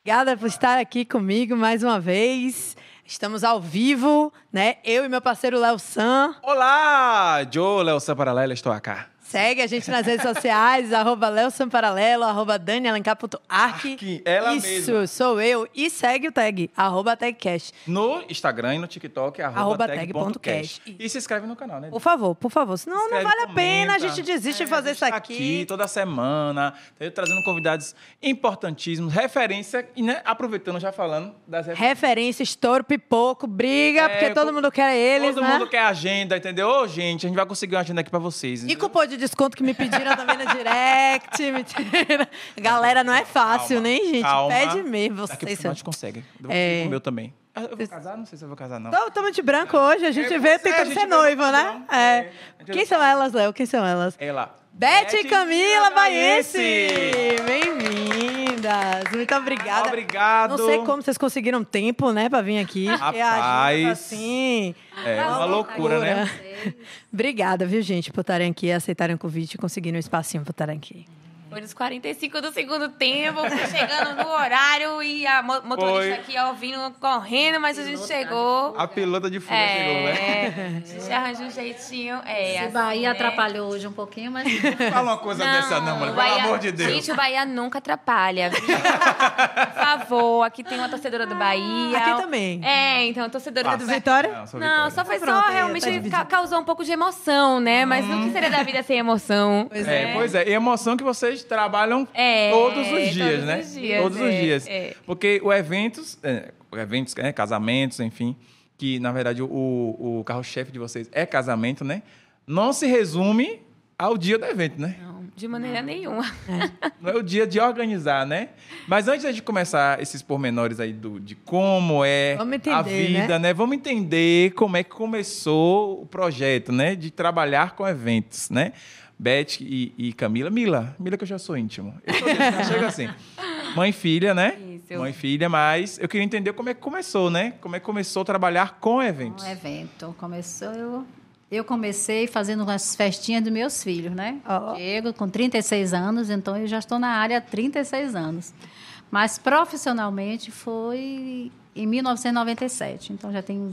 Obrigada por estar aqui comigo mais uma vez. Estamos ao vivo, né? Eu e meu parceiro Léo San. Olá, Joe, Léo San Paralelo, estou aqui. Segue a gente nas redes sociais, @LéoSanParalelo, @DaniAlencar.arc. Ela Isso, mesma. sou eu. E segue o tag, @TagCast. No Instagram e no TikTok, @tag.cast. E se inscreve no canal, né? Por favor. Senão não Inscreve, vale a pena, a comenta. gente desiste de fazer a isso gente tá aqui. toda semana, trazendo convidados importantíssimos, referência, e né, aproveitando, já falando das referências. Referência, estouro, pipoco, briga, porque todo mundo quer eles, Todo né? mundo quer agenda, entendeu? Ô, gente, a gente vai conseguir uma agenda aqui pra vocês. E entendeu? cupom de desconto que me pediram também na direct. Mentira. Galera, não é fácil, Calma, né, gente? calma. Pede mesmo. Daqui pro Vocês final são... a gente consegue. Eu vou conseguir o meu também. Eu vou casar? Não sei se eu vou casar, não. Estamos de branco hoje, a gente vê tentando ser noivo, né? Quem são elas, Léo? Quem são elas? Ela. Beth e Camila Baiense! Bem-vindas! Muito obrigada. Obrigado. Não sei como vocês conseguiram tempo, né, pra vir aqui. Porque a agenda tá Rapaz. assim... É uma loucura, né? Obrigada, viu, gente, por estarem aqui, aceitarem o convite e conseguirem um espacinho por estarem aqui. Foi nos 45 do segundo tempo, chegando no horário e a motorista aqui ouvindo, correndo, mas a gente chegou. A pilota de fuga chegou, né? A gente arranja um jeitinho. Se Bahia atrapalhou hoje um pouquinho, mas... Fala uma coisa dessa não, mano. Pelo amor de Deus. Gente, o Bahia nunca atrapalha, viu? Por favor, aqui tem uma torcedora do Bahia. Aqui também. Então, torcedora do Bahia. Vitória? Não, só foi Pronto, só tá realmente dividido. causou um pouco de emoção, né? Mas não que seria da vida sem emoção. Pois é. E emoção que vocês trabalham todos os dias, todos né? os dias, Todos os dias. Porque o eventos, casamentos, enfim, que na verdade o carro-chefe de vocês é casamento, né? Não se resume ao dia do evento, né? Não, de maneira nenhuma. Não é o dia de organizar, né? Mas antes de começar esses pormenores aí de como é Vamos entender, a vida, né? Vamos entender como é que começou o projeto, né? De trabalhar com eventos, né? Beth e Camila. Mila que eu já sou íntimo. Eu sou desse, né? Chega assim. Mãe e filha, né? Isso. Mãe e filha, mas eu queria entender como é que começou, né? Como é que começou a trabalhar com eventos. Um evento. Eu comecei fazendo as festinhas dos meus filhos, né? Diego, com 36 anos, então eu já estou na área há 36 anos. Mas profissionalmente foi em 1997, então já tenho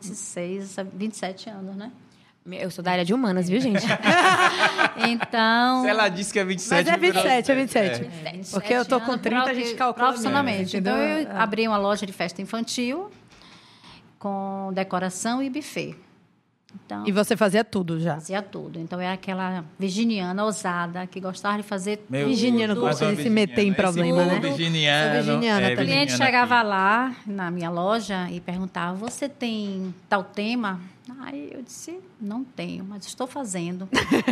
27 anos, né? Eu sou da área de humanas, viu, gente? Então... Se ela disse que é 27... Mas é 27, é 27. 27. Porque eu tô com 30, a gente calcula profissionalmente. mesmo, Então, entendeu? eu abri uma loja de festa infantil com decoração e buffet. Então, E você fazia tudo já. fazia tudo. Então, era aquela virginiana ousada que gostava de fazer Virginiano tudo. gosta de se meter em problema, né? Virginiano. Sou virginiana também. O cliente virginiana chegava aqui. lá na minha loja e perguntava: você tem tal tema? Aí eu disse: não tenho, mas estou fazendo.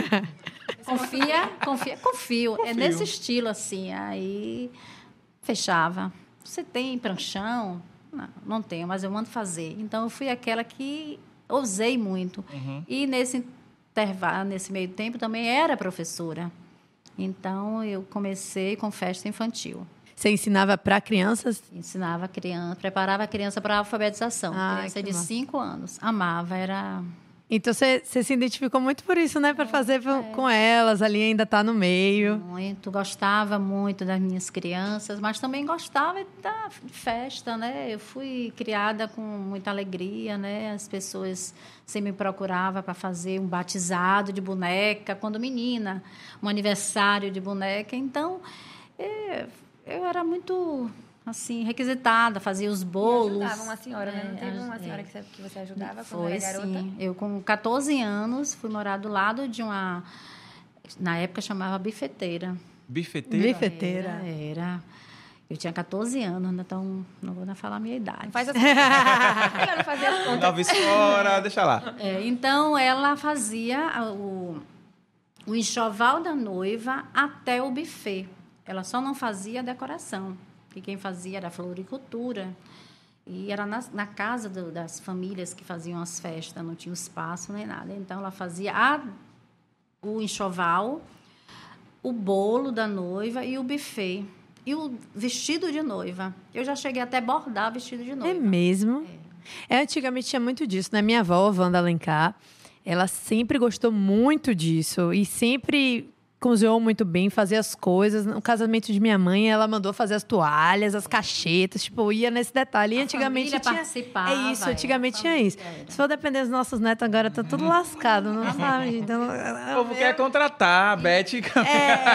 Confio. É nesse estilo assim. Aí fechava. Você tem pranchão? Não tenho, mas eu mando fazer. Então eu fui aquela que ousei muito. E nesse intervalo, nesse meio tempo, também era professora. Então eu comecei com festa infantil. Você ensinava para crianças? Ensinava a criança, preparava a criança para a alfabetização. Criança que de massa. 5 anos. Amava, era... Então você se identificou muito por isso, né? Para fazer com elas, ali ainda tá no meio. Muito, gostava muito das minhas crianças, mas também gostava da festa, né? Eu fui criada com muita alegria, né? As pessoas sempre me procuravam para fazer um batizado de boneca, quando menina, um aniversário de boneca. Então, eu era muito... assim, requisitada, fazia os bolos. Ajudava uma senhora, né? Não teve uma senhora que você ajudava quando Foi, era garota? sim. Eu, com 14 anos, fui morar do lado de uma... Na época, chamava bifeteira. Bifeteira? Bifeteira. Era. Eu tinha 14 anos, então não vou falar a minha idade. Não faz assim. Eu não fazia as contas. Nova fora, deixa lá. Então, ela fazia o enxoval da noiva até o buffet. Ela só não fazia a decoração. Que quem fazia era a floricultura. E era na casa das famílias que faziam as festas, não tinha espaço nem nada. Então, ela fazia o enxoval, o bolo da noiva e o buffet. E o vestido de noiva. Eu já cheguei até bordar vestido de noiva. É mesmo? Antigamente tinha muito disso. Né? Minha avó, Wanda Alencar, ela sempre gostou muito disso. E sempre cozinhou muito bem, fazia as coisas. No casamento de minha mãe, ela mandou fazer as toalhas, as cachetas, tipo, ia nesse detalhe. E antigamente família tinha... participava, É isso, antigamente a tinha isso. família era. Se for depender dos nossos netos, agora tá tudo lascado, não sabe? Então, O povo quer contratar a Beth e Camila.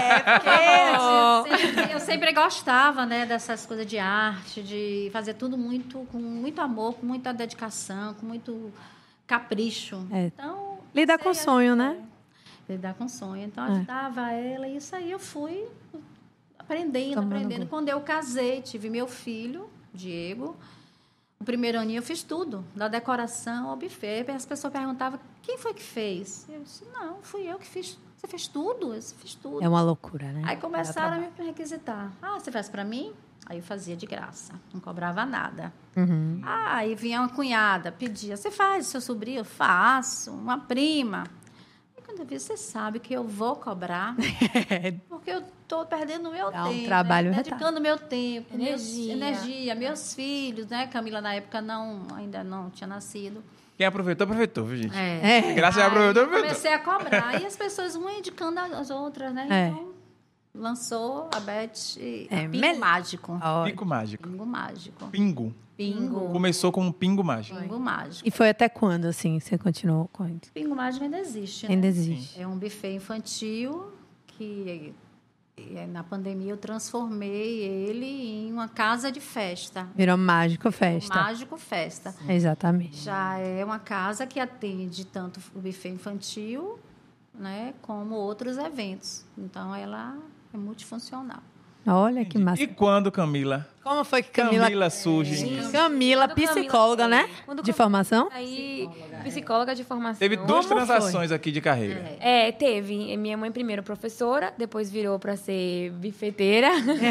Eu sempre gostava, né, dessas coisas de arte, de fazer tudo com muito amor, com muita dedicação, com muito capricho. É. Então, Lidar com sonho, né? Lidar com sonho. Então, ajudava ela e isso aí eu fui aprendendo. Quando eu casei, tive meu filho, Diego. O primeiro aninho eu fiz tudo, da decoração ao buffet. As pessoas perguntavam, quem foi que fez? Eu disse, não, fui eu que fiz. Você fez tudo? Eu fiz tudo. É uma loucura, né? Aí começaram a me requisitar. Você faz para mim? Aí eu fazia de graça, não cobrava nada. Aí vinha uma cunhada, pedia, você faz, seu sobrinho? Eu faço. Uma prima. Aí quando eu vi, você sabe que eu vou cobrar, porque eu estou perdendo o meu Dá um tempo, trabalho dedicando meu tempo, Energia. meus filhos, né? Camila, na época, ainda não tinha nascido. Quem aproveitou, viu, gente? É. Graças a aproveitou. Comecei a cobrar. E as pessoas uma indicando as outras, né? É. Então, lançou a Beth Pingo mel- Mágico. Ó, Pingo mágico. Pingo Mágico. Pingo. Pingo. Começou com um pingo mágico. Pingo Mágico. E foi até quando, assim, você continuou com isso? Pingo Mágico ainda existe, né? Ainda existe. É um buffet infantil que na pandemia eu transformei ele em uma casa de festa. Virou Mágico Festa. Mágico Festa. Exatamente. Já é uma casa que atende tanto o buffet infantil, né, como outros eventos. Então, ela é multifuncional. Olha que massa. E quando, Camila? Como foi que Camila surge? Camila, Quando psicóloga, Camila- né? quando De Camila- formação? Aí, psicóloga de formação. Teve duas Como transações aqui de carreira. Teve. Minha mãe primeiro professora, depois virou para ser bifeteira.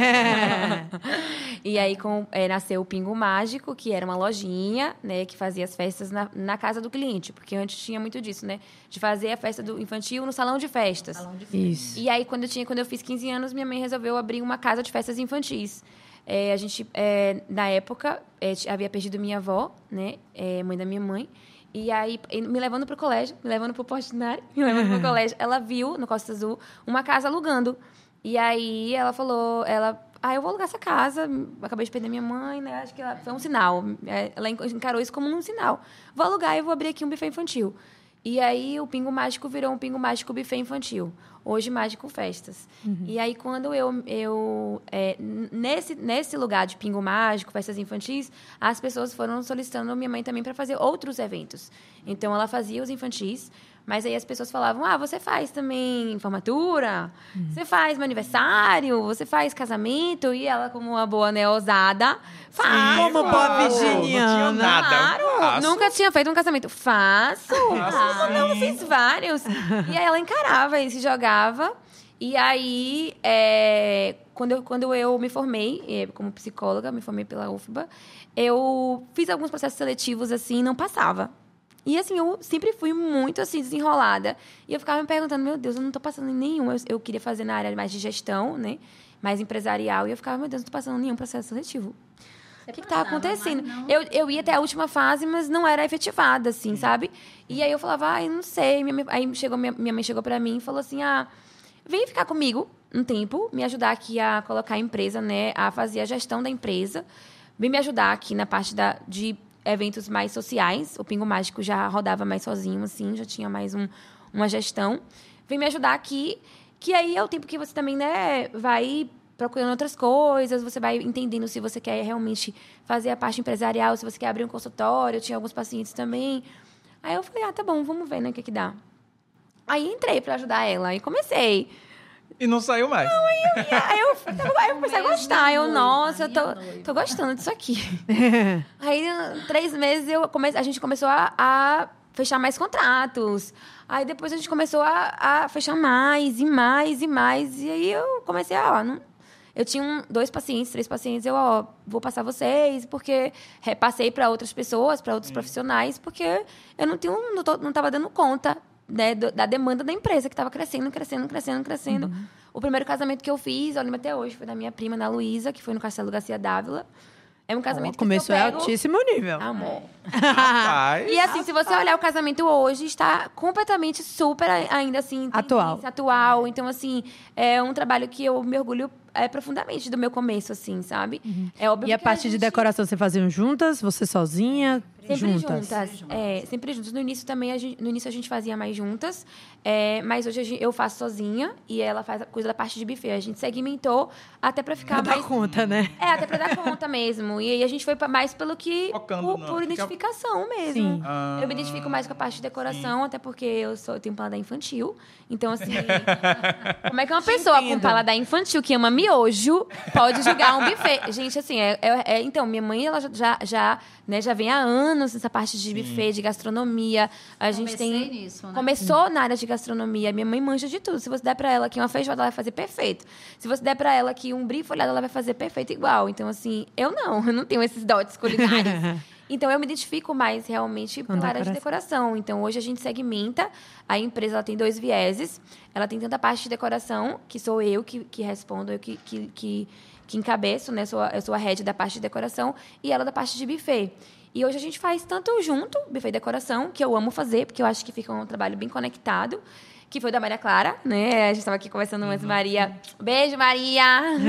E aí nasceu o Pingo Mágico, que era uma lojinha, né, que fazia as festas na casa do cliente, porque antes tinha muito disso, né, de fazer a festa do infantil no salão de festas. Isso. E aí quando eu fiz 15 anos, minha mãe resolveu abrir uma casa de festas infantis. A gente, na época, havia perdido minha avó, né, mãe da minha mãe. E aí, me levando para o colégio, me levando para o Portinari, me levando para o colégio, ela viu, no Costa Azul, uma casa alugando. E aí, ela falou, eu vou alugar essa casa, acabei de perder minha mãe, né? Acho que foi um sinal. Ela encarou isso como um sinal. Vou alugar e vou abrir aqui um buffet infantil. E aí, o Pingo Mágico virou um Pingo Mágico buffet infantil. Hoje, Mágico Festas. E aí, quando nesse lugar de Pingo Mágico, festas infantis, as pessoas foram solicitando a minha mãe também para fazer outros eventos. Então, ela fazia os infantis, mas aí as pessoas falavam, você faz também formatura? Você faz meu aniversário? Você faz casamento? E ela, como uma boa, né, ousada, faz. Como boa Não tinha virginiana. nada. Claro, Faço. nunca tinha feito um casamento. Faço. Como não? Fiz vários. E aí ela encarava e se jogava. E aí, quando eu me formei como psicóloga, me formei pela UFBA, eu fiz alguns processos seletivos assim e não passava. E assim, eu sempre fui muito assim, desenrolada. E eu ficava me perguntando, meu Deus, eu não estou passando em nenhum. Eu queria fazer na área mais de gestão, né? Mais empresarial. E eu ficava, meu Deus, não estou passando em nenhum processo seletivo. O que está acontecendo? Eu ia até a última fase, mas não era efetivada, assim, sabe? E aí eu falava, eu não sei. Aí minha mãe chegou para mim e falou assim, vem ficar comigo um tempo, me ajudar aqui a colocar a empresa, né? A fazer a gestão da empresa. Vem me ajudar aqui na parte de eventos mais sociais. O Pingo Mágico já rodava mais sozinho, assim, já tinha mais uma gestão. Vem me ajudar aqui, que aí é o tempo que você também, né, vai procurando outras coisas, você vai entendendo se você quer realmente fazer a parte empresarial, se você quer abrir um consultório. Eu tinha alguns pacientes também. Aí eu falei, tá bom, vamos ver, né, o que dá. Aí entrei para ajudar ela e comecei. E não saiu mais. Aí eu comecei a gostar. Nossa, eu tô gostando disso aqui. Aí, 3 meses, a gente começou a fechar mais contratos. Aí, depois, a gente começou a fechar mais e mais e mais. E aí, eu comecei eu tinha 2 pacientes, 3 pacientes. Eu, vou passar vocês, porque repassei para outras pessoas, para outros profissionais, porque eu não estava dando conta, né, da demanda da empresa, que estava crescendo. O primeiro casamento que eu fiz, eu lembro até hoje, foi da minha prima, Ana Luísa, que foi no Castelo Garcia Dávila. É um casamento que Começou eu é pego... altíssimo nível. Amor. Rapaz. E assim, se você olhar o casamento hoje, está completamente super ainda assim... Atual. Então, assim, é um trabalho que eu me orgulho profundamente do meu começo, assim, sabe? É óbvio E a que parte de decoração, você faziam juntas? Você sozinha? Sempre juntas. Sempre juntas. No início também, no início a gente fazia mais juntas. Mas hoje eu faço sozinha e ela faz a coisa da parte de buffet. A gente segmentou até pra ficar Pra mais... dar conta, né? até pra dar conta mesmo. E aí a gente foi mais pelo que... Focando por identificação mesmo. Sim. Eu me identifico mais com a parte de decoração, até porque eu tenho um paladar infantil. Então, assim... como é que uma pessoa com paladar infantil que ama miojo pode julgar um buffet? Gente, assim, então, minha mãe, ela já vem há anos nessa parte de buffet, de gastronomia. A gente Comecei nisso, né? Começou na área de gastronomia. Minha mãe manja de tudo. Se você der pra ela aqui uma feijoada, ela vai fazer perfeito. Se você der pra ela aqui um brie folhado, ela vai fazer perfeito igual. Então, assim, eu não tenho esses dotes culinários. Então, eu me identifico mais realmente pela área de decoração. Então, hoje a gente segmenta. A empresa ela tem 2 vieses. Ela tem tanta parte de decoração, que sou eu que respondo, eu que encabeço, né? Eu sou a head da parte de decoração. E ela da parte de buffet. E hoje a gente faz tanto junto, buffet e decoração, que eu amo fazer, porque eu acho que fica um trabalho bem conectado. Que foi da Maria Clara, né? A gente estava aqui conversando antes, Maria. Beijo, Maria!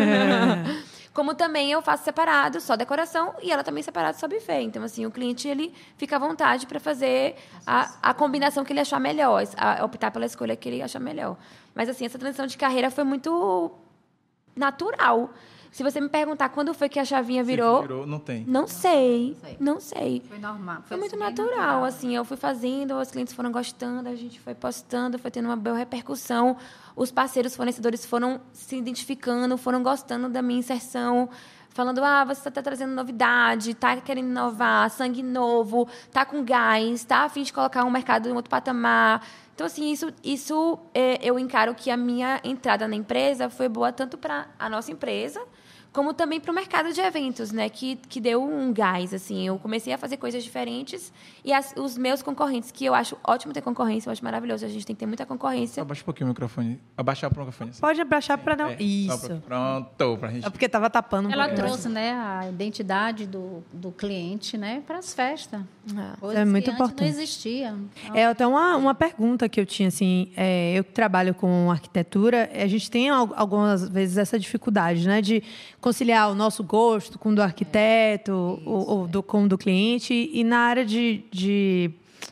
Como também eu faço separado, só decoração, e ela também separado, só buffet. Então, assim, o cliente, ele fica à vontade para fazer a combinação que ele achar melhor, optar pela escolha que ele achar melhor. Mas, assim, essa transição de carreira foi muito natural. Se você me perguntar quando foi que a chavinha virou... Não tem. Não sei. Foi normal. Foi muito bem natural, assim. Eu fui fazendo, os clientes foram gostando, a gente foi postando, foi tendo uma boa repercussão. Os parceiros fornecedores foram se identificando, foram gostando da minha inserção, falando, você está trazendo novidade, está querendo inovar, sangue novo, está com gás, está a fim de colocar um mercado em outro patamar. Então, assim, isso eu encaro que a minha entrada na empresa foi boa tanto para a nossa empresa, como também para o mercado de eventos, né? Que deu um gás, assim. Eu comecei a fazer coisas diferentes e os meus concorrentes, que eu acho ótimo ter concorrência, eu acho maravilhoso. A gente tem que ter muita concorrência. Abaixa um pouquinho o microfone. Abaixar o microfone. Assim. Pode abaixar para não... Isso. Pronto, pra gente... É porque tava tapando um Ela pouquinho. trouxe, né, a identidade do cliente, né, para as festas. Isso é muito importante. Não existia. Até uma pergunta que eu tinha, assim, eu que trabalho com arquitetura, a gente tem algumas vezes essa dificuldade, né, de conciliar o nosso gosto com o do arquiteto com o do cliente, e na área de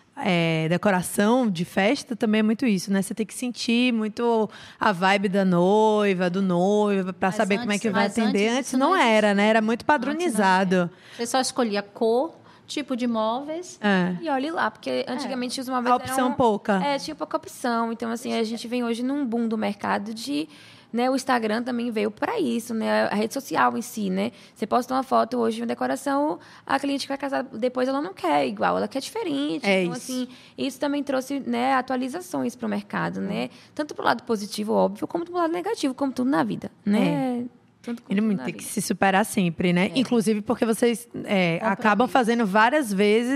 decoração de festa também é muito isso, né? Você tem que sentir muito a vibe da noiva, do noivo, para saber como é que vai atender. Antes não era, né? Era muito padronizado. Você só escolhia cor, tipo de móveis. E olhe lá, porque antigamente os móveis a opção pouca. Tinha pouca opção. Então, assim, a gente vem hoje num boom do mercado de... Né, o Instagram também veio para isso, né? A rede social em si, né? Você posta uma foto hoje, uma decoração, a cliente que vai casar depois, ela não quer igual, ela quer diferente. Então, assim, isso também trouxe, né, atualizações para o mercado, né? Tanto para o lado positivo, óbvio, como para o lado negativo, como tudo na vida, né? Ele tem que se superar sempre, né? Inclusive porque vocês acabam fazendo várias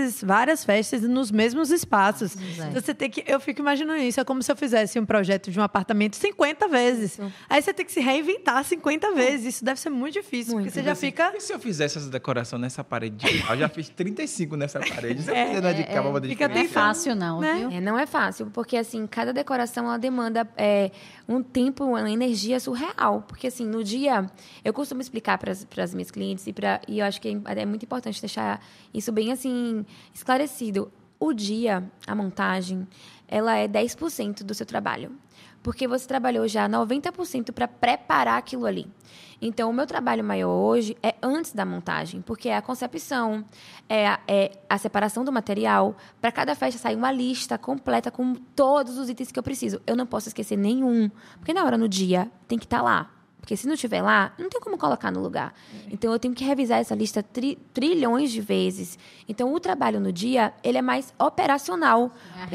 festas nos mesmos espaços. Então, você tem que... Eu fico imaginando isso. É como se eu fizesse um projeto de um apartamento 50 vezes. Aí você tem que se reinventar 50 vezes. Isso deve ser muito difícil, porque você já fica... E se eu fizesse essa decoração nessa parede de cá? Eu já fiz 35 nessa parede. Se eu fizer na de cá, pra poder fica Não é fácil, não, né? viu? Não é fácil, porque, assim, cada decoração, ela demanda um tempo, uma energia surreal. Porque, assim, no dia... Eu costumo explicar para as minhas clientes e eu acho que é muito importante deixar isso bem, assim, esclarecido. O dia, a montagem, ela é 10% do seu trabalho. Porque você trabalhou já 90% para preparar aquilo ali. Então, o meu trabalho maior hoje é antes da montagem, porque é a concepção, é a separação do material. Para cada festa sai uma lista completa com todos os itens que eu preciso. Eu não posso esquecer nenhum, porque na hora, no dia, tem que estar lá. Porque se não estiver lá, não tem como colocar no lugar. Então, eu tenho que revisar essa lista trilhões de vezes. Então, o trabalho no dia, ele é mais operacional.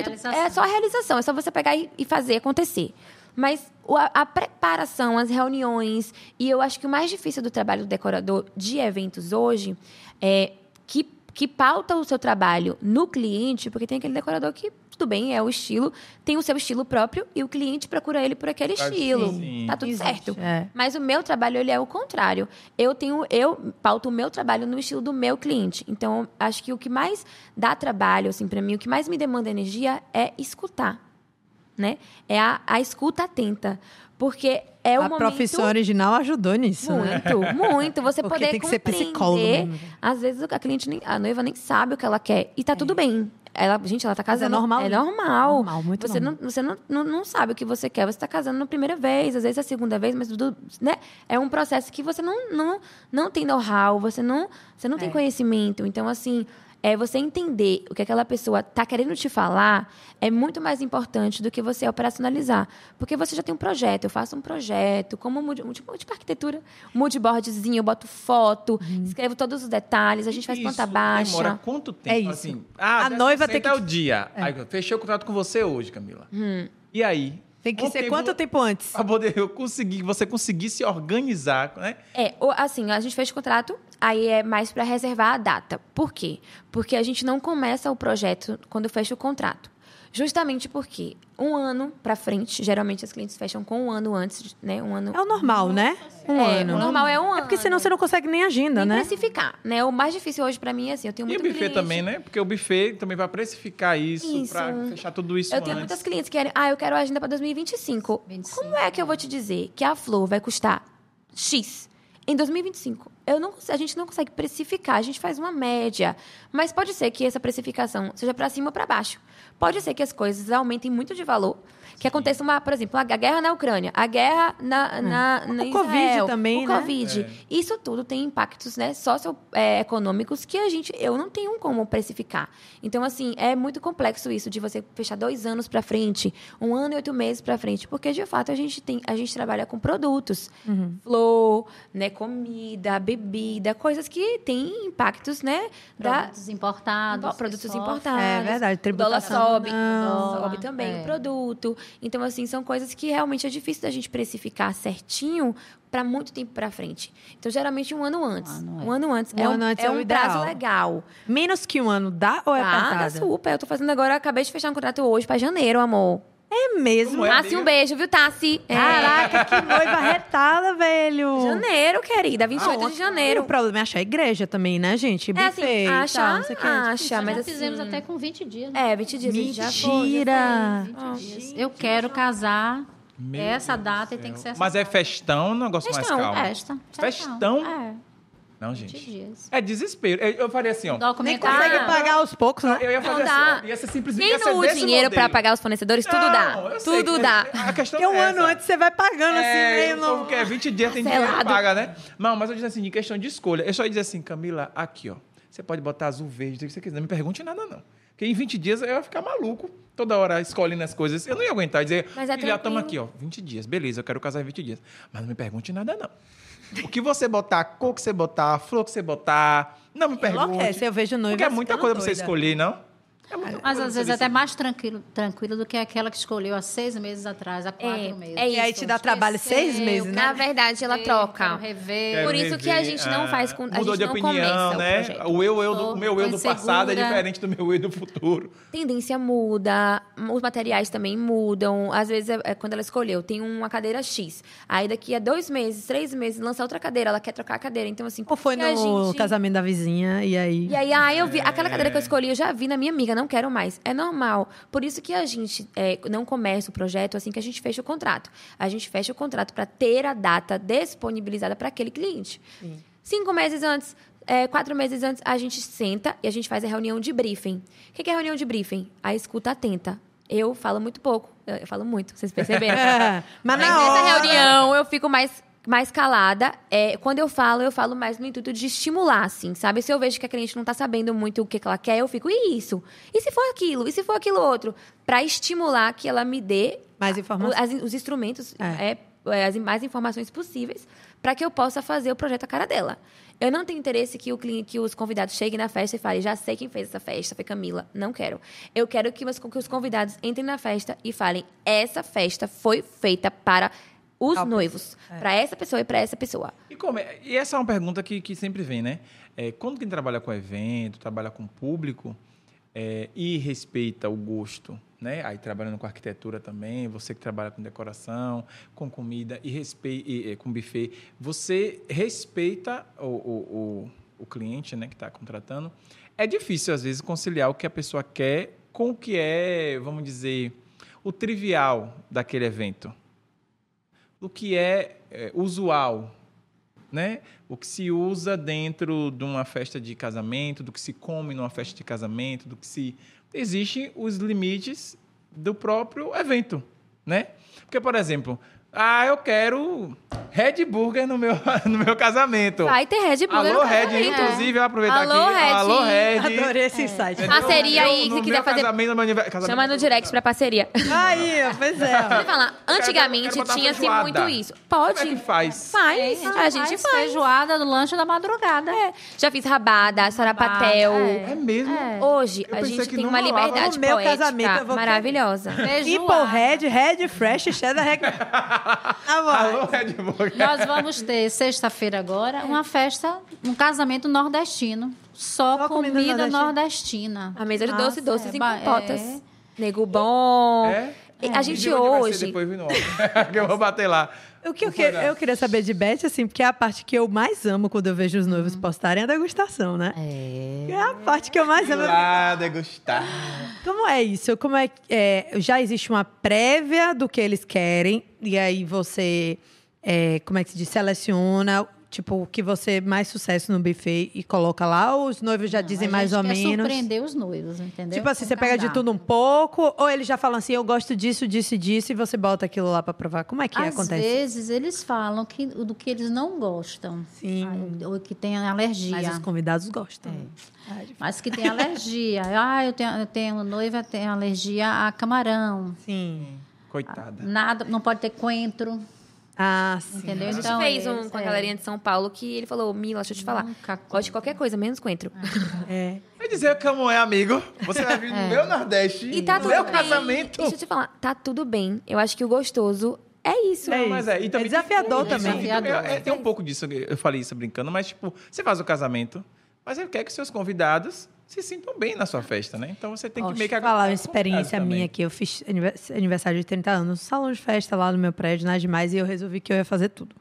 É só a realização, é só você pegar e fazer acontecer. Mas a preparação, as reuniões... E eu acho que o mais difícil do trabalho do decorador de eventos hoje é que pauta o seu trabalho no cliente, porque tem aquele decorador que tudo bem, é o estilo, tem o seu estilo próprio e o cliente procura ele por aquele estilo. sim. Tá tudo certo. É. Mas o meu trabalho, ele é o contrário. Eu pauto o meu trabalho no estilo do meu cliente. Então, acho que o que mais dá trabalho, assim, para mim, o que mais me demanda energia é escutar, né? É a escuta atenta. Porque é o momento... A profissão original ajudou nisso, né? Muito. Você Porque poder tem que ser compreender. psicólogo mesmo. Às vezes a noiva nem sabe o que ela quer. E tá tudo bem. Ela tá casando. normal, É né? normal. Normal, muito normal. Você não sabe o que você quer. Você tá casando na primeira vez, às vezes a segunda vez, mas tudo, né? É um processo que você não tem know-how, você não tem conhecimento. Então, assim, você entender o que aquela pessoa tá querendo te falar é muito mais importante do que você operacionalizar. Porque você já tem um projeto, eu faço um projeto, como tipo arquitetura, moodboardzinho, eu boto foto, escrevo todos os detalhes, a gente faz planta baixa. Demora quanto tempo? É isso. Assim, A noiva tem que... É o dia. Aí, fechei o contrato com você hoje, Camila. E aí? Tem que ser quanto tempo antes? Para poder você conseguir se organizar, né? Assim, a gente fecha o contrato, aí é mais para reservar a data. Por quê? Porque a gente não começa o projeto quando fecha o contrato. Justamente porque um ano para frente, geralmente os clientes fecham com um ano antes, né? Um ano. É o normal, né? Um ano. O normal é um ano. É porque senão você não consegue nem agenda, nem né? precificar, né? O mais difícil hoje para mim é assim, eu tenho E muito o buffet cliente... também, né? Porque o buffet também vai precificar isso. Para fechar tudo isso Eu tenho muitas clientes que querem, eu quero a agenda para 2025. 25. Como é que eu vou te dizer que a flor vai custar X em 2025? A gente não consegue precificar, a gente faz uma média. Mas pode ser que essa precificação seja para cima ou para baixo. Pode ser que as coisas aumentem muito de valor. Que aconteça por exemplo, a guerra na Ucrânia, a guerra na O Israel, Covid também, o né? Covid. Isso tudo tem impactos, né, socioeconômicos que eu não tenho como precificar. Então, assim, é muito complexo isso de você fechar 2 anos para frente, 1 ano e 8 meses para frente, porque, de fato, a gente trabalha com produtos. Flor, né, comida, bebida, coisas que têm impactos, né? Produtos importados. Produtos que importados. É verdade, O dólar tributação. sobe. Dólar, Sobe também o produto. Então, assim, são coisas que realmente é difícil da gente precificar certinho para muito tempo para frente. Então, geralmente, um ano antes. Um ano antes. Um ano antes é o um ideal. prazo legal. Menos que um ano, dá ou é Dá apertada? super. Eu tô fazendo agora, acabei de fechar um contrato hoje para janeiro, amor. É mesmo? Como é, Tassi, amiga? um beijo, viu, Tassi? Caraca, que noiva retada, velho. Janeiro, querida. 28 de E janeiro. o problema é achar a igreja também, né, gente? É assim, Buffet e acha, tal, não sei o quê. acha, mas Já assim... fizemos até com 20 dias. Né? 20 dias. a gente já foi, Mentira! 20 dias. Eu quero casar. Meu Essa Deus data do tem que céu. ser essa Mas é data. festão, um negócio Festão, mais calmo. Festa. Festão? É. Não, 20 gente. dias. É desespero. Eu faria assim, ó. Nem Documentário. consegue pagar aos poucos, né? Eu ia fazer Não dá. assim, ó. Ia ser simplesmente... Tem ia ser no desse dinheiro para modelo. pagar os fornecedores, tudo Não, dá. eu sei, Tudo mas dá. A questão Porque um é ano essa. antes você vai pagando assim, meio o povo quer 20 dias, tem dinheiro que Parcelado. paga, né? Não, mas eu disse assim, de questão de escolha. Eu só ia dizer assim, Camila, aqui, ó. Você pode botar azul, verde, o que você quiser. Não me pergunte nada, não. Porque em 20 dias eu ia ficar maluco. Toda hora escolhendo as coisas. Eu não ia aguentar dizer, Mas é filha, estamos tranquilo. aqui, ó. 20 dias. Beleza, eu quero casar em 20 dias. Mas não me pergunte nada, não. O que você botar, a cor que você botar, a flor que você botar, não me pergunte. Enlouquece, eu vejo noiva Porque é muita ficando coisa pra você doida. escolher, não? É muita Mas coisa às pra vezes você até decidir. mais tranquilo do que aquela que escolheu há 6 meses atrás, há 4 meses. é E aí isso. te dá trabalho 6 meses, né? Na verdade, ela Quero troca. rever. Quero Por isso que a rever, gente não faz com... A Mudou gente de não opinião, começa né? o projeto. O meu eu do passado é insegura. diferente do meu eu do futuro. Tendência muda, os materiais também mudam. Às vezes, quando ela escolheu, tem uma cadeira X. Aí, daqui a 2 meses, 3 meses, lança outra cadeira. Ela quer trocar a cadeira. Então, assim... Ou foi que a no gente... casamento da vizinha e aí... E aí, eu vi... Aquela cadeira que eu escolhi, eu já vi na minha amiga. Não quero mais. É normal. Por isso que a gente não começa o projeto assim que a gente fecha o contrato. A gente fecha o contrato para ter a data disponibilizada para aquele cliente. 5 meses antes... 4 meses antes, a gente senta e a gente faz a reunião de briefing. O que é reunião de briefing? A escuta atenta. Eu falo muito pouco. Eu falo muito, vocês perceberam? Mas Mas na nessa hora... reunião, eu fico mais calada. Quando eu falo mais no intuito de estimular, assim, sabe? Se eu vejo que a cliente não tá sabendo muito o que ela quer, eu fico, e isso? E se for aquilo? E se for aquilo outro? Pra estimular que ela me dê Mais informação. os instrumentos, as mais informações possíveis, para que eu possa fazer o projeto à cara dela. Eu não tenho interesse que os convidados cheguem na festa e falem, já sei quem fez essa festa, foi Camila. Não quero. Eu quero que os convidados entrem na festa e falem, essa festa foi feita para os noivos. Para essa pessoa e para essa pessoa. E essa é uma pergunta que sempre vem, né? Quando quem trabalha com evento, trabalha com público e respeita o gosto né? Aí trabalhando com arquitetura também, você que trabalha com decoração, com comida e com buffet, você respeita o cliente, né, que está contratando. É difícil, às vezes, conciliar o que a pessoa quer com o que é, vamos dizer, o trivial daquele evento. O que é usual, né? O que se usa dentro de uma festa de casamento, do que se come numa festa de casamento, do que se... Existem os limites do próprio evento, né? Porque, por exemplo, eu quero Red Burger no meu casamento. Vai ter Red Burger Alô, no Red, casamento. inclusive, eu vou aproveitar Alô, aqui. Red. Alô, Red. Adorei esse site. Parceria aí, se no quiser meu fazer... casamento, no meu casamento, Chama no direct pra parceria. Aí, pois é. Você fala, antigamente quero botar tinha-se feijoada. muito isso. Pode. Como é que faz? Faz. A gente faz. Feijoada do lanche da madrugada. Já fiz rabada, sarapatel. É mesmo? Hoje, Eu a pensei gente que tem não uma rolava. liberdade No meu poética casamento eu vou maravilhosa. People Red Fresh, Cheddar Red. Alô, Red Burger. Nós vamos ter, sexta-feira agora, uma festa, um casamento nordestino. Só comida comida nordestina. nordestina. A mesa de Nossa, doces e ba- compotas. Nego bom. É? A gente Me diga onde vai ser hoje... depois, viu, no que eu vou bater lá. O que eu queria saber de Beth, assim, porque é a parte que eu mais amo quando eu vejo os noivos postarem é a degustação, né? É a parte que eu mais amo. Lá, degustar. Como é isso? Como já existe uma prévia do que eles querem, e aí você, como é que se diz, seleciona, tipo, o que você mais sucesso no buffet e coloca lá, ou os noivos já dizem mais ou A gente quer menos? surpreender os noivos, entendeu? Tipo assim, Com você pega de cardápio. tudo um pouco, ou eles já falam assim, eu gosto disso, disso e disso, e você bota aquilo lá pra provar. Como é que Às acontece? vezes eles falam do que eles não gostam. Sim. Ou que tem alergia. Mas os convidados gostam. Mas que tem alergia. Eu tenho noiva, tem alergia a camarão. Sim. Coitada. Nada, não pode ter coentro, Ah, sim. entendeu? A gente Então, fez eles- com a galerinha de São Paulo que ele falou, Mila, deixa eu te falar. Nunca Gosto de qualquer coisa, menos coentro. Vai dizer como é, amigo. Você vai vir no meu Nordeste, E tá no tudo meu bem. casamento. Deixa eu te falar, tá tudo bem. Eu acho que o gostoso é isso. É Mas isso. e também É desafiador tem também. Desafiador. Tem um pouco disso, eu falei isso brincando, mas tipo, você faz o casamento, mas você quer que seus convidados se sintam bem na sua festa, né? Então você tem que meio que falar uma agradar os experiência convidados minha também. aqui. Eu fiz aniversário de 30 anos no salão de festa lá no meu prédio, nada demais, e eu resolvi que eu ia fazer tudo.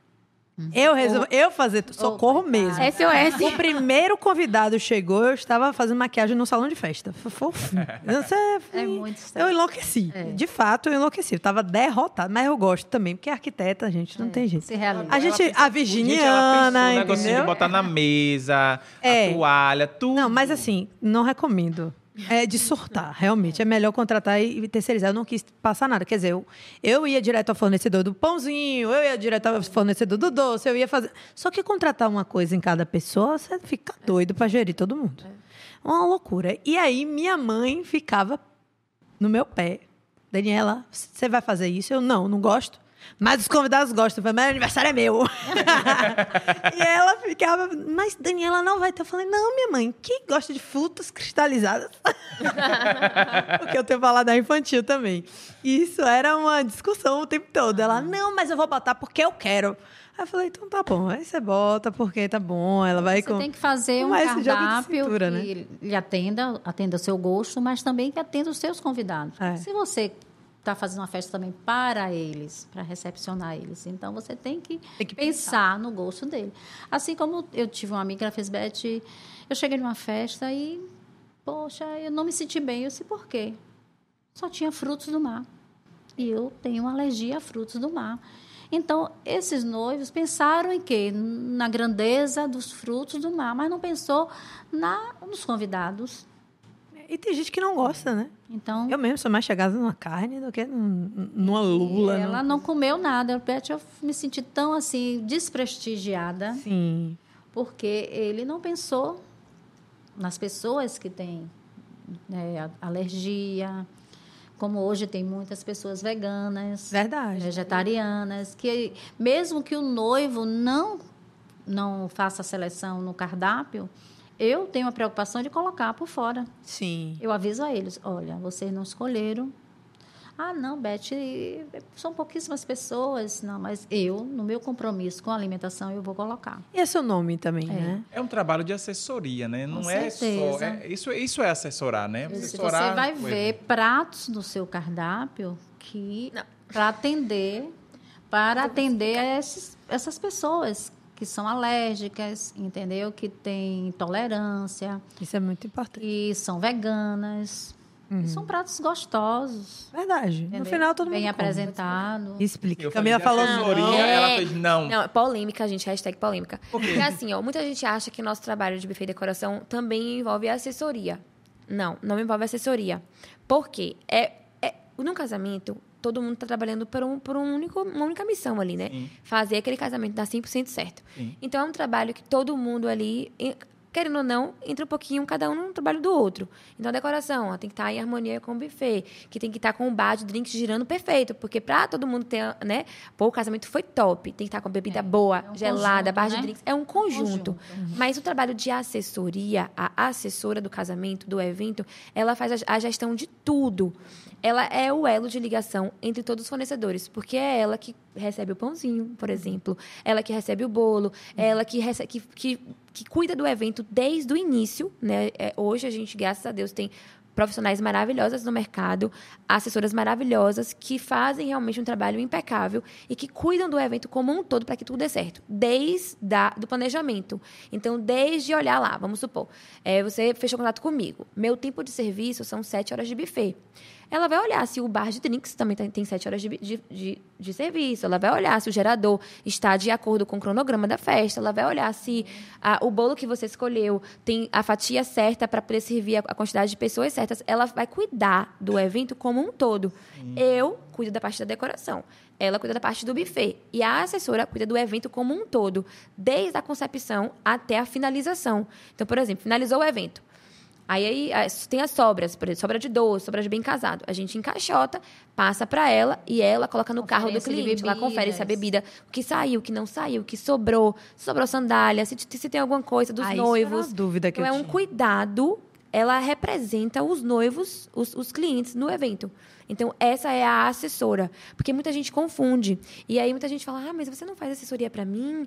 Eu fazer tudo. Socorro mesmo. SOS. O primeiro convidado chegou, eu estava fazendo maquiagem no salão de festa. Fofinho. É muito Eu estranho. enlouqueci. De fato, eu enlouqueci. Eu estava derrotada. Mas eu gosto também, porque arquiteta, a gente não tem jeito. Se realiza. A gente, a Gente, ela virginiana, pensou o negocinho de entendeu? botar na mesa, É. a toalha, tudo. Não, mas assim, não recomendo. É de surtar, realmente. É melhor contratar e terceirizar. Eu não quis passar nada. Quer dizer, eu ia direto ao fornecedor do pãozinho, eu ia direto ao fornecedor do doce, eu ia fazer... Só que contratar uma coisa em cada pessoa, você fica doido para gerir todo mundo. Uma loucura. E aí, minha mãe ficava no meu pé. Daniela, você vai fazer isso? Eu, não gosto. Mas os convidados gostam. Eu falei, mas o aniversário é meu. E ela ficava, mas Daniela não vai ter. Eu falei, não, minha mãe, quem gosta de frutas cristalizadas? Porque eu tenho paladar infantil também. E isso era uma discussão o tempo todo. Ela, não, mas eu vou botar porque eu quero. Aí eu falei, então tá bom. Aí você bota porque tá bom. Ela vai Você tem que fazer um Mas esse jogo de cardápio cintura, né? que lhe atenda o seu gosto, mas também que atenda os seus convidados. É. Se você está fazendo uma festa também para eles, para recepcionar eles, então você tem que pensar no gosto dele. Assim como eu tive uma amiga, ela fez Beth, eu cheguei numa festa e, poxa, eu não me senti bem. Eu disse, por quê? Só tinha frutos do mar. E eu tenho uma alergia a frutos do mar. Então, esses noivos pensaram em quê? Na grandeza dos frutos do mar, mas não pensou nos convidados. E tem gente que não gosta, né? Então, Eu mesmo sou mais chegada numa carne do que numa lula. ela não comeu nada. Eu me senti tão assim desprestigiada, Sim. porque ele não pensou nas pessoas que têm alergia. Como hoje tem muitas pessoas veganas, Verdade. vegetarianas, que mesmo que o noivo não faça a seleção no cardápio, eu tenho a preocupação de colocar por fora. Sim. Eu aviso a eles, olha, vocês não escolheram Ah, não, Beth, são pouquíssimas pessoas. Não, mas eu, no meu compromisso com a alimentação, eu vou colocar. E é seu nome também, né? É um trabalho de assessoria, né? Não Com é certeza. só... isso é assessorar, né? Se você Assessorar vai o ver evento. pratos no seu cardápio que para atender essas pessoas que são alérgicas, entendeu? Que têm intolerância, Isso é muito importante. que são veganas. E são pratos gostosos. Verdade. Entendeu? No final, todo mundo bem come. apresentado. Explica. Eu Camila falei falou de assessoria, não. ela fez não. Não, polêmica, gente. Hashtag polêmica. Por quê? Porque assim, ó, muita gente acha que o nosso trabalho de buffet e decoração também envolve assessoria. Não envolve assessoria. Por quê? No casamento, todo mundo está trabalhando por uma única missão ali, né? Sim. Fazer aquele casamento dar 100% certo. Sim. Então, é um trabalho que todo mundo ali, querendo ou não, entra um pouquinho cada um no trabalho do outro. Então, a decoração tem que estar em harmonia com o buffet, que tem que estar com o bar de drinks girando perfeito, porque para todo mundo ter, né? Pô, o casamento foi top, tem que estar com a bebida boa, um gelada, conjunto, bar de né? drinks. É um conjunto. Conjunto. Mas o trabalho de assessoria, a assessora do casamento, do evento, ela faz a gestão de tudo. Ela é o elo de ligação entre todos os fornecedores, porque é ela que recebe o pãozinho, por exemplo, ela que recebe o bolo, ela que cuida do evento desde o início, né? Hoje a gente, graças a Deus, tem profissionais maravilhosas no mercado, assessoras maravilhosas que fazem realmente um trabalho impecável e que cuidam do evento como um todo para que tudo dê certo, desde do planejamento. Então, desde olhar lá, vamos supor, você fechou contato comigo, meu tempo de serviço são 7 horas de buffet. Ela vai olhar se o bar de drinks também tem 7 horas de serviço. Ela vai olhar se o gerador está de acordo com o cronograma da festa. Ela vai olhar se o bolo que você escolheu tem a fatia certa para poder servir a quantidade de pessoas certas. Ela vai cuidar do evento como um todo. Eu cuido da parte da decoração. Ela cuida da parte do buffet. E a assessora cuida do evento como um todo, desde a concepção até a finalização. Então, por exemplo, finalizou o evento. Aí tem as sobras, por exemplo, sobra de doce, sobra de bem casado. A gente encaixota, passa para ela e ela coloca no carro do cliente. Ela confere se a bebida, o que saiu, o que não saiu, o que sobrou, se sobrou sandália, se tem alguma coisa dos noivos. Isso era uma dúvida que então, eu é um tinha. cuidado, ela representa os noivos, os clientes no evento. Então, essa é a assessora. Porque muita gente confunde. E aí, muita gente fala, mas você não faz assessoria para mim?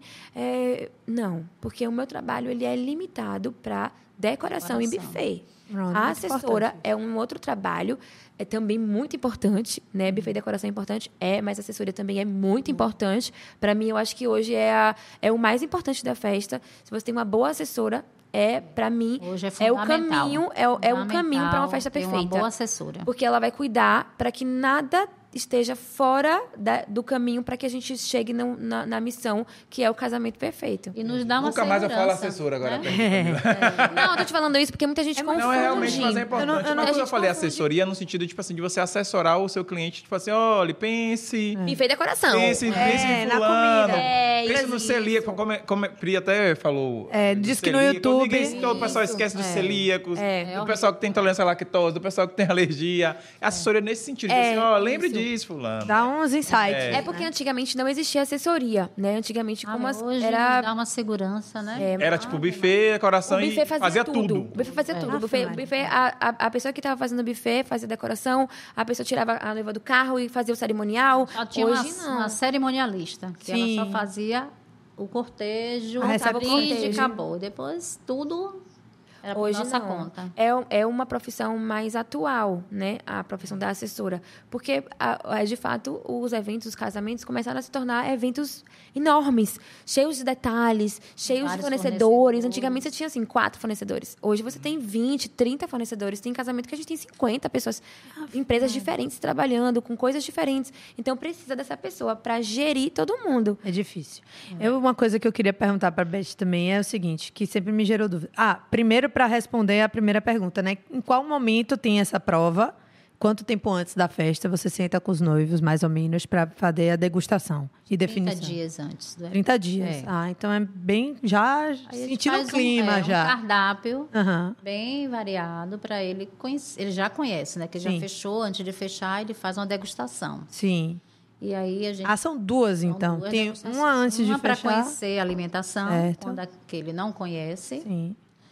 Não, porque o meu trabalho ele é limitado para decoração e buffet. Pronto, A muito assessora importante. é um outro trabalho, é também muito importante, né? Buffet e decoração é importante, mas a assessoria também é muito importante. Para mim, eu acho que hoje é o mais importante da festa. Se você tem uma boa assessora, para mim, Hoje é o fundamental. caminho, um caminho para uma festa ter perfeita. uma boa assessora. Porque ela vai cuidar para que nada esteja fora do caminho para que a gente chegue na missão, que é o casamento perfeito. E nos dá uma Nunca mais eu falo segurança, assessora agora. né? Não, eu tô te falando isso porque muita gente confunde. Não, é realmente, mas é importante. eu não- Mas a gente eu falei confunde. assessoria no sentido, tipo assim, de você assessorar o seu cliente, tipo assim, olha, pense... Buffet e decoração. Pense em na fulano. comida. Pense no isso. celíaco. Como a Pri até falou. do diz que no celíaco. YouTube- O pessoal esquece dos celíacos, do horrível. pessoal que tem intolerância à lactose, do pessoal que tem alergia. A assessoria nesse sentido. Tipo assim, lembre disso, fulano. Dá uns insights. É porque antigamente não existia assessoria, né? Antigamente, como Hoje era. dá uma segurança, né? Era tipo buffet, decoração O buffet e fazia tudo. tudo. O buffet fazia tudo. O Ave buffet, Maria. a pessoa que estava fazendo o buffet fazia decoração, a pessoa tirava a noiva do carro e fazia o cerimonial. Só tinha Hoje não. uma cerimonialista, que Sim. ela só fazia o cortejo, Recebe o o brinde, cortejo. acabou. Depois, tudo era por Hoje nossa não. conta. É uma profissão mais atual, né? A profissão da assessora. Porque, de fato, os eventos, os casamentos começaram a se tornar eventos enormes, cheios de detalhes, cheios de Vários fornecedores. fornecedores. Antigamente você tinha, assim, 4 fornecedores. Hoje você tem 20, 30 fornecedores. Tem casamento que a gente tem 50 pessoas, empresas diferentes trabalhando, com coisas diferentes. Então, precisa dessa pessoa para gerir todo mundo. É difícil. Uma coisa que eu queria perguntar para a Beth também é o seguinte, que sempre me gerou dúvida. Primeiro, para responder a primeira pergunta, né? Em qual momento tem essa prova? Quanto tempo antes da festa você senta com os noivos, mais ou menos, para fazer a degustação e 30 definição? dias antes. Do 30 dias. É. Então é bem já Aí a gente sentindo o faz clima um já. cardápio Aham. bem variado para ele conhecer. Ele já conhece, né? Que Sim. já fechou. Antes de fechar, ele faz uma degustação. Sim. E aí a gente... São duas, são então. duas Tem degustações. uma antes de para fechar. conhecer a alimentação, Certo. quando aquele não conhece. Sim.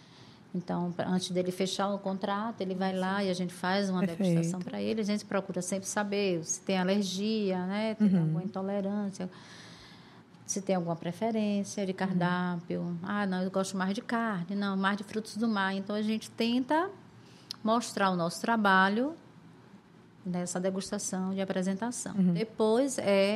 Então, antes dele fechar o contrato, ele vai lá e a gente faz uma degustação para ele. A gente procura sempre saber se tem alergia, né? Tem alguma intolerância, se tem alguma preferência de cardápio. Ah, não, eu gosto mais de carne, não, mais de frutos do mar. Então, a gente tenta mostrar o nosso trabalho nessa degustação de apresentação. Depois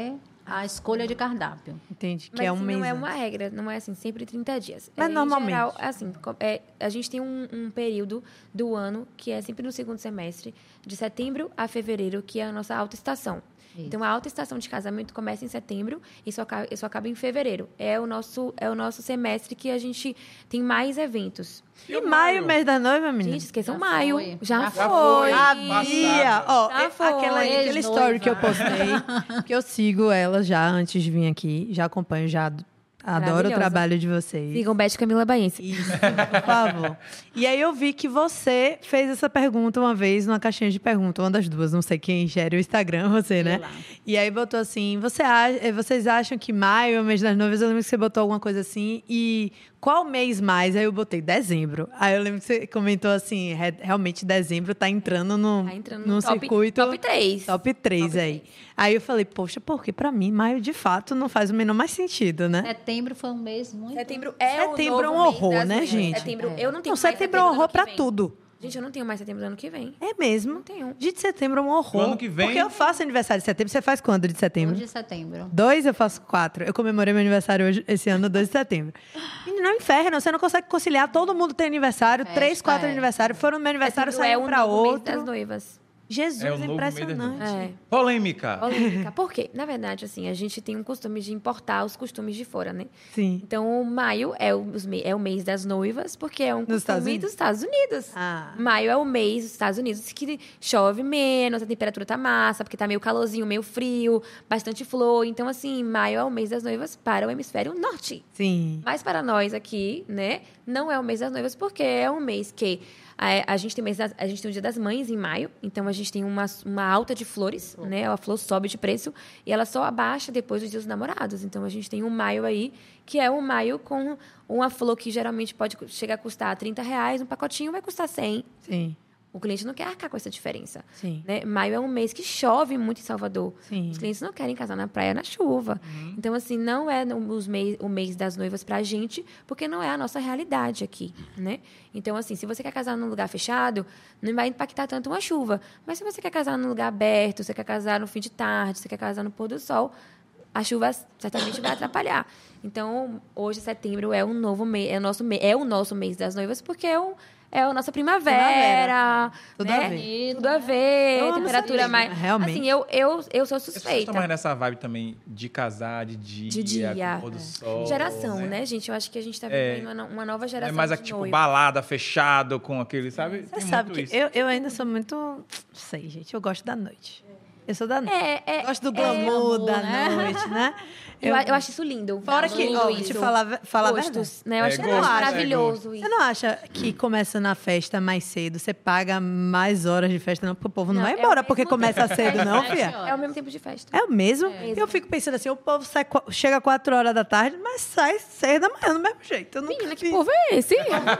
a escolha de cardápio. Entendi, que Mas é um mês não é antes. uma regra, não é assim, sempre 30 dias. Mas Em normalmente. geral, assim, a gente tem um período do ano, que é sempre no segundo semestre, de setembro a fevereiro, que é a nossa alta estação. Isso. Então, a alta estação de casamento começa em setembro e só acaba em fevereiro. É o nosso semestre que a gente tem mais eventos. E maio, mês da noiva, menina? Gente, esqueçam Já maio. foi. Já Já foi. Sabia! Ó, Já foi. aquele story que eu postei, que eu sigo ela já antes de vir aqui, já acompanho, já adoro o Maravilhosa. trabalho de vocês. Sigam Beth Camila Baense. Isso, por favor. E aí eu vi que você fez essa pergunta uma vez numa caixinha de pergunta, uma das duas, não sei quem gere o Instagram, você, né? lá. E aí botou assim, vocês acham que maio é o mês das noivas? Eu lembro que você botou alguma coisa assim. E qual mês mais? Aí eu botei dezembro. Aí eu lembro que você comentou assim, realmente dezembro tá entrando no, Tá entrando no no top, circuito... top 3. Top 3 Top aí. 3. Aí eu falei, poxa, porque pra mim maio de fato não faz o menor mais sentido, né? Setembro foi um mês muito... Setembro é Setembro o é um novo mês horror, das né, noivas. gente? Setembro, eu não tenho Não, mais setembro é um do horror ano que pra vem. tudo. Gente, eu não tenho mais setembro do ano que vem. É mesmo. Não tenho. Dia de setembro é um horror. Do ano que vem? Porque eu faço aniversário de setembro. Você faz quando de setembro? 2 de setembro. 2, eu faço 4. Eu comemorei meu aniversário hoje, esse ano, 2 de setembro. E não é inferno, você não consegue conciliar. Todo mundo tem aniversário, Festa, 3, 4 é. aniversários. Foram no meu aniversário, Setembro saiu pra o novo mês outro. das noivas. Jesus, É o novo mês das impressionante. É. Polêmica. Polêmica. Por quê? Na verdade, assim, a gente tem um costume de importar os costumes de fora, né? Sim. Então, o maio é o mês das noivas, porque é um Nos Estados costume Unidos? dos Estados Unidos. Ah. Maio é o mês dos Estados Unidos que chove menos, a temperatura tá massa, porque tá meio calorzinho, meio frio, bastante flor. Então, assim, maio é o mês das noivas para o hemisfério norte. Sim. Mas para nós aqui, né, não é o mês das noivas, porque é um mês que a gente tem o Dia das Mães em maio, então a gente tem uma alta de flores, né? A flor sobe de preço e ela só abaixa depois dos Dias dos Namorados. Então a gente tem um maio aí, que é um maio com uma flor que geralmente pode chegar a custar R$30, um pacotinho vai custar 100. Sim. O cliente não quer arcar com essa diferença. Sim. Né? Maio é um mês que chove muito em Salvador. Sim. Os clientes não querem casar na praia na chuva. Então, assim, não é o mês das noivas pra gente, porque não é a nossa realidade aqui, né? Então, assim, se você quer casar num lugar fechado, não vai impactar tanto uma chuva. Mas se você quer casar num lugar aberto, você quer casar no fim de tarde, você quer casar no pôr do sol, a chuva certamente vai atrapalhar. Então, hoje, setembro, é um novo mês, é o nosso mês das noivas, porque é a nossa primavera. Tudo né? a ver. Tudo a ver. Eu amo Temperatura setembro, mais. realmente. Assim, eu sou As pessoas suspeita. estão mais nessa vibe também de casar, de dia, De dia. com o pôr do sol. Geração, né, gente? Eu acho que a gente tá vivendo uma nova É geração. mais de tipo noivos. balada, fechado, com aquele, sabe? Você Tem sabe muito que isso. eu ainda sou muito... Não sei, gente. Eu gosto da noite. Eu sou da noite. Gosto do glamour, glamour da né? noite, né? Eu acho isso lindo. Fora Acho que, lindo ó, isso. te falar a verdade. Gostos, né? Eu acho gosto, maravilhoso isso. Você não acha que começando a festa mais cedo, você paga mais horas de festa, não? Porque o povo não, Não, vai é o embora mesmo porque tempo começa de cedo, festa, não, né? fia? É o mesmo tempo de festa. É o mesmo? É. Eu fico pensando assim, o povo chega 4 horas da tarde, mas sai 6 da manhã do mesmo jeito. Eu nunca Menina, que vi. povo é esse?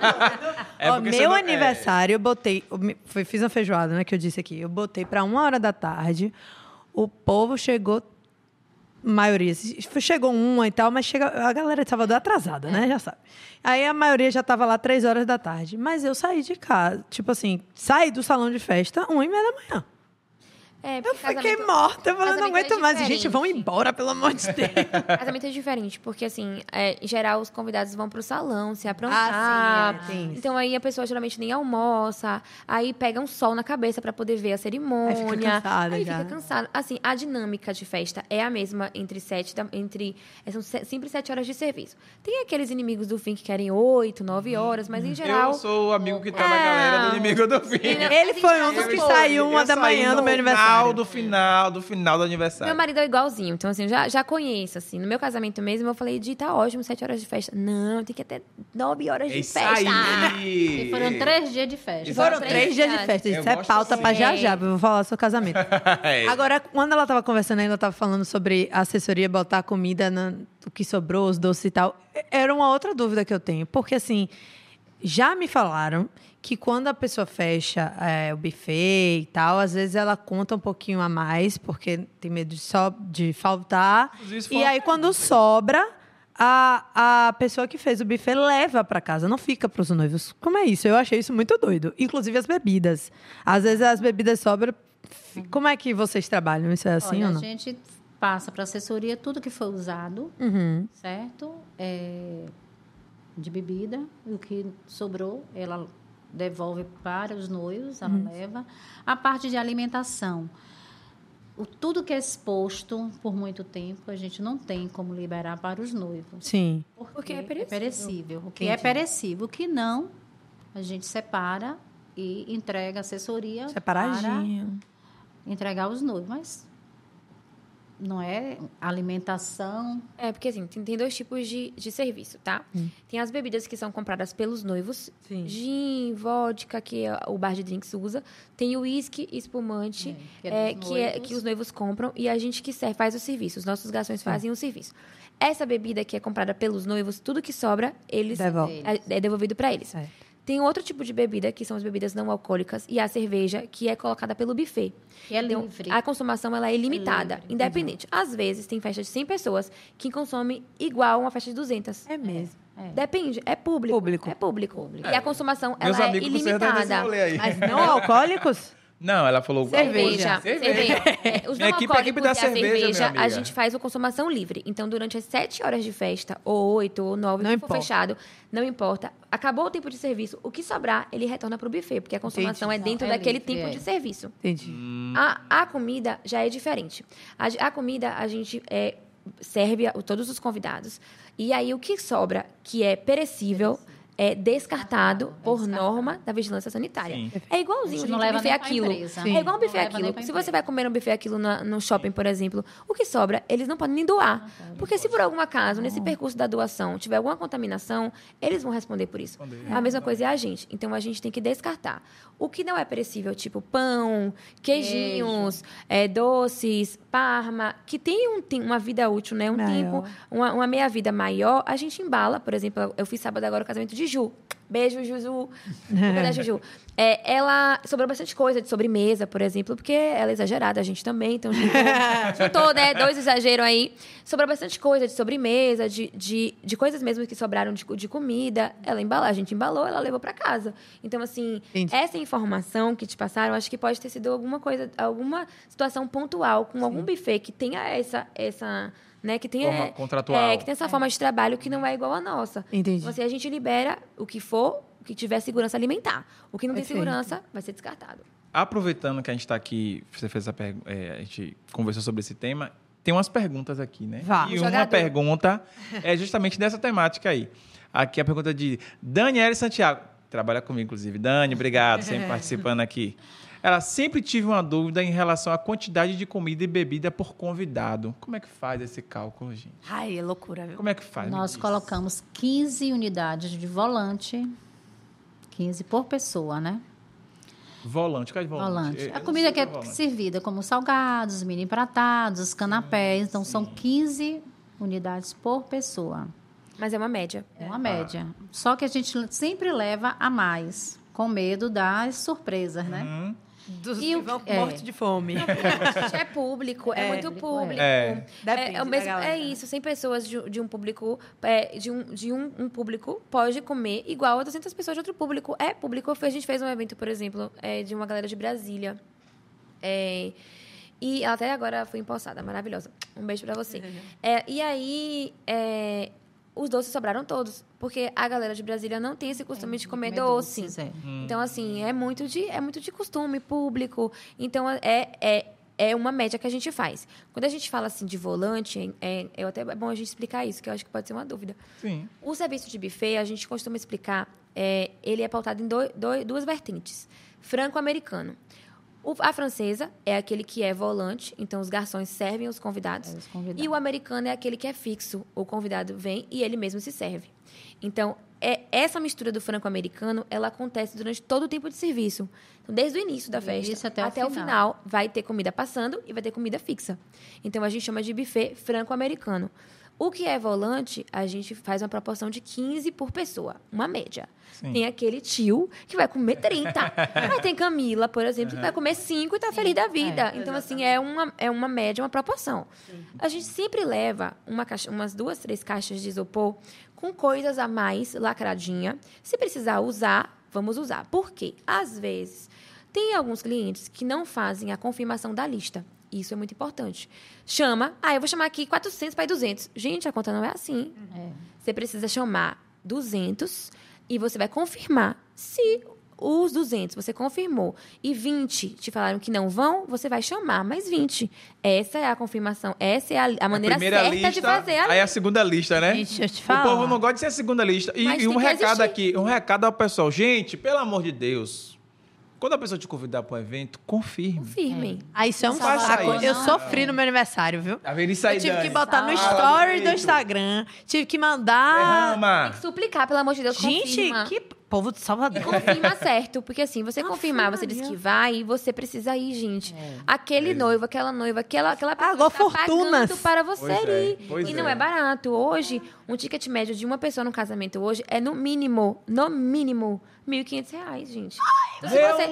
Ó, porque você meu não- aniversário, eu botei... Fiz uma feijoada, né, que eu disse aqui. Eu botei pra 1 hora da tarde. O povo chegou... Maioria. Chegou uma e tal, mas a galera de Salvador é atrasada, né? Já sabe. Aí a maioria já estava lá 3 horas da tarde. Mas eu saí de casa. Tipo assim, saí do salão de festa 1h30 da manhã. É, Eu porque fiquei morta. Eu falei, não casamento é aguento mais. Gente, diferente. vão embora, pelo amor de Deus. Casamento é diferente, porque assim, em geral, os convidados vão pro salão se Ah, aprontar. sim, tem isso. Então aí a pessoa geralmente nem almoça, aí pega um sol na cabeça pra poder ver a cerimônia. Aí fica cansada Aí já. fica cansado. Assim, a dinâmica de festa é a mesma são sempre 7 horas de serviço. Tem aqueles inimigos do fim que querem 8, 9 horas, mas em geral. Eu sou o amigo que tá na galera do inimigo do fim. Ele foi um dos que saiu 1 da manhã do meu aniversário. Do final do aniversário. Meu marido é igualzinho, então assim, eu já conheço, assim. No meu casamento mesmo, eu falei, Di, tá ótimo, 7 horas de festa. Não, tem que ter 9 horas É de isso festa. aí. E foram 3 dias de festa. Exato. Foram 3 dias de festa. Eu Isso é gosto pauta assim. pra já já. Eu vou falar do seu casamento. É. Agora, quando ela estava conversando, ela estava falando sobre a assessoria botar a comida, o que sobrou, os doces e tal. Era uma outra dúvida que eu tenho. Porque, assim, Já me falaram que quando a pessoa fecha o buffet e tal, às vezes ela conta um pouquinho a mais, porque tem medo de faltar. Inclusive, E aí, quando sobra, a pessoa que fez o buffet leva para casa, não fica para os noivos. Como é isso? Eu achei isso muito doido. Inclusive as bebidas. Às vezes as bebidas sobram. Como é que vocês trabalham? Isso é assim Olha, ou não? a gente passa para a assessoria tudo que foi usado, Uhum. certo? De bebida. E o que sobrou, ela devolve para os noivos, ela leva. A parte de alimentação. Tudo que é exposto por muito tempo, a gente não tem como liberar para os noivos. Sim. Porque é perecível. perecível. O que é Entendi. perecível, o que não, a gente separa e entrega a assessoria Separadinho. para entregar aos noivos. Mas não é alimentação. Porque assim, tem dois tipos de serviço, tá? Tem as bebidas que são compradas pelos noivos. Sim. Gin, vodka, que o bar de drinks usa. Tem o uísque, espumante, que é dos noivos. que os noivos compram. E a gente que serve, faz o serviço. Os nossos garçons fazem o serviço. Essa bebida que é comprada pelos noivos, tudo que sobra, eles Devolve. é devolvido para eles. Certo. Tem outro tipo de bebida, que são as bebidas não alcoólicas, e a cerveja, que é colocada pelo buffet. Que é Então, livre. a consumação ela é ilimitada, livre, independente. Às vezes, tem festa de 100 pessoas que consomem igual uma festa de 200. É mesmo. Depende, é público. Público. É público. E a consumação, Meus ela é amigos com certeza desse ilimitada. rolê aí. Mas não alcoólicos? Não, ela falou... Cerveja. Cerveja. Os Minha não equipe- a equipe da alcoólicos e a cerveja, cerveja, minha amiga. a gente faz a consumação livre. Então, durante as 7 horas de festa, ou 8, ou 9, Não que for importa. fechado, não importa. Acabou o tempo de serviço, o que sobrar, ele retorna para o buffet, porque a consumação é dentro É daquele livre, tempo é. de serviço. Entendi. A comida já é diferente. A comida, a gente serve a todos os convidados. E aí, o que sobra, que é perecível, é descartado por norma da vigilância sanitária. Sim. É igualzinho, A gente gente, não um leva buffet nem pra aquilo. empresa. É igual um buffet Não leva nem aquilo. pra Se empresa. você vai comer um buffet aquilo no shopping, por exemplo, o que sobra, eles não podem nem doar. Porque se por algum acaso, nesse percurso da doação, tiver alguma contaminação, eles vão responder por isso. A mesma coisa é a gente. Então, a gente tem que descartar. O que não é perecível, tipo pão, queijinhos, doces, parma, que tem uma vida útil, né? Um Maior. tempo, uma meia-vida maior, a gente embala. Por exemplo, eu fiz sábado agora o casamento de Ju. Beijo, Juju. Boca da Juju. Ela sobrou bastante coisa de sobremesa, por exemplo, porque ela é exagerada, a gente também. Então, juntou, né? 2 exageros aí. Sobrou bastante coisa de sobremesa, de coisas mesmo que sobraram de comida. A gente embalou, ela levou para casa. Então, assim, Entendi. essa informação que te passaram, acho que pode ter sido alguma coisa, alguma situação pontual com algum buffet que tenha essa né, que tenha Forma contratual. que tem essa forma de trabalho que não é igual à nossa. Entendi. Então, assim, a gente libera o que for, o que tiver segurança alimentar. O que não tem Perfeito. segurança vai ser descartado. Aproveitando que a gente está aqui, você fez essa pergunta, a gente conversou sobre esse tema, tem umas perguntas aqui, né? Vá. E O uma jogador. pergunta é justamente dessa temática aí. Aqui a pergunta de Daniele Santiago. Trabalha comigo, inclusive. Dani, obrigado, sempre participando aqui. Ela sempre tive uma dúvida em relação à quantidade de comida e bebida por convidado. Como é que faz esse cálculo, gente? Ai, é loucura, viu? Como é que faz? Me Nós diz. colocamos 15 unidades de volante, 15 por pessoa, né? Volante, o que é de volante? Volante. Eu A não comida sei que o é volante. servida como salgados, mini empratados, os canapés. Então, são 15 unidades por pessoa. Mas é uma média. É uma média. Só que a gente sempre leva a mais, com medo das surpresas, né? Dos E que o- vão é. mortos de fome. Gente, é público, é muito público. É. Depende da galera. É isso, 100 pessoas de um público, de um público pode comer igual a 200 pessoas de outro público. É público. A gente fez um evento, por exemplo, de uma galera de Brasília. E ela até agora foi empossada, maravilhosa. Um beijo pra você. E aí, os doces sobraram todos, porque a galera de Brasília não tem esse costume de comer doce. doces, é. Então, assim, é muito de costume público. Então, é uma média que a gente faz. Quando a gente fala, assim, de volante, é bom a gente explicar isso, que eu acho que pode ser uma dúvida. Sim. O serviço de buffet, a gente costuma explicar, ele é pautado em duas vertentes. Franco-americano. A francesa é aquele que é volante, então os garçons servem os convidados. Os convidados. E o americano é aquele que é fixo. O convidado vem e ele mesmo se serve. Então, essa mistura do franco-americano, ela acontece durante todo o tempo de serviço. Então, desde o início da Do festa início até o o final. final, vai ter comida passando e vai ter comida fixa. Então, a gente chama de buffet franco-americano. O que é volante, a gente faz uma proporção de 15 por pessoa, uma média. Sim. Tem aquele tio que vai comer 30. Aí tem Camila, por exemplo, que vai comer 5 e tá feliz da vida. Então, assim, é uma média, uma proporção. A gente sempre leva umas 2, 3 caixas de isopor com coisas a mais, lacradinha. Se precisar usar, vamos usar. Por quê? Às vezes, tem alguns clientes que não fazem a confirmação da lista. Isso é muito importante. Chama, eu vou chamar aqui 400 para ir 200. Gente, a conta não é assim. Você precisa chamar 200 e você vai confirmar. Se os 200 você confirmou e 20 te falaram que não vão, você vai chamar mais 20. Essa é a confirmação. Essa é a maneira certa lista, de fazer a Aí a segunda lista, né? Gente, deixa eu te O falar. povo não gosta de ser a segunda lista. Mas E tem um que recado existir. aqui, um recado ao pessoal. Gente, pelo amor de Deus, quando a pessoa te convidar para um evento, confirme. Confirmem. Ah, isso é um Faça saco. isso. Eu sofri no meu aniversário, viu? Tá vendo isso aí, Eu tive que Dani? botar no Fala story do direito. Instagram. Tive que mandar. Derrama. Tem que suplicar, pelo amor de Deus, Gente, confirma. que povo de Salvador. Confirma certo, porque assim, você Ave confirmar, você Maria. disse que vai e você precisa ir, gente. Aquele noivo, aquela noiva, aquela pessoa Pagou tá fortunas. pagando para você Pois é, ir. pois E não é. é barato. Hoje, um ticket médio de uma pessoa no casamento hoje é no mínimo, R$ 1.500, gente. Então,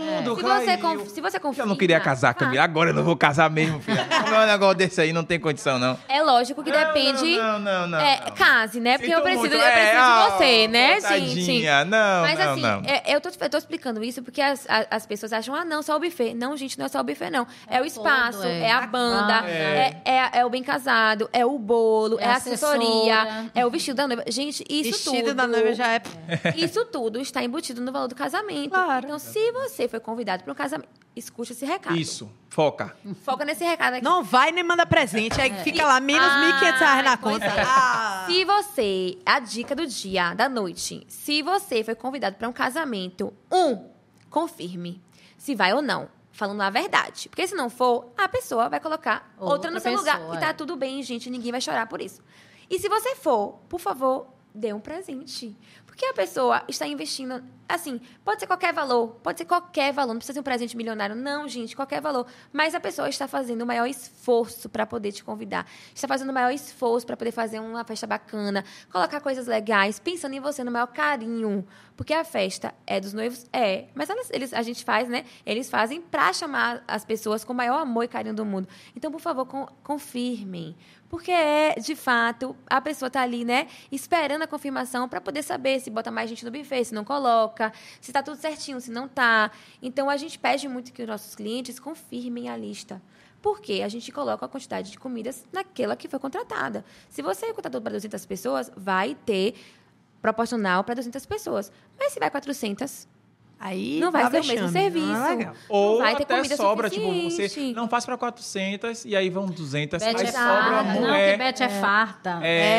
se você confirma... Eu não queria casar, Camila. Agora eu não vou casar mesmo, filha. Como é um negócio desse aí, não tem condição, não. É lógico que depende... Não. Case, né? Porque eu Sinto preciso, muito. eu preciso de você, né? Sim, sim. Tadinha. Não, Mas não, assim, não. eu tô explicando isso porque as pessoas acham, não, só o buffet. Não, gente, não é só o buffet, não. É o espaço, todo, é a banda, É. é o bem casado, é o bolo, é a assessoria, assessora. é o vestido da noiva. Gente, isso tudo... Vestido da noiva já é. Isso tudo está embutido no valor do casamento. Claro. Então, se você foi convidado para um casamento, escute esse recado. Isso, foca. Foca nesse recado aqui. Não vai nem manda presente. Aí fica lá, menos R$ 1.500 na pois conta. é. Ah. Se você, a dica do dia, da noite, se você foi convidado para um casamento, confirme se vai ou não, falando a verdade. Porque se não for, a pessoa vai colocar outra no seu pessoa, lugar. E tá tudo bem, gente, ninguém vai chorar por isso. E se você for, por favor, dê um presente. Porque a pessoa está investindo, assim, pode ser qualquer valor, não precisa ser um presente milionário, não, gente, qualquer valor. Mas a pessoa está fazendo o maior esforço para poder te convidar, está fazendo o maior esforço para poder fazer uma festa bacana, colocar coisas legais, pensando em você no maior carinho. Porque a festa é dos noivos? É. Mas a gente faz, né? Eles fazem para chamar as pessoas com o maior amor e carinho do mundo. Então, por favor, confirmem. Porque de fato, a pessoa está ali, né? Esperando a confirmação para poder saber se bota mais gente no buffet, se não coloca, se está tudo certinho, se não está. Então, a gente pede muito que os nossos clientes confirmem a lista. Porque a gente coloca a quantidade de comidas naquela que foi contratada. Se você contratou para 200 pessoas, vai ter proporcional para 200 pessoas. Mas se vai 400, Aí não vai dá ser o mesmo vexame. serviço. Não é legal. Ou vai ter até comida sobra, tipo, você suficiente. não faz para 400 e aí vão 200, Bete aí é sobra uma farta. Não, que mulher. Bete é farta.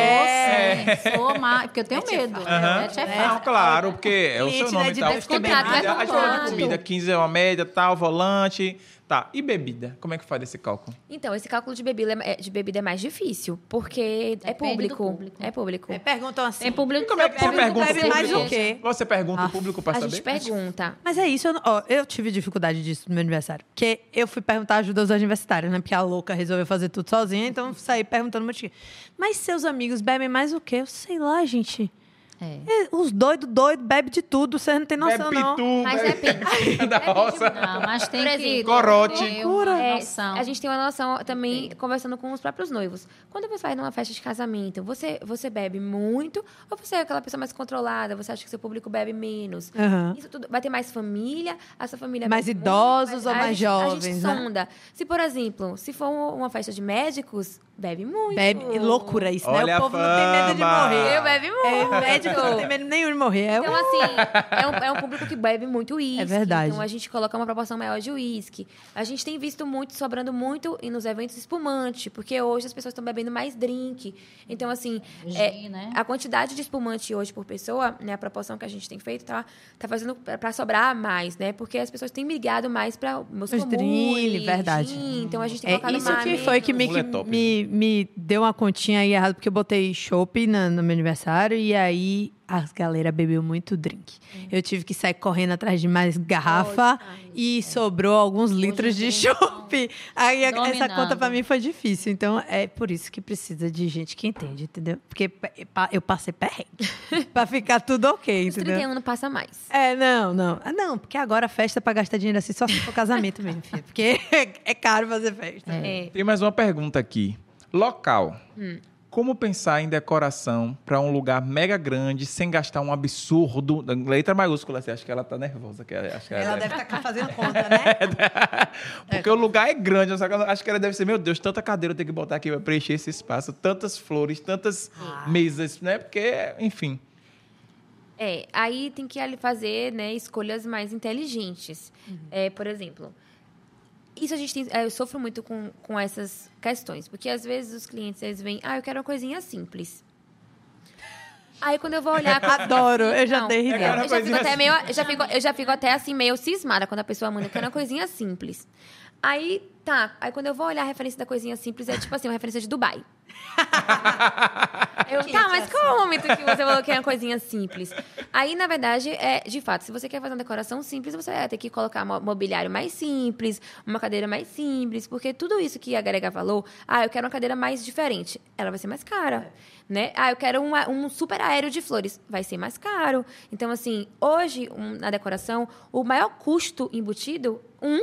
É. Porque eu tenho medo. Bete é Não, farta. claro, porque é o seu Cliente, nome né, e de tal. Deus, Porque contrato, bebida, é a gente fala de contrato. comida, 15 é uma média, tal, volante. Tá, e bebida? Como é que faz esse cálculo? Então, esse cálculo de bebida é mais difícil, porque é Depende do público. público. É público. Aí perguntam assim. Tem público E como é que você Público pergunta bebe o mais público? o quê? Você pergunta o público para A saber? gente pergunta. Mas é isso, eu tive dificuldade disso no meu aniversário. Porque eu fui perguntar ajuda aos universitários, né? Porque a louca resolveu fazer tudo sozinha, então eu saí perguntando um monte de... Mas seus amigos bebem mais o quê? Eu sei lá, gente. Os doidos bebem de tudo, vocês não têm noção, Bebe não. pitu, Mas depende. da roça. Não, mas tem Por que exemplo, Corote. ter uma É, noção. a gente tem uma noção também, conversando com os próprios noivos. Quando você vai numa festa de casamento, você bebe muito ou você é aquela pessoa mais controlada? Você acha que seu público bebe menos? Aham. Isso tudo vai ter mais família? A sua família Mais bebe idosos muito, ou mais A jovens, gente né? sonda. Se, por exemplo, se for uma festa de médicos, bebe muito. Bebe, loucura isso, né? Olha O a povo não tem medo de fama. morrer. Eu bebe muito. É, médico não tem medo nenhum de morrer. Então, assim, é um público que bebe muito uísque. É verdade. Então, a gente coloca uma proporção maior de uísque. A gente tem visto muito, sobrando muito e nos eventos espumante, porque hoje as pessoas estão bebendo mais drink. Então, assim, Gin, né? a quantidade de espumante hoje por pessoa, né, a proporção que a gente tem feito, tá fazendo para sobrar mais, né? Porque as pessoas têm migrado mais para Os drink, verdade. gin. Então, a gente tem É colocado isso mais. que foi que Bule top. me deu uma continha aí errada, porque eu botei chopp no meu aniversário e aí e a galera bebeu muito drink. Eu tive que sair correndo atrás de mais garrafa e sobrou alguns litros de chopp. Aí essa Dominando. conta pra mim foi difícil. Então, é por isso que precisa de gente que entende, entendeu? Porque eu passei perrengue pra ficar tudo ok, Os entendeu? 31 não passa mais. Não. Ah, não, porque agora a festa pra gastar dinheiro assim só se for casamento mesmo, filha. Porque é caro fazer festa. Tem mais uma pergunta aqui. Local. Como pensar em decoração para um lugar mega grande sem gastar um absurdo? Letra maiúscula, assim, acho que ela tá nervosa. Acho que Ela deve estar fazendo conta, né? Porque o lugar é grande, só que eu acho que ela deve ser, meu Deus, tanta cadeira eu tenho que botar aqui para preencher esse espaço, tantas flores, tantas mesas, né? Porque, enfim. Aí tem que ali fazer, né, escolhas mais inteligentes. Por exemplo, isso a gente tem, eu sofro muito com essas questões, porque às vezes os clientes eles vêm, eu quero uma coisinha simples. Aí quando eu vou olhar, Adoro, eu já dei risada. eu já fico até assim meio cismada quando a pessoa manda, eu quero uma coisinha simples. Aí quando eu vou olhar a referência da coisinha simples é tipo assim, uma referência de Dubai. Mas qual é o momento que você falou que é uma coisinha simples? Aí, na verdade, de fato, se você quer fazer uma decoração simples, você vai ter que colocar mobiliário mais simples, uma cadeira mais simples, porque tudo isso que agrega valor, eu quero uma cadeira mais diferente, ela vai ser mais cara, né? Eu quero um super aéreo de flores, vai ser mais caro. Então, assim, hoje, na decoração, o maior custo embutido,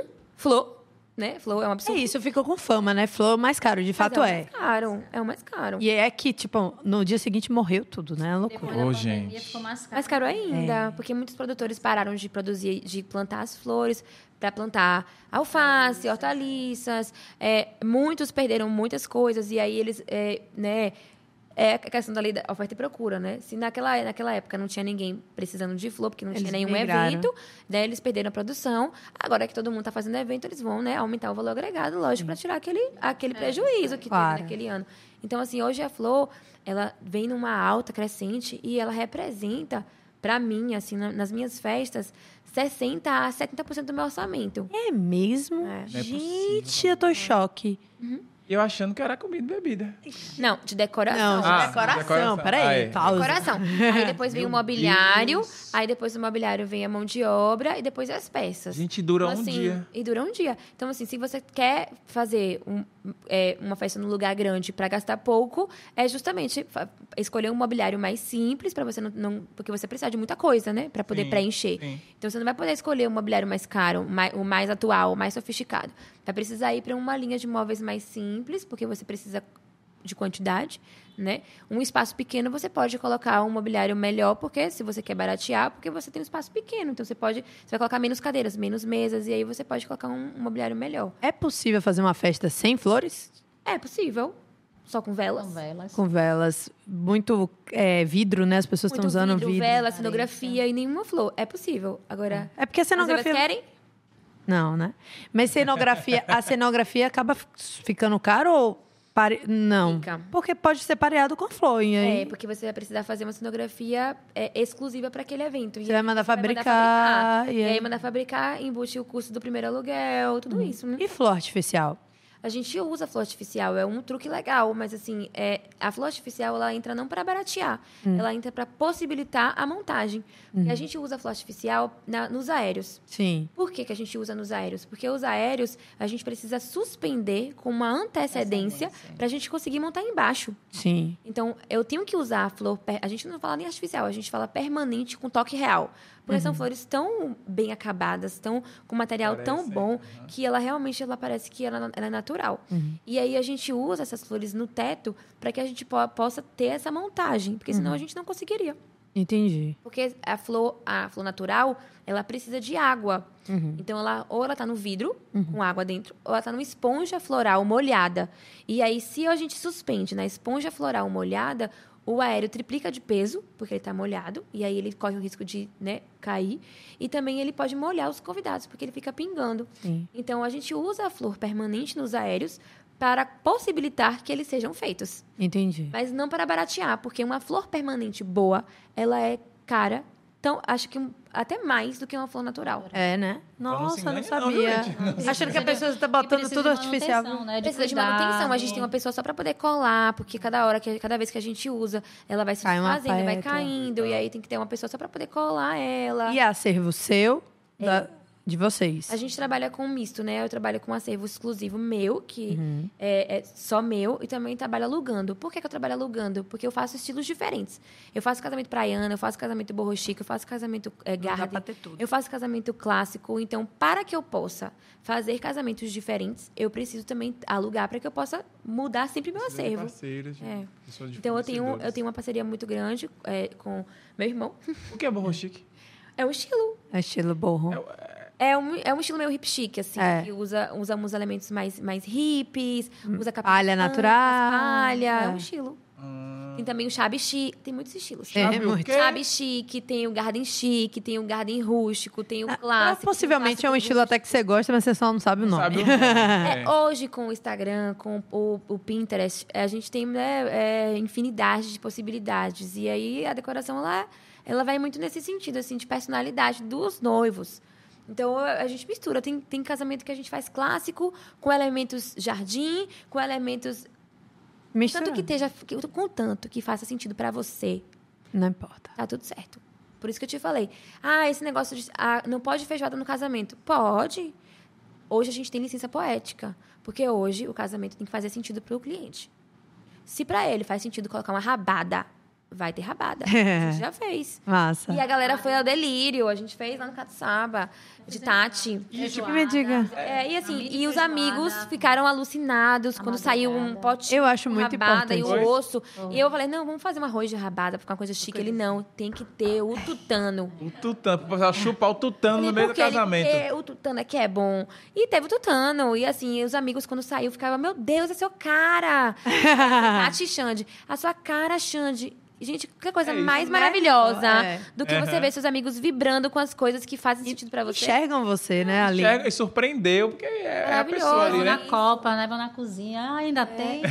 flor, né? Flor é um absurdo. Isso ficou com fama, né? Flor mais caro, de fato é. É o mais caro. E é que, tipo, no dia seguinte morreu tudo, né? É loucura. Depois da pandemia gente. ficou mais caro. Mais caro ainda, porque muitos produtores pararam de produzir, de plantar as flores para plantar alface, hortaliças. Muitos perderam muitas coisas e aí eles, né? É a questão da lei da oferta e procura, né? Se naquela época não tinha ninguém precisando de flor, porque não tinha nenhum evento, daí eles perderam a produção. Agora que todo mundo está fazendo evento, eles vão, né, aumentar o valor agregado, lógico, para tirar aquele prejuízo que teve naquele ano. Então, assim, hoje a flor, ela vem numa alta crescente e ela representa, para mim, assim, nas minhas festas, 60% a 70% do meu orçamento. É mesmo? Gente, eu tô em choque. Eu achando que era comida e bebida. Não, de decoração. Não, de decoração. Peraí, pausa. Decoração. Aí depois vem o mobiliário, aí depois do mobiliário vem a mão de obra e depois as peças. Gente, dura então, um assim, dia. E dura um dia. Então, assim, se você quer fazer uma festa num lugar grande para gastar pouco, é justamente escolher um mobiliário mais simples para você não... Porque você precisa de muita coisa, né? Para poder preencher. Sim. Então, você não vai poder escolher um mobiliário mais caro, o mais atual, o mais sofisticado. Vai precisar ir para uma linha de móveis mais simples, porque você precisa de quantidade, né? Um espaço pequeno, você pode colocar um mobiliário melhor, porque se você quer baratear, porque você tem um espaço pequeno. Então, você vai colocar menos cadeiras, menos mesas, e aí você pode colocar um mobiliário melhor. É possível fazer uma festa sem flores? É possível. Só com velas. Com velas. Com velas. Muito vidro, né? As pessoas estão usando vidro. Vela, cenografia e nenhuma flor. É possível. Agora, É porque a as cenografia... noivas querem? Não, né? Mas a cenografia acaba ficando caro ou... Não. Fica. Porque pode ser pareado com flor. E aí... Porque você vai precisar fazer uma cenografia exclusiva para aquele evento. Você vai mandar fabricar. E aí mandar fabricar, embute o custo do primeiro aluguel, tudo isso, né? E flor artificial? A gente usa flor artificial, é um truque legal, mas assim, a flor artificial ela entra não para baratear, ela entra para possibilitar a montagem. E a gente usa a flor artificial nos aéreos. Sim. Por que a gente usa nos aéreos? Porque os aéreos a gente precisa suspender com uma antecedência para a gente conseguir montar embaixo. Sim. Então, eu tenho que usar a flor... A gente não fala nem artificial, a gente fala permanente com toque real. Porque são flores tão bem acabadas, com material tão bom, que ela realmente parece que ela é natural. E aí, a gente usa essas flores no teto para que a gente possa ter essa montagem. Porque senão a gente não conseguiria. Entendi. Porque a flor natural, ela precisa de água. Então, ou ela está no vidro, com água dentro, ou ela está numa esponja floral molhada. E aí, se a gente suspende na esponja floral molhada, o aéreo triplica de peso, porque ele está molhado, e aí ele corre o risco de, né, cair. E também ele pode molhar os convidados, porque ele fica pingando. Sim. Então, a gente usa a flor permanente nos aéreos para possibilitar que eles sejam feitos. Entendi. Mas não para baratear, porque uma flor permanente boa, ela é cara acho que até mais do que uma flor natural. É, né? não Nossa, se não engane, sabia. gente. Achando que a pessoa está botando precisa tudo de artificial. manutenção, né? Precisa de manutenção. A gente tem uma pessoa só para poder colar, porque cada vez que a gente usa, ela vai se Cai uma desfazendo, vai pétala. caindo, e aí tem que ter uma pessoa só para poder colar ela. E é acervo seu, de vocês. A gente trabalha com um misto, né? Eu trabalho com um acervo exclusivo meu, que é só meu, e também trabalho alugando. Por que eu trabalho alugando? Porque eu faço estilos diferentes. Eu faço casamento praiano, eu faço casamento borro chique, eu faço casamento dá garden, pra ter tudo. eu faço casamento clássico. Então, para que eu possa fazer casamentos diferentes, eu preciso também alugar para que eu possa mudar sempre meu Precisa de acervo. parceiros, É. pessoas de Então, eu tenho fornecedores. uma parceria muito grande com meu irmão. O que é borro chique? É um estilo. É estilo borro. É um estilo meio hip chic, assim. É. Que usa uns elementos mais hippies, usa capim Palha de planta, natural. palha. É um É. estilo. Tem também o shabby chic. Tem muitos estilos. É, Sabe o muito. quê? Shabby chic, tem o garden chic, tem o garden rústico, tem o clássico. Possivelmente é um clássico estilo até que você gosta, mas você só não sabe o nome. Sabe o nome? Hoje, com o Instagram, com o Pinterest, a gente tem infinidade de possibilidades. E aí, a decoração, ela vai muito nesse sentido, assim, de personalidade dos noivos. Então, a gente mistura. Tem casamento que a gente faz clássico, com elementos jardim, com elementos... Mistura. Contanto que faça sentido pra você, Não importa. tá tudo certo. Por isso que eu te falei. Esse negócio de... não pode feijoada no casamento. Pode. Hoje a gente tem licença poética. Porque hoje o casamento tem que fazer sentido pro cliente. Se pra ele faz sentido colocar uma rabada, vai ter rabada. A gente já fez. Massa. E a galera foi ao delírio. A gente fez lá no Catuçaba, de Tati. Isso que me diga. E assim, e os amigos ficaram alucinados quando saiu um potinho Eu acho com muito rabada e importante. o osso. E eu falei, não, vamos fazer um arroz de rabada, pra ficar uma coisa chique. Ele, não, tem que ter o tutano. O tutano, pro pessoal chupar o tutano no meio do Porque ele- casamento. porque o tutano aqui é bom. E teve o tutano. E assim, os amigos, quando saiu, ficavam, meu Deus, é seu cara. Tati e Xande. A sua cara, Xande. Gente, que coisa isso, mais né? maravilhosa É. do que você ver seus amigos vibrando com as coisas que fazem sentido pra você. Enxergam você, né, ali. Enxerga e surpreendeu, porque é a Maravilhoso, pessoa ali, Vão né? na copa, né? Vão na cozinha. ainda tem.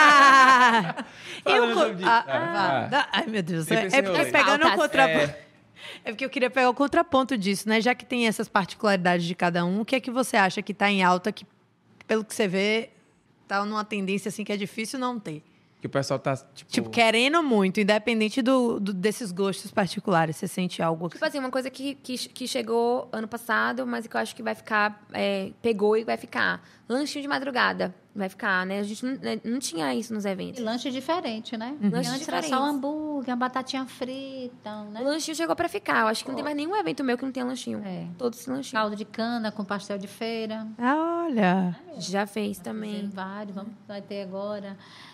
Ah, Falando sobre- Ai, meu Deus. Sempre esse É porque rolê. pegando o Altas. contraponto. É porque eu queria pegar o contraponto disso, né? Já que tem essas particularidades de cada um, o que é que você acha que está em alta, que, pelo que você vê, tá numa tendência assim que é difícil não ter? Que o pessoal tá, Tipo, querendo muito, independente desses gostos particulares. Você sente algo Tipo assim, uma coisa que chegou ano passado, mas que eu acho que vai ficar... pegou e vai ficar. Lanchinho de madrugada. Vai ficar, né? A gente não tinha isso nos E eventos. lanche diferente, né? Lanche Antes era diferente. só hambúrguer, uma batatinha frita, O né? lanchinho chegou pra ficar. Eu acho que não tem mais nenhum evento meu que não tenha lanchinho. É. Todos os lanchinhos. Caldo de cana com pastel de feira. Olha. A gente já fez Tem também. vários, vai ter agora.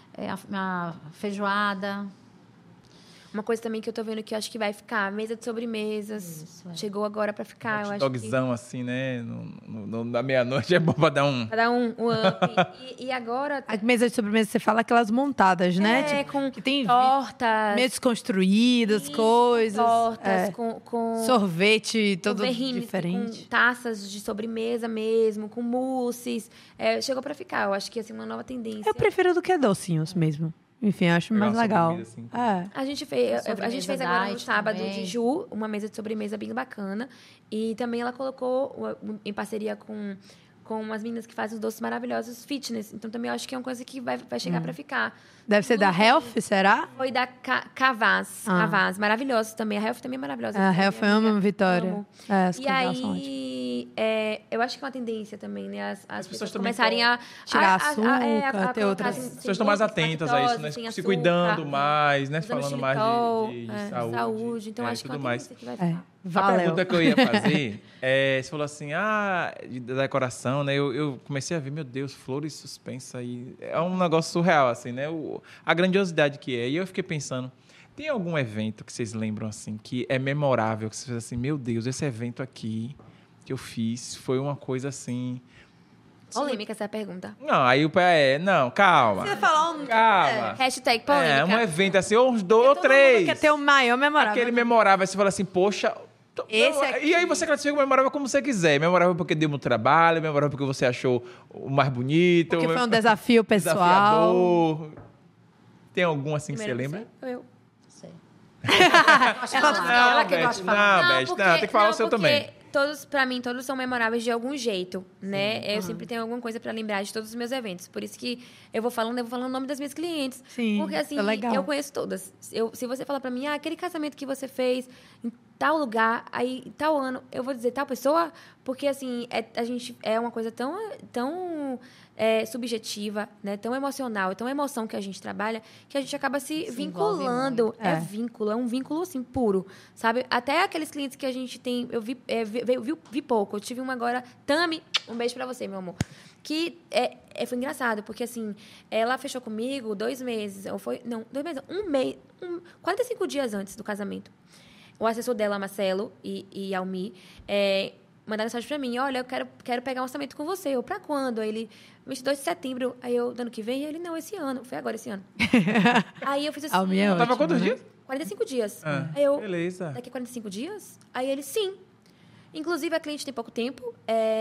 A feijoada. Uma coisa também que eu tô vendo que eu acho que vai ficar. Mesa de sobremesas. Isso, é. Chegou agora pra ficar, eu hot acho dogzão assim, né? Na meia-noite é bom pra dar um... que... Pra dar um up. E agora... A mesa de sobremesa, você fala aquelas montadas, né? Tipo, com que tem tortas. meio desconstruídas, Isso, coisas. Tortas, É. com Sorvete com todo verrines, diferente. com taças de sobremesa mesmo, com mousses. Chegou pra ficar. Eu acho que assim, uma nova tendência. Eu prefiro do que docinhos mesmo. Enfim, eu acho Pegar mais uma legal. sobremesa, assim. É. A gente fez Sobremesa agora no diet sábado também. de Ju, uma mesa de sobremesa bem bacana. E também ela colocou, em parceria com umas meninas que fazem os doces maravilhosos fitness. Então também eu acho que é uma coisa que vai chegar pra ficar. Deve ser da Health, será? Foi da Cavaz. Ah. Cavaz, maravilhosa também. A Health também é maravilhosa. A também, Health minha eu amo, amiga. Vitória. Amo. É, as E coisas são ótimas. aí, eu acho que é uma tendência também, né? As pessoas pessoas também começarem a... tirar açúcar, ter colocar outras- sem As pessoas estão mais glúten, sem atentas a isso, né? lactose, sem Se açúcar, cuidando mais, né? usando Falando mais xilitol, de saúde. Então, acho que é tudo uma mais. tendência que vai É. ficar. A Valeu. pergunta que eu ia fazer você falou assim, da decoração, né? Eu comecei a ver, meu Deus, flores suspensas aí. É um negócio surreal, assim, né? A grandiosidade que é. E eu fiquei pensando, tem algum evento que vocês lembram, assim, que é memorável, que vocês fazem assim, meu Deus, esse evento aqui que eu fiz foi uma coisa assim... Polêmica essa pergunta. Não, aí o pé não, calma. Você ia falar um... Calma. Hashtag polêmica. É, um evento assim, ou uns dois ou Todo mundo três. quer ter o maior memorável. Aquele memorável, aí você fala assim, poxa... Esse não, aqui. E aí você classifica o memorável como você quiser. Memorável porque deu muito trabalho, memorável porque você achou o mais bonito. Porque foi um desafio pessoal. Desafiador. Tem algum assim que você Primeiro lembra? Eu. Sei. Ela que Beth, gosta de falar. não, Beth, porque- não, tem que falar o seu porque também. Pra mim, todos são memoráveis de algum jeito, né? Eu sempre tenho alguma coisa pra lembrar de todos os meus eventos. Por isso que eu vou falando o nome das minhas clientes. Sim, Porque, assim, é legal. eu conheço todas. Se você falar pra mim, aquele casamento que você fez em tal lugar, aí, em tal ano, eu vou dizer tal pessoa, porque, assim, a gente é uma coisa tão subjetiva, né? Tão emocional, tão emoção que a gente trabalha, que a gente acaba se envolve vinculando. muito. É vínculo, é um vínculo, assim, puro, sabe? Até aqueles clientes que a gente tem, eu vi pouco. Eu tive uma agora, Tami, um beijo pra você, meu amor. Que foi engraçado, porque, assim, ela fechou comigo 2 meses, ou foi, não, 2 meses, 1 mês, 45 dias antes do casamento. O assessor dela, Marcelo e Almi, mandaram mensagem pra mim, olha, eu quero pegar um orçamento com você. Eu, pra quando? Aí ele, 22 de setembro. Aí eu, do ano que vem? E ele, não, esse ano. Foi agora, esse ano. Aí eu fiz assim... Almi é Tava ótimo, quantos né? dias? 45 dias. Ah, Aí eu, beleza. daqui a 45 dias? Aí ele, sim. Inclusive, a cliente tem pouco tempo.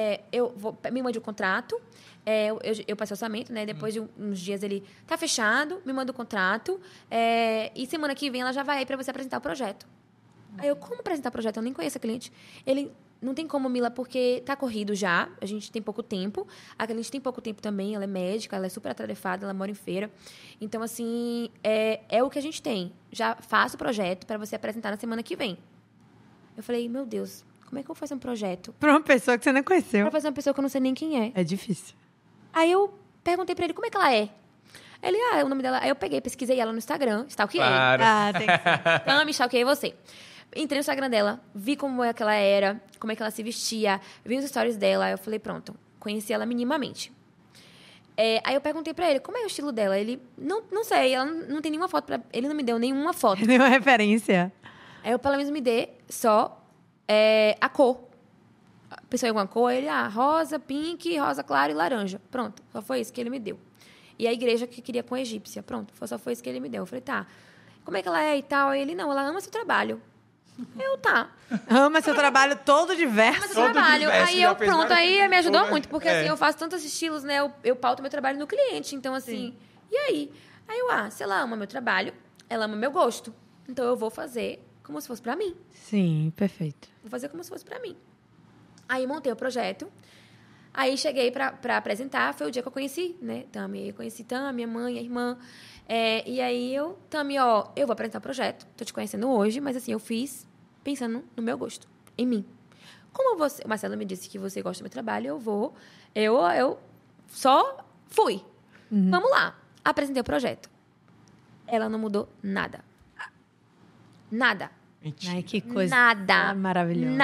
Me mande o contrato. Eu passei o orçamento, né? Depois de uns dias ele tá fechado, me manda o contrato. E semana que vem ela já vai aí pra você apresentar o projeto. Aí eu, como apresentar o projeto? Eu nem conheço a cliente. Ele, não tem como, Mila, porque tá corrido já. A gente tem pouco tempo. A cliente tem pouco tempo também. Ela é médica, ela é super atarefada, ela mora em feira. Então, assim, é o que a gente tem. Já faço o projeto para você apresentar na semana que vem. Eu falei, meu Deus, como é que eu vou fazer um projeto Pra uma pessoa que você não conheceu. pra fazer uma pessoa que eu não sei nem quem é? É difícil. Aí eu perguntei pra ele, como é que ela é? Ele, o nome dela... Aí eu peguei, pesquisei ela no Instagram, stalkeei. Claro. Ah, tem que ser. Então, me stalkeei você. Entrei no Instagram dela, vi como é que ela era, como é que ela se vestia, vi os stories dela. Aí eu falei, pronto, conheci ela minimamente. Aí eu perguntei pra ele, como é o estilo dela? Ele, não sei, ela não tem nenhuma foto pra... Ele não me deu nenhuma foto. Nenhuma referência. Aí eu, pelo menos, me dê só a cor. Pensou em alguma cor? Ele, rosa, pink, rosa claro e laranja. Pronto, só foi isso que ele me deu. E a igreja que queria com a egípcia. Pronto, só foi isso que ele me deu. Eu falei, tá, como é que ela é e tal? Aí ele, não, ela ama seu trabalho. Eu, tá. Ama seu trabalho todo diverso. Ama seu Todo trabalho. diverso, Aí já eu, fez pronto, várias aí me ajudou coisas. muito. Porque, assim, eu faço tantos estilos, né? Eu pauto meu trabalho no cliente. Então, assim, e aí? Aí eu, se ela ama meu trabalho, ela ama meu gosto. Então, eu vou fazer como se fosse pra mim. Sim, perfeito. Vou fazer como se fosse pra mim. Aí montei o projeto. Aí cheguei pra apresentar. Foi o dia que eu conheci, né? Tami. Eu conheci Tami, minha mãe, a irmã. E aí Tami, eu vou apresentar o projeto. Tô te conhecendo hoje, mas assim, eu fiz pensando no meu gosto, em mim. Como o Marcelo me disse que você gosta do meu trabalho, eu só fui. Vamos lá. Apresentei o projeto. Ela não mudou nada. Nada. Mentira. Ai, que coisa Nada. maravilhosa.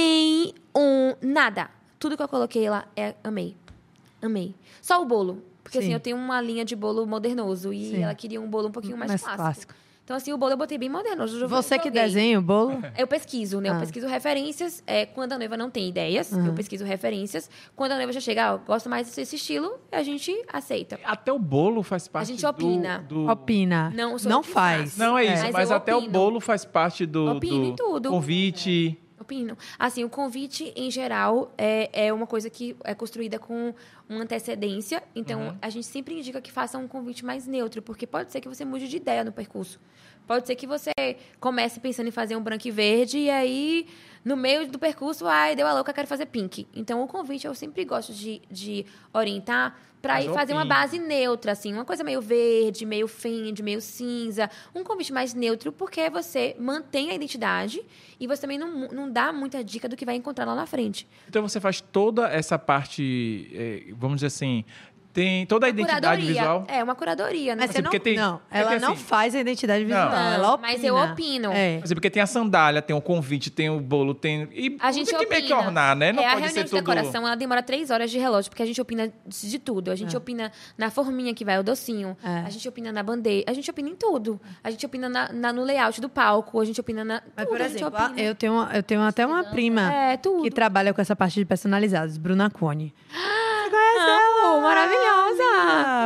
Nada. Tudo que eu coloquei lá, amei. Amei. Só o bolo. Porque, Sim. assim, eu tenho uma linha de bolo modernoso. E Sim. ela queria um bolo um pouquinho mais Mais clássico. clássico. Então, assim, o bolo eu botei bem modernoso. Você que joguei. desenha o bolo? Eu pesquiso, né? Ah. Eu pesquiso referências. Quando a noiva não tem ideias, eu pesquiso referências. Quando a noiva já chega, eu gosto mais desse estilo, a gente aceita. Até o bolo faz parte gente opina. do... Opina. Não sou Não eu que faz. faço. Não, é isso. Mas Mas eu até o opino. bolo faz parte do Opino em tudo. convite. Opino. Assim, o convite, em geral, é uma coisa que é construída com uma antecedência. Então, a gente sempre indica que faça um convite mais neutro, porque pode ser que você mude de ideia no percurso. Pode ser que você comece pensando em fazer um branco e verde e aí, no meio do percurso, deu a louca, quero fazer pink. Então, o convite eu sempre gosto de orientar para Mas ir fazer uma opina. base neutra, assim. Uma coisa meio verde, meio fende, meio cinza. Um convite mais neutro, porque você mantém a identidade e você também não dá muita dica do que vai encontrar lá na frente. Então você faz toda essa parte, vamos dizer assim, tem toda a identidade Curadoria. visual. É, uma curadoria, né? Mas você Assim, não, porque tem- não, é ela que não assim- faz a identidade visual, Não. ela opina. Mas eu opino. É. Por exemplo, porque tem a sandália, tem o convite, tem o bolo, tem... E A gente tem que meio que opina. ornar, né? Não a pode reunião ser de tudo... decoração, ela demora 3 horas de relógio, porque a gente opina de tudo. A gente opina na forminha que vai o docinho. É. A gente opina na bandeja. A gente opina em tudo. A gente opina no layout do palco. A gente opina na... Mas, tudo por a gente exemplo, opina. eu tenho até uma prima Tudo. que trabalha com essa parte de personalizados, Bruna Cone. Maravilhosa!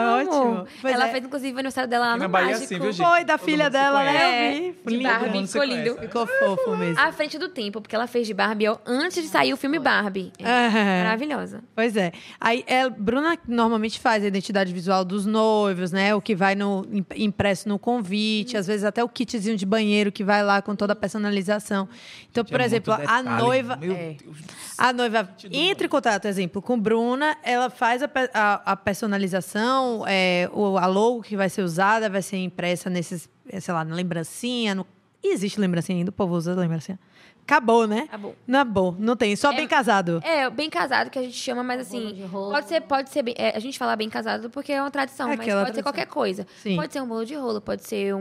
ótimo. Pois Ela é. fez, inclusive, o aniversário dela lá Aqui na no Bahia, Mágico. assim, viu, gente? Foi da Todo filha mundo se dela, conhece. né? Eu vi. De Lindo. Barbie, Todo mundo se ficou lindo. conhece. Ficou fofo mesmo. À frente do tempo, porque ela fez de Barbie antes de sair o filme Barbie. Maravilhosa. Pois é. Aí, Bruna normalmente faz a identidade visual dos noivos, né? O que vai impresso no convite, às vezes até o kitzinho de banheiro que vai lá com toda a personalização. Então, por É exemplo, muito a detalhe. noiva... Meu é. Deus do céu. A noiva entra em contato, exemplo, com Bruna, ela faz a personalização, a logo que vai ser usada vai ser impressa nesses, sei lá, na lembrancinha. Existe lembrancinha ainda? O povo usa lembrancinha? Acabou, né? Acabou. Não tem. Só bem casado. É, bem casado que a gente chama, mas Bolo assim, de rolo. pode ser bem, a gente fala bem casado porque é uma tradição, É mas aquela pode ser tradição. qualquer coisa. Sim. Pode ser um bolo de rolo, pode ser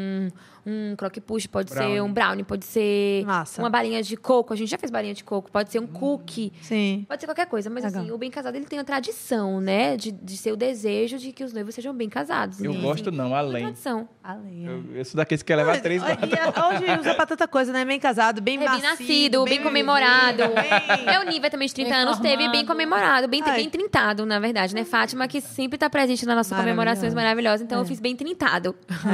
um croque-push, pode ser Brownie. um brownie, pode ser Massa. uma balinha de coco, a gente já fez balinha de coco, pode ser um cookie. Sim. Pode ser qualquer coisa, mas Legal. assim, o bem casado ele tem a tradição, né? De ser o desejo de que os noivos sejam bem casados. Eu Então, gosto assim, não, é uma além. tradição. Eu sou daqueles que quer levar 3 Hoje usa pra tanta coisa, né? Bem casado, bem É bem macio, nascido, bem comemorado. bem- Meu nível também de 30 Bem anos teve bem formado. comemorado, bem Ai. trintado, na verdade, né? Fátima, que sempre tá presente nas nossas comemorações maravilhosas, então eu fiz bem trintado.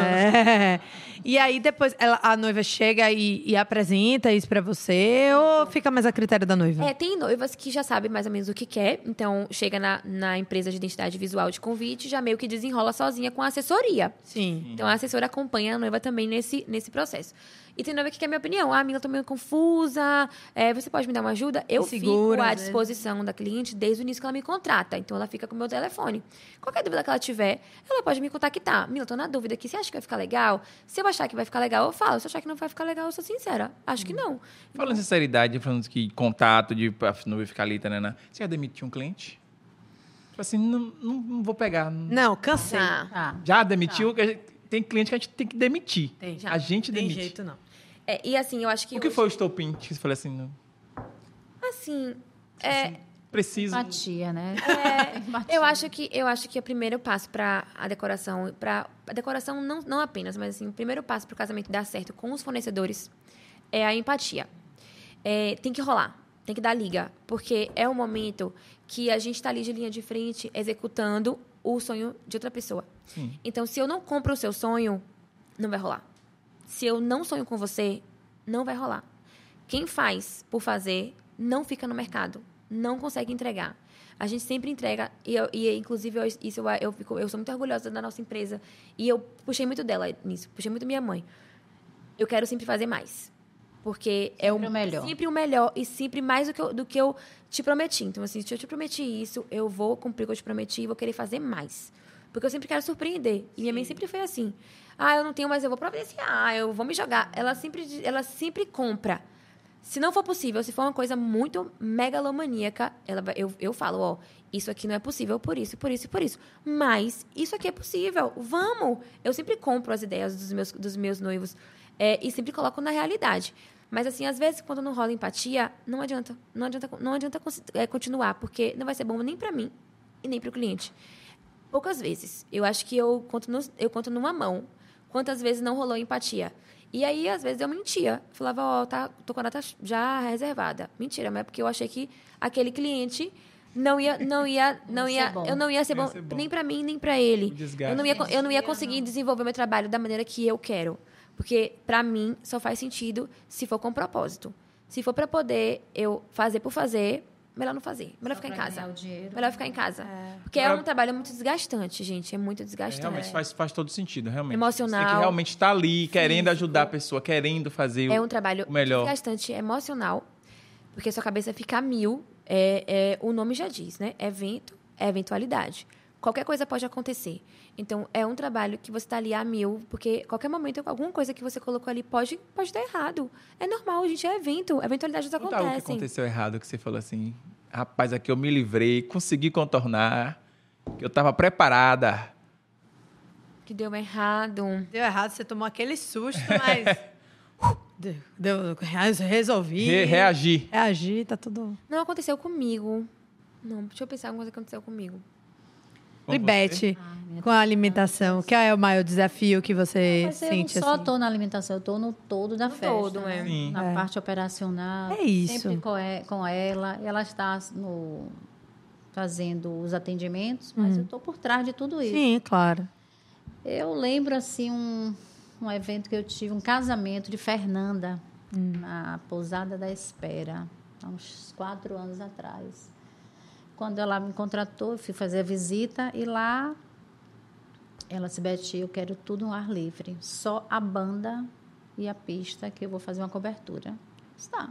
É. E aí depois a noiva chega e apresenta isso pra você ou fica mais a critério da noiva? Tem noivas que já sabem mais ou menos o que quer, então chega na empresa de identidade visual de convite, já meio que desenrola sozinha com a assessoria. Sim. Então a assessora acompanha a noiva também nesse processo. E tem noiva que quer minha opinião. Ah, Mila, tô meio confusa. Você pode me dar uma ajuda? Eu Insegura, fico à às vezes. disposição da cliente desde o início que ela me contrata. Então ela fica com o meu telefone. Qualquer dúvida que ela tiver, ela pode me contactar. Mila, tô na dúvida aqui. Você acha que vai ficar legal? Se eu achar que vai ficar legal, eu falo. Se eu achar que não vai ficar legal, eu sou sincera. Acho que não. Falando em sinceridade, falando que contato, de pra noiva ficar ali, né? Você já demitiu um cliente? Tipo assim, não vou pegar. Não, cansei. Ah, Tá. Já demitiu? Tem cliente que a gente tem que demitir. Tem. A gente Tem demite. jeito, não. e assim, eu acho que O que hoje- foi o estopim que você falou assim? Não, Assim, preciso. Empatia, né? eu acho que o primeiro passo para a decoração, não apenas, mas assim, o primeiro passo para o casamento dar certo com os fornecedores é a empatia. Tem que rolar, tem que dar liga, porque é o momento que a gente está ali de linha de frente executando o sonho de outra pessoa. Sim. Então, se eu não compro o seu sonho, não vai rolar. Se eu não sonho com você, não vai rolar. Quem faz por fazer não fica no mercado, não consegue entregar. A gente sempre entrega, inclusive eu sou muito orgulhosa da nossa empresa e eu puxei muito dela nisso, puxei muito minha mãe. Eu quero sempre fazer mais, porque Sempre o melhor. sempre o melhor e sempre mais do que eu te prometi. Então, assim, se eu te prometi isso, eu vou cumprir o que eu te prometi e vou querer fazer mais. Porque eu sempre quero surpreender. E minha mãe sempre foi assim. Ah, eu não tenho, mas eu vou providenciar, eu vou me jogar. Ela sempre compra. Se não for possível, se for uma coisa muito megalomaníaca, eu falo, ó, isso aqui não é possível por isso, por isso e por isso. Mas isso aqui é possível, vamos! Eu sempre compro as ideias dos meus noivos e sempre coloco na realidade. Mas, assim, às vezes, quando não rola empatia, não adianta continuar, porque não vai ser bom nem para mim e nem para o cliente. Poucas vezes. Eu acho que eu conto numa mão quantas vezes não rolou empatia. E aí, às vezes, eu mentia. Falava, ó, tô com a data já reservada. Mentira, mas é porque eu achei que aquele cliente não ia bom. eu não ia ser bom nem para mim, nem para ele. O desgaste. Eu não ia conseguir desenvolver meu trabalho da maneira que eu quero. Porque, para mim, só faz sentido se for com propósito. Se for para poder eu fazer por fazer, melhor não fazer. Melhor Só ficar em pra casa. ganhar o dinheiro. Melhor ficar em casa. Porque é um trabalho muito desgastante, gente. É muito desgastante. Realmente faz todo sentido, realmente. Emocional. Você tem que realmente estar ali, querendo ajudar a pessoa, querendo fazer É um trabalho o melhor. desgastante emocional, porque sua cabeça fica a mil. O nome já diz, né? Evento é eventualidade. Qualquer coisa pode acontecer. Então, é um trabalho que você está ali a mil, porque qualquer momento, alguma coisa que você colocou ali pode dar errado. É normal, gente, é evento. Eventualidades Conta algo que acontecem. aconteceu errado, que você falou assim, rapaz, aqui eu me livrei, consegui contornar, que eu estava preparada. Que deu errado. Deu errado, você tomou aquele susto, mas... resolvi. Reagir. Reagir, tá tudo... Não aconteceu comigo. Não, deixa eu pensar uma coisa que aconteceu comigo. Com E Beth, com a alimentação, que é o maior desafio que você Mas eu não sente só assim? estou na alimentação, eu estou no todo da festa. todo, né? Sim. Na parte operacional. É isso. Sempre com ela. Ela está fazendo os atendimentos, mas eu estou por trás de tudo isso. Sim, claro. Eu lembro, assim, um evento que eu tive, um casamento de Fernanda, na Pousada da Espera, há uns 4 anos atrás. Quando ela me contratou, eu fui fazer a visita e lá ela disse, Beth, eu quero tudo no ar livre, só a banda e a pista que eu vou fazer uma cobertura. Está.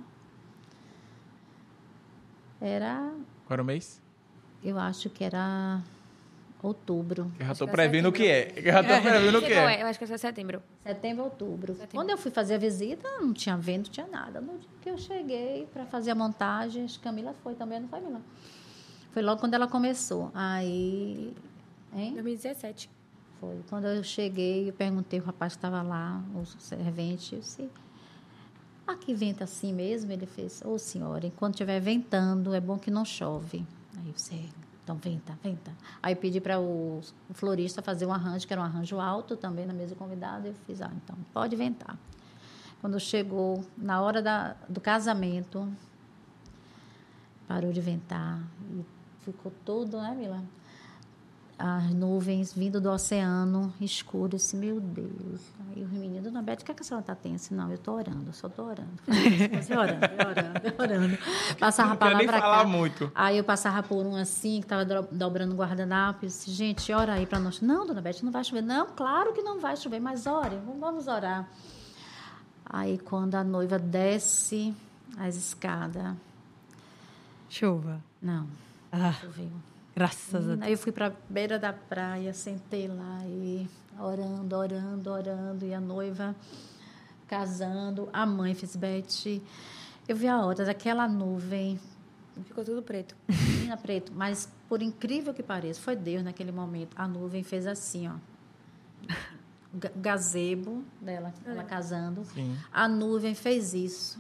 Era, Qual era o mês? eu acho que era outubro. Eu já Acho tô que prevendo o que é. setembro. Eu já tô prevendo o Sei que qual é. Eu acho que é setembro. Setembro, outubro. Setembro. Quando eu fui fazer a visita, não tinha vento, não tinha nada. No dia que eu cheguei para fazer a montagem, acho que Camila foi também, não foi, Camila? Foi logo quando ela começou. Aí, hein? 2017. Foi. Quando eu cheguei, eu perguntei ao rapaz que estava lá, o servente, eu disse, aqui venta assim mesmo? Ele fez, ô senhora, enquanto estiver ventando, é bom que não chove. Aí eu disse, então venta, venta. Aí pedi para o florista fazer um arranjo, que era um arranjo alto também, na mesa convidada. Eu fiz, então, pode ventar. Quando chegou na hora do casamento, parou de ventar e ficou tudo, né, Mila? As nuvens vindo do oceano escuro. Eu disse, meu Deus. Aí os meninos, dona Beth, o que é que a senhora está tendo? Eu disse, não, eu estou orando, eu só estou orando. Orando. Passava para lá para cá. Falar muito. Aí eu passava por um assim, que estava dobrando o guardanapo. Eu disse, gente, ora aí para nós. Não, dona Beth, não vai chover. Não, claro que não vai chover, mas ore, vamos orar. Aí quando a noiva desce as escadas... Chuva. Não, Ah, choveu. graças a Deus. Aí eu fui para a beira da praia, sentei lá e orando. E a noiva casando. A mãe fez, Beth, eu vi a hora daquela nuvem. Ficou tudo preto. Menina preto, mas por incrível que pareça, foi Deus naquele momento. A nuvem fez assim, ó. O gazebo dela, ela casando. Sim. A nuvem fez isso.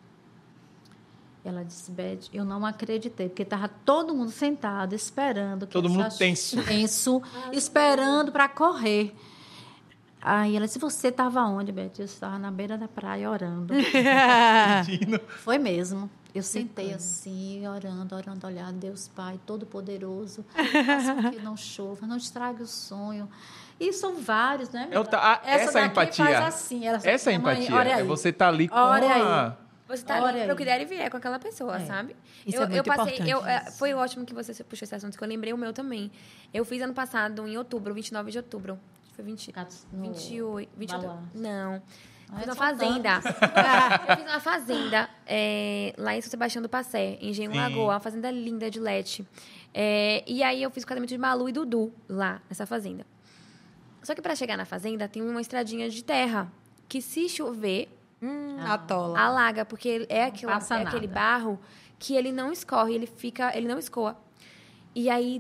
Ela disse, Beth, eu não acreditei, porque estava todo mundo sentado, esperando. Todo mundo tenso. Esperando para correr. Aí ela disse, você estava onde, Beth? Eu estava na beira da praia orando. Foi mesmo. Eu sentei assim, orando, olhar, Deus Pai, Todo-Poderoso, faça com que não chova, não estrague o sonho. E são vários, né? Essa é a empatia. Faz assim, Essa é a empatia. Olha aí. É você estar ali com Olha aí. Você tá ali para o que der e vier com aquela pessoa, sabe? Isso é muito importante. Foi ótimo que você puxou esse assunto, que eu lembrei o meu também. Eu fiz ano passado, em outubro, 29 de outubro. Foi 28. 28. Não. Fiz uma fazenda. Eu fiz uma fazenda lá em São Sebastião do Passé, em Engenho Lagoa, uma fazenda linda de Lete. E aí eu fiz o casamento de Malu e Dudu lá, nessa fazenda. Só que para chegar na fazenda tem uma estradinha de terra, que se chover, Atola. alaga, porque é aquele nada. barro que ele não escorre, ele não escoa. E aí,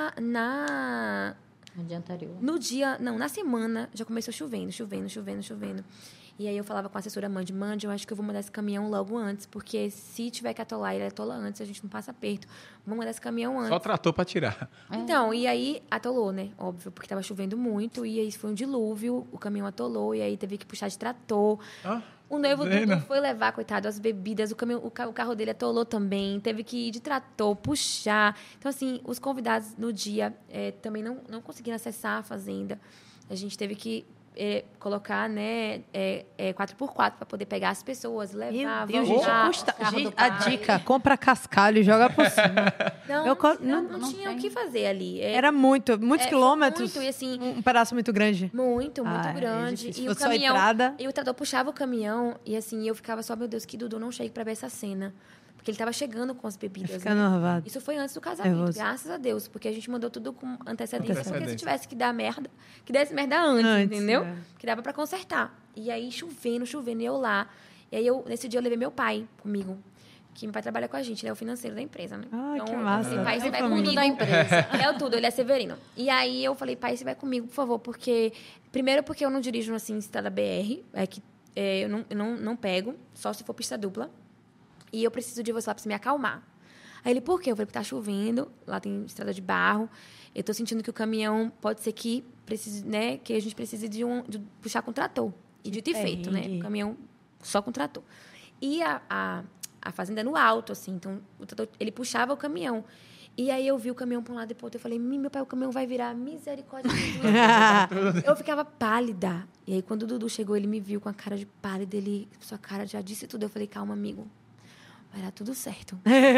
No dia anterior. na semana, já começou chovendo. E aí eu falava com a assessora Mandy, eu acho que eu vou mandar esse caminhão logo antes, porque se tiver que atolar, ele atola antes, a gente não passa aperto. Vamos mandar esse caminhão antes. Só tratou para tirar. Então, e aí atolou, né? Óbvio, porque estava chovendo muito, e aí foi um dilúvio, o caminhão atolou, e aí teve que puxar de trator. O noivo Dudu foi levar, coitado, as bebidas, o carro dele atolou também, teve que ir de trator, puxar. Então, assim, os convidados no dia também não conseguiram acessar a fazenda. A gente teve que colocar, né, 4x4 para poder pegar as pessoas, levar, Meu Deus, voltar. gente, a dica, compra cascalho e joga por cima. Não tinha o que fazer ali. Era muitos quilômetros. Muito, e assim, um pedaço muito grande. muito grande. Difícil. E Foi o só caminhão, entrada. e o trator puxava o caminhão, e assim, eu ficava só, meu Deus, que Dudu não chegue para ver essa cena. Porque ele estava chegando com as bebidas. Fica nervado. Isso foi antes do casamento, Nervoso. graças a Deus. Porque a gente mandou tudo com antecedência. Porque se Antecedência. tivesse que dar merda, que desse merda antes, entendeu? é. Que dava para consertar. E aí, chovendo, e eu lá. E aí, nesse dia, eu levei meu pai comigo. Que meu pai trabalha com a gente, ele é o financeiro da empresa, né? Ah, que massa. Assim, pai, você vai família. comigo. Da empresa. É tudo, ele é Severino. E aí, eu falei, pai, você vai comigo, por favor, porque... Primeiro, porque eu não dirijo, assim, estrada BR. Eu não pego, só se for pista dupla. E eu preciso de você lá pra você me acalmar. Aí ele, por quê? Eu falei, porque tá chovendo, lá tem estrada de barro. Eu tô sentindo que o caminhão pode ser que precise, né? Que a gente precise de puxar com trator. E dito e feito, né? O caminhão só com trator. E a fazenda é no alto, assim. Então, o trator, ele puxava o caminhão. E aí eu vi o caminhão para um lado e para o outro. Eu falei, meu pai, o caminhão vai virar, misericórdia de Deus. Eu ficava pálida. E aí, quando o Dudu chegou, ele me viu com a cara de pálida. Ele, sua cara já disse tudo. Eu falei, calma, amigo. Vai dar tudo certo.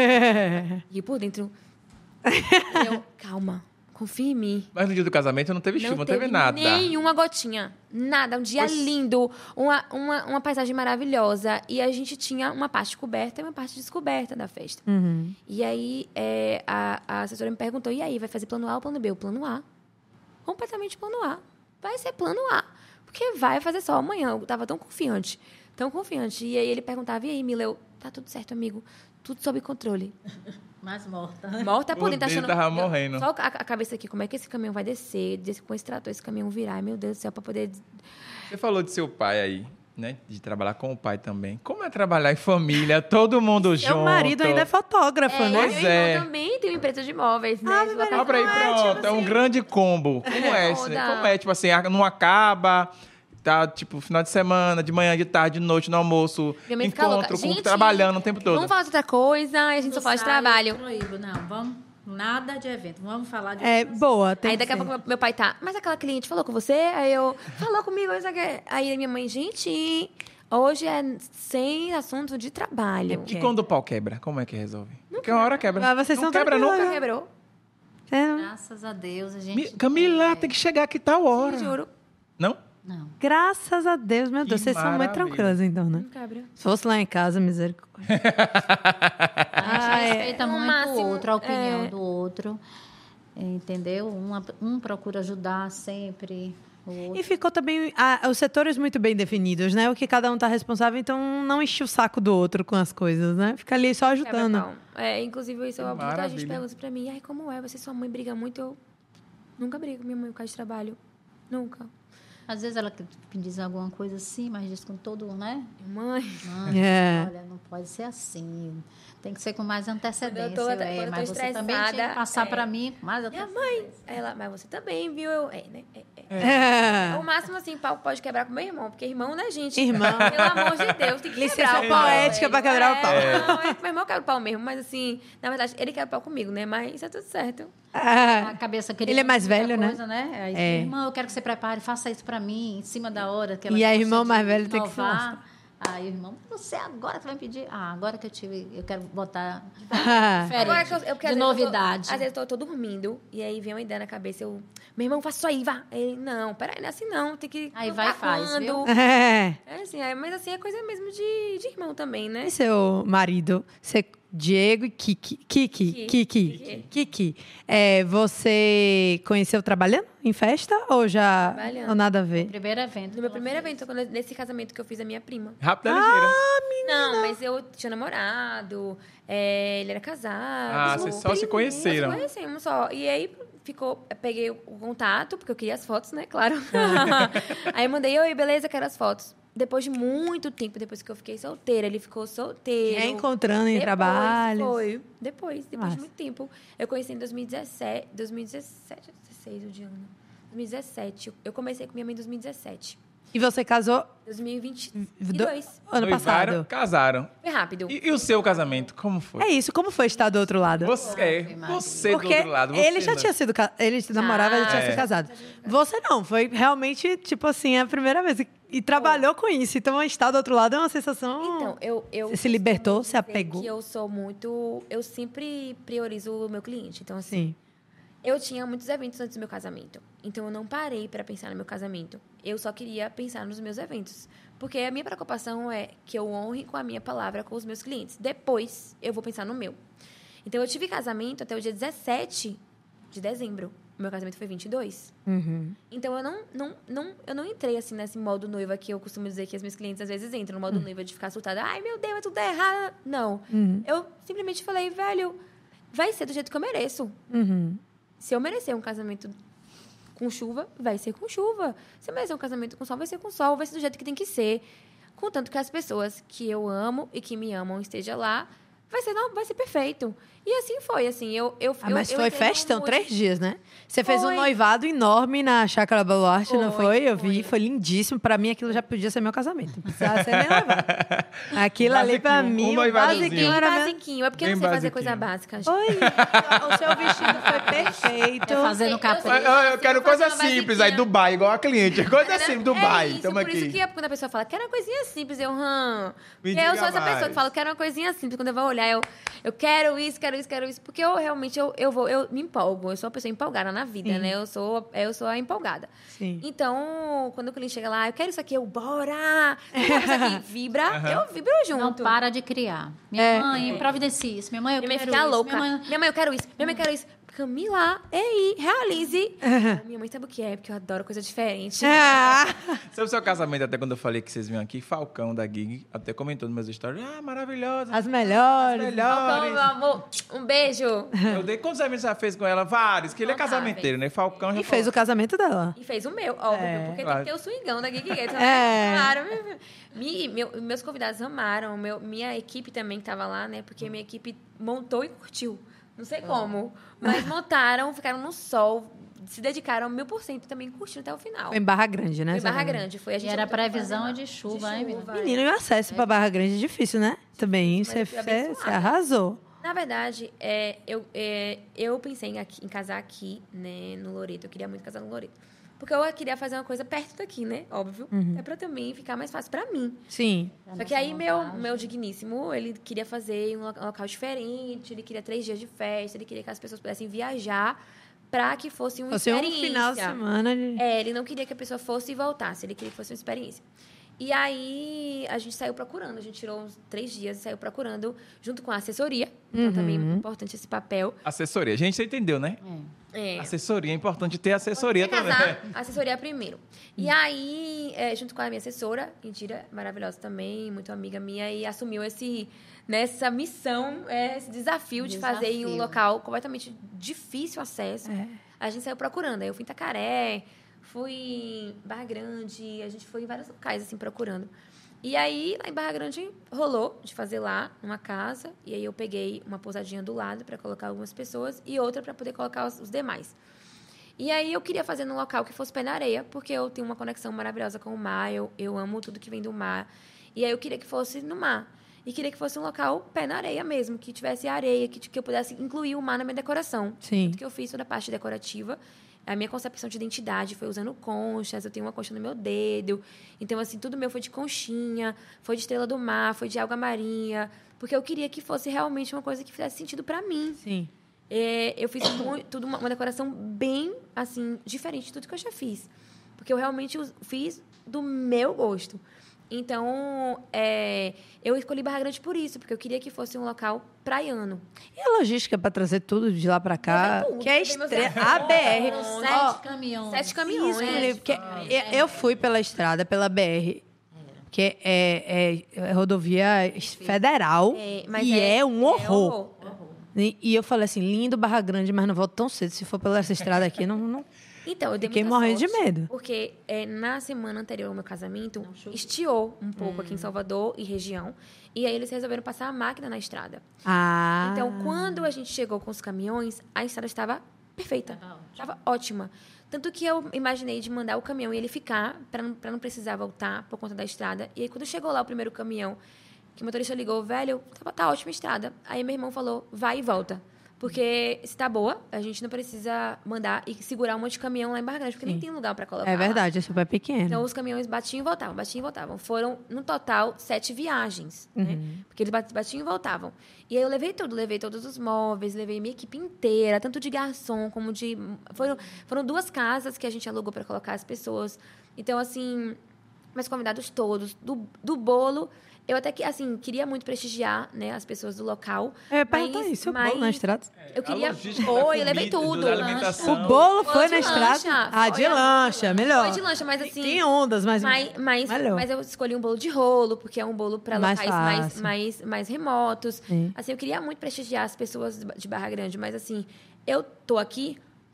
E por dentro... eu, calma. Confia em mim. Mas no dia do casamento não teve chuva, não teve nada. Nenhuma gotinha. Nada. Um dia lindo. Uma paisagem maravilhosa. E a gente tinha uma parte coberta e uma parte descoberta da festa. E aí, a assessora me perguntou, e aí, vai fazer plano A ou plano B? O plano A. Completamente plano A. Vai ser plano A. Porque vai fazer sol amanhã. Eu tava tão confiante. Tão confiante. E aí, ele perguntava, e aí, Mila? Eu, tá tudo certo, amigo. Tudo sob controle. Mais morta. Morta por dentro, achando... tava morrendo. Só a cabeça aqui, como é que esse caminhão vai descer? Com esse trator, esse caminhão virar. Ai, meu Deus do céu, para poder... Você falou de seu pai aí, né? De trabalhar com o pai também. Como é trabalhar em família, todo mundo junto? Seu marido ainda é fotógrafo, né? Pois meu é. irmão também tem uma empresa de imóveis, né? Ah, pra aí, pronto. É um grande combo. Como é isso? Como é? Tipo assim, não acaba... Tá, tipo, final de semana, de manhã, de tarde, de noite, no almoço, Minha mãe fica louca. encontro, Gente, trabalhando o tempo todo. Vamos falar de outra coisa, e a gente só fala de trabalho. Proíbo, não, vamos... Nada de evento, vamos falar de... Boa, tem Aí daqui a pouco meu pai tá, mas aquela cliente falou com você? Aí eu, falou comigo, aí minha mãe, gente, hoje é sem assunto de trabalho. E quando o pau quebra, como é que resolve? Porque uma hora quebra. Mas vocês não são quebra tranquilos, nunca. Nunca quebrou, Graças a Deus, a gente... Camila, tem que chegar aqui tal hora. juro. Não? Não. Graças a Deus, meu Deus. Que Vocês são muito maravilha. tranquilas, então, né? Não quebra. Se fosse lá em casa, misericórdia. A gente respeita No muito máximo, o outro, a opinião do outro. Entendeu? Um procura ajudar sempre o outro. E ficou também os setores muito bem definidos, né? O que cada um tá responsável, então não enche o saco do outro com as coisas, né? Fica ali só ajudando. Inclusive, isso muita gente maravilha. pergunta pra mim, ai, como é? Você e sua mãe briga muito? Eu nunca brigo com minha mãe por causa de trabalho. Nunca. Às vezes ela diz alguma coisa assim, mas diz com todo, né? Mãe... Olha, não pode ser assim. Tem que ser com mais antecedência. Quando eu tô mas você também tinha que estressada, passar para mim com mais Minha antecedência. mãe. Ela, mas você também, viu? Eu, né? É. O máximo, assim, pau pode quebrar com meu irmão. Porque irmão, né, gente? Irmão. Pelo amor de Deus, tem que Licença quebrar o pau. poética pra quebrar o pau. Não, meu irmão quebra o pau mesmo. Mas, assim, na verdade, ele quebra o pau comigo, né? Mas isso é tudo certo. A cabeça queria Ele é mais muita velho, coisa, né? Aí, irmão, eu quero que você prepare, faça isso para mim, em cima da hora. Que ela E a gosta irmã de mais velha tem que se inovar. lascar. Aí o irmão, você agora que vai me pedir? Agora que eu quero botar Agora diferente, que porque de às novidade. Vezes às vezes eu tô dormindo, e aí vem uma ideia na cabeça, meu irmão, faça isso aí, vá. Ele, não, peraí, não é assim não, tem que... Aí não vai tá e faz, quando. viu? É. É assim, mas assim, é coisa mesmo de irmão também, né? E seu marido, Diego e Kiki. Você conheceu trabalhando em festa ou já Trabalhando. ou nada a ver? Primeiro evento. No meu primeiro evento, nesse casamento que eu fiz a minha prima. Rápida e ligeira. Não, mas eu tinha namorado, ele era casado. Vocês só se conheceram. Nós conhecemos só. E aí peguei o contato, porque eu queria as fotos, né? Claro. Aí eu mandei, oi, beleza, quero as fotos. Depois de muito tempo, depois que eu fiquei solteira, ele ficou solteiro. Reencontrando em trabalho. Depois de muito tempo. Eu conheci em 2017, 16 o de ano. 2017. Eu comecei com minha mãe em 2017. E você casou 2022. ano Noivaram, passado? casaram. Foi rápido. E o seu casamento, como foi? É isso, como foi estar do outro lado? Você do Porque outro lado. ele já não. tinha sido ele namorava, ele tinha sido casado. Você não, foi realmente, tipo assim, a primeira vez. E trabalhou com isso. Então, estar do outro lado é uma sensação... Então, eu Você se libertou, se dizer apegou. que eu sou muito... Eu sempre priorizo o meu cliente. Então, assim, Sim. eu tinha muitos eventos antes do meu casamento. Então, eu não parei para pensar no meu casamento. Eu só queria pensar nos meus eventos. Porque a minha preocupação é que eu honre com a minha palavra com os meus clientes. Depois, eu vou pensar no meu. Então, eu tive casamento até o dia 17 de dezembro. O meu casamento foi 22. Uhum. Então, eu não entrei, assim, nesse modo noiva que eu costumo dizer que as minhas clientes às vezes entram no modo noiva de ficar surtada. Ai, meu Deus, é tudo errado. Não. Eu simplesmente falei, velho, vai ser do jeito que eu mereço. Uhum. Se eu merecer um casamento com chuva, vai ser com chuva. Se eu merecer um casamento com sol, vai ser com sol. Vai ser do jeito que tem que ser. Contanto que as pessoas que eu amo e que me amam estejam lá, vai ser perfeito. E assim foi, assim, mas eu foi entrei no festão, mood. 3 dias, né? Você fez um Foi. noivado enorme na Chácara Baluarte, não Foi, foi? Eu vi, foi. foi lindíssimo. Pra mim, aquilo já podia ser meu casamento. Não precisava ser nem noivado. Aquilo ali, pra Basiquinho, mim, um noivadozinho. basiquinho Bem era meu... basiquinho, é porque eu Bem não sei fazer basiquinho. coisa básica. gente. Oi, o seu vestido foi perfeito. É fazendo capô. Eu quero coisa fazer uma simples, basiquinha. aí Dubai, igual a cliente. Coisa simples, Dubai, isso, tamo por isso aqui. que quando a pessoa fala, quero uma coisinha simples, eu Me eu diga sou essa pessoa mais. que fala, quero uma coisinha simples. Quando eu vou olhar, eu quero isso, porque eu realmente, eu me empolgo. Eu sou uma pessoa empolgada na vida, Sim. né? Eu sou a empolgada. Sim. Então, quando o cliente chega lá, eu quero isso aqui, eu, bora! Eu quero isso aqui, vibra, eu vibro junto. Não para de criar. Minha mãe, providencie isso. Minha mãe, eu Minha mãe quero fica isso. louca. Minha mãe... Eu quero isso. Minha mãe, quero isso. Camila, ei, realize. Minha mãe sabe o que é, porque eu adoro coisa diferente. Ah, Sobre o seu casamento, até quando eu falei que vocês vinham aqui, Falcão da Gig até comentou nos meus stories, maravilhosa. as melhores. Falcão, meu amor, um beijo. Eu dei quantos eventos você já fez com ela? Vários, que ele é Contáveis. casamenteiro, né? Falcão já E fez o casamento dela. E fez o meu, óbvio, porque Claro. tem que ter o swingão da Gig Gates. É. Claro. Meus convidados amaram, minha equipe também que tava lá, né? Porque minha equipe montou e curtiu. Não sei como, mas montaram, ficaram no sol, se dedicaram 1000% também curtindo até o final. Foi em Barra Grande, né? Foi em Barra Sabe? Grande, foi a E gente era optou por fazer previsão lá. de chuva, hein, menina? Menino, e o acesso pra Barra Grande é difícil, né? Também, Mas você eu fui abençoada. arrasou. Na verdade, eu pensei em casar aqui, né, no Loreto. Eu queria muito casar no Loreto. Porque eu queria fazer uma coisa perto daqui, né? Óbvio. É pra também ficar mais fácil pra mim. Sim. Só que aí meu digníssimo, ele queria fazer em um local diferente, ele queria 3 dias de festa, ele queria que as pessoas pudessem viajar pra que fosse uma Fosse um experiência. final de semana de... Ele não queria que a pessoa fosse e voltasse, ele queria que fosse uma experiência. E aí, a gente saiu procurando, a gente tirou uns 3 dias e saiu procurando, junto com a assessoria. Então, também é importante esse papel. Assessoria. Gente, você entendeu, né? É, Assessoria, é importante ter assessoria Quer também. casar, assessoria primeiro. E aí, junto com a minha assessora, Indira, maravilhosa também, muito amiga minha, e assumiu nessa missão, esse desafio de fazer em um local completamente difícil acesso. A gente saiu procurando. Aí eu fui em Itacaré, fui em Barra Grande, a gente foi em vários locais, assim, procurando. E aí, lá em Barra Grande, rolou de fazer lá, numa casa. E aí, eu peguei uma pousadinha do lado para colocar algumas pessoas e outra para poder colocar os demais. E aí, eu queria fazer num local que fosse pé na areia, porque eu tenho uma conexão maravilhosa com o mar, eu amo tudo que vem do mar. E aí, eu queria que fosse no mar. E queria que fosse um local pé na areia mesmo, que tivesse areia, que eu pudesse incluir o mar na minha decoração. Sim. Tanto que eu fiz toda a parte decorativa. A minha concepção de identidade foi usando conchas, eu tenho uma concha no meu dedo. Então, assim, tudo meu foi de conchinha, foi de estrela do mar, foi de alga marinha, porque eu queria que fosse realmente uma coisa que fizesse sentido pra mim. Sim. Eu fiz tudo uma decoração bem, assim, diferente de tudo que eu já fiz. Porque eu realmente fiz do meu gosto. Então, eu escolhi Barra Grande por isso, porque eu queria que fosse um local praiano. E a logística pra trazer tudo de lá pra cá? Levei tudo, Que é levei meus a BR. cartões, Ó, 7 caminhões. 7 caminhões. Isso, Felipe, porque eu fui pela estrada, pela BR, que é rodovia federal, Mas e é um horror. horror. E eu falei assim, lindo Barra Grande, mas não volto tão cedo. Se for pela essa estrada aqui, não... Então, eu dei Fiquei muita morrendo de sorte, medo. Porque na semana anterior ao meu casamento, estiou um pouco aqui em Salvador e região. E aí eles resolveram passar a máquina na estrada. Ah, Então, quando a gente chegou com os caminhões, a estrada estava perfeita. Estava ótima. Tanto que eu imaginei de mandar o caminhão e ele ficar, para não precisar voltar por conta da estrada. E aí, quando chegou lá o primeiro caminhão, que o motorista ligou, velho, tá ótima a estrada. Aí meu irmão falou, vai e volta. Porque se tá boa, a gente não precisa mandar e segurar um monte de caminhão lá em Barra Grande, porque nem tem lugar para colocar. é lá. verdade, é super pequeno. Então, os caminhões batiam e voltavam, batiam e voltavam. Foram, no total, 7 viagens, né? Porque eles batiam e voltavam. E aí eu levei tudo, levei todos os móveis, levei minha equipe inteira, tanto de garçom como de... Foram 2 casas que a gente alugou para colocar as pessoas. Então, assim, meus convidados todos, do bolo... Eu até que, assim, queria muito prestigiar, né, as pessoas do local. Eu ia perguntar isso, o bolo na estrada. Eu queria... A logística Foi, da eu levei comida, tudo. da alimentação. O bolo foi de na estrada? lancha. Ah, de lancha, melhor. Foi de lancha, mas assim... Tem ondas, mas melhor. Mas eu escolhi um bolo de rolo, porque é um bolo para Mais locais fácil. mais remotos. Sim. Assim, eu queria muito prestigiar as pessoas de Barra Grande, mas assim, eu tô aqui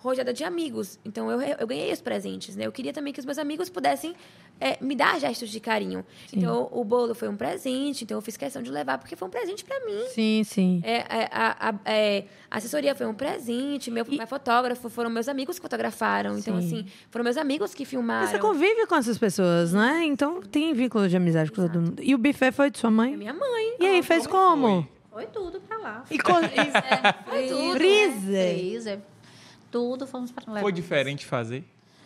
rodeada de amigos. Então, eu ganhei os presentes, né? Eu queria também que os meus amigos pudessem me dar gestos de carinho. Sim. Então, o bolo foi um presente. Então, eu fiz questão de levar, porque foi um presente para mim. Sim, sim. A assessoria foi um presente. Meu fotógrafo foram meus amigos que fotografaram. Então, assim, foram meus amigos que filmaram. Você convive com essas pessoas, né? Então, tem vínculo de amizade com todo mundo. E o buffet foi de sua mãe? É minha mãe. E aí, fez como? Foi tudo pra lá. E Foi tudo. freezer? Freezer. Tudo fomos para lá. Foi diferente fazer?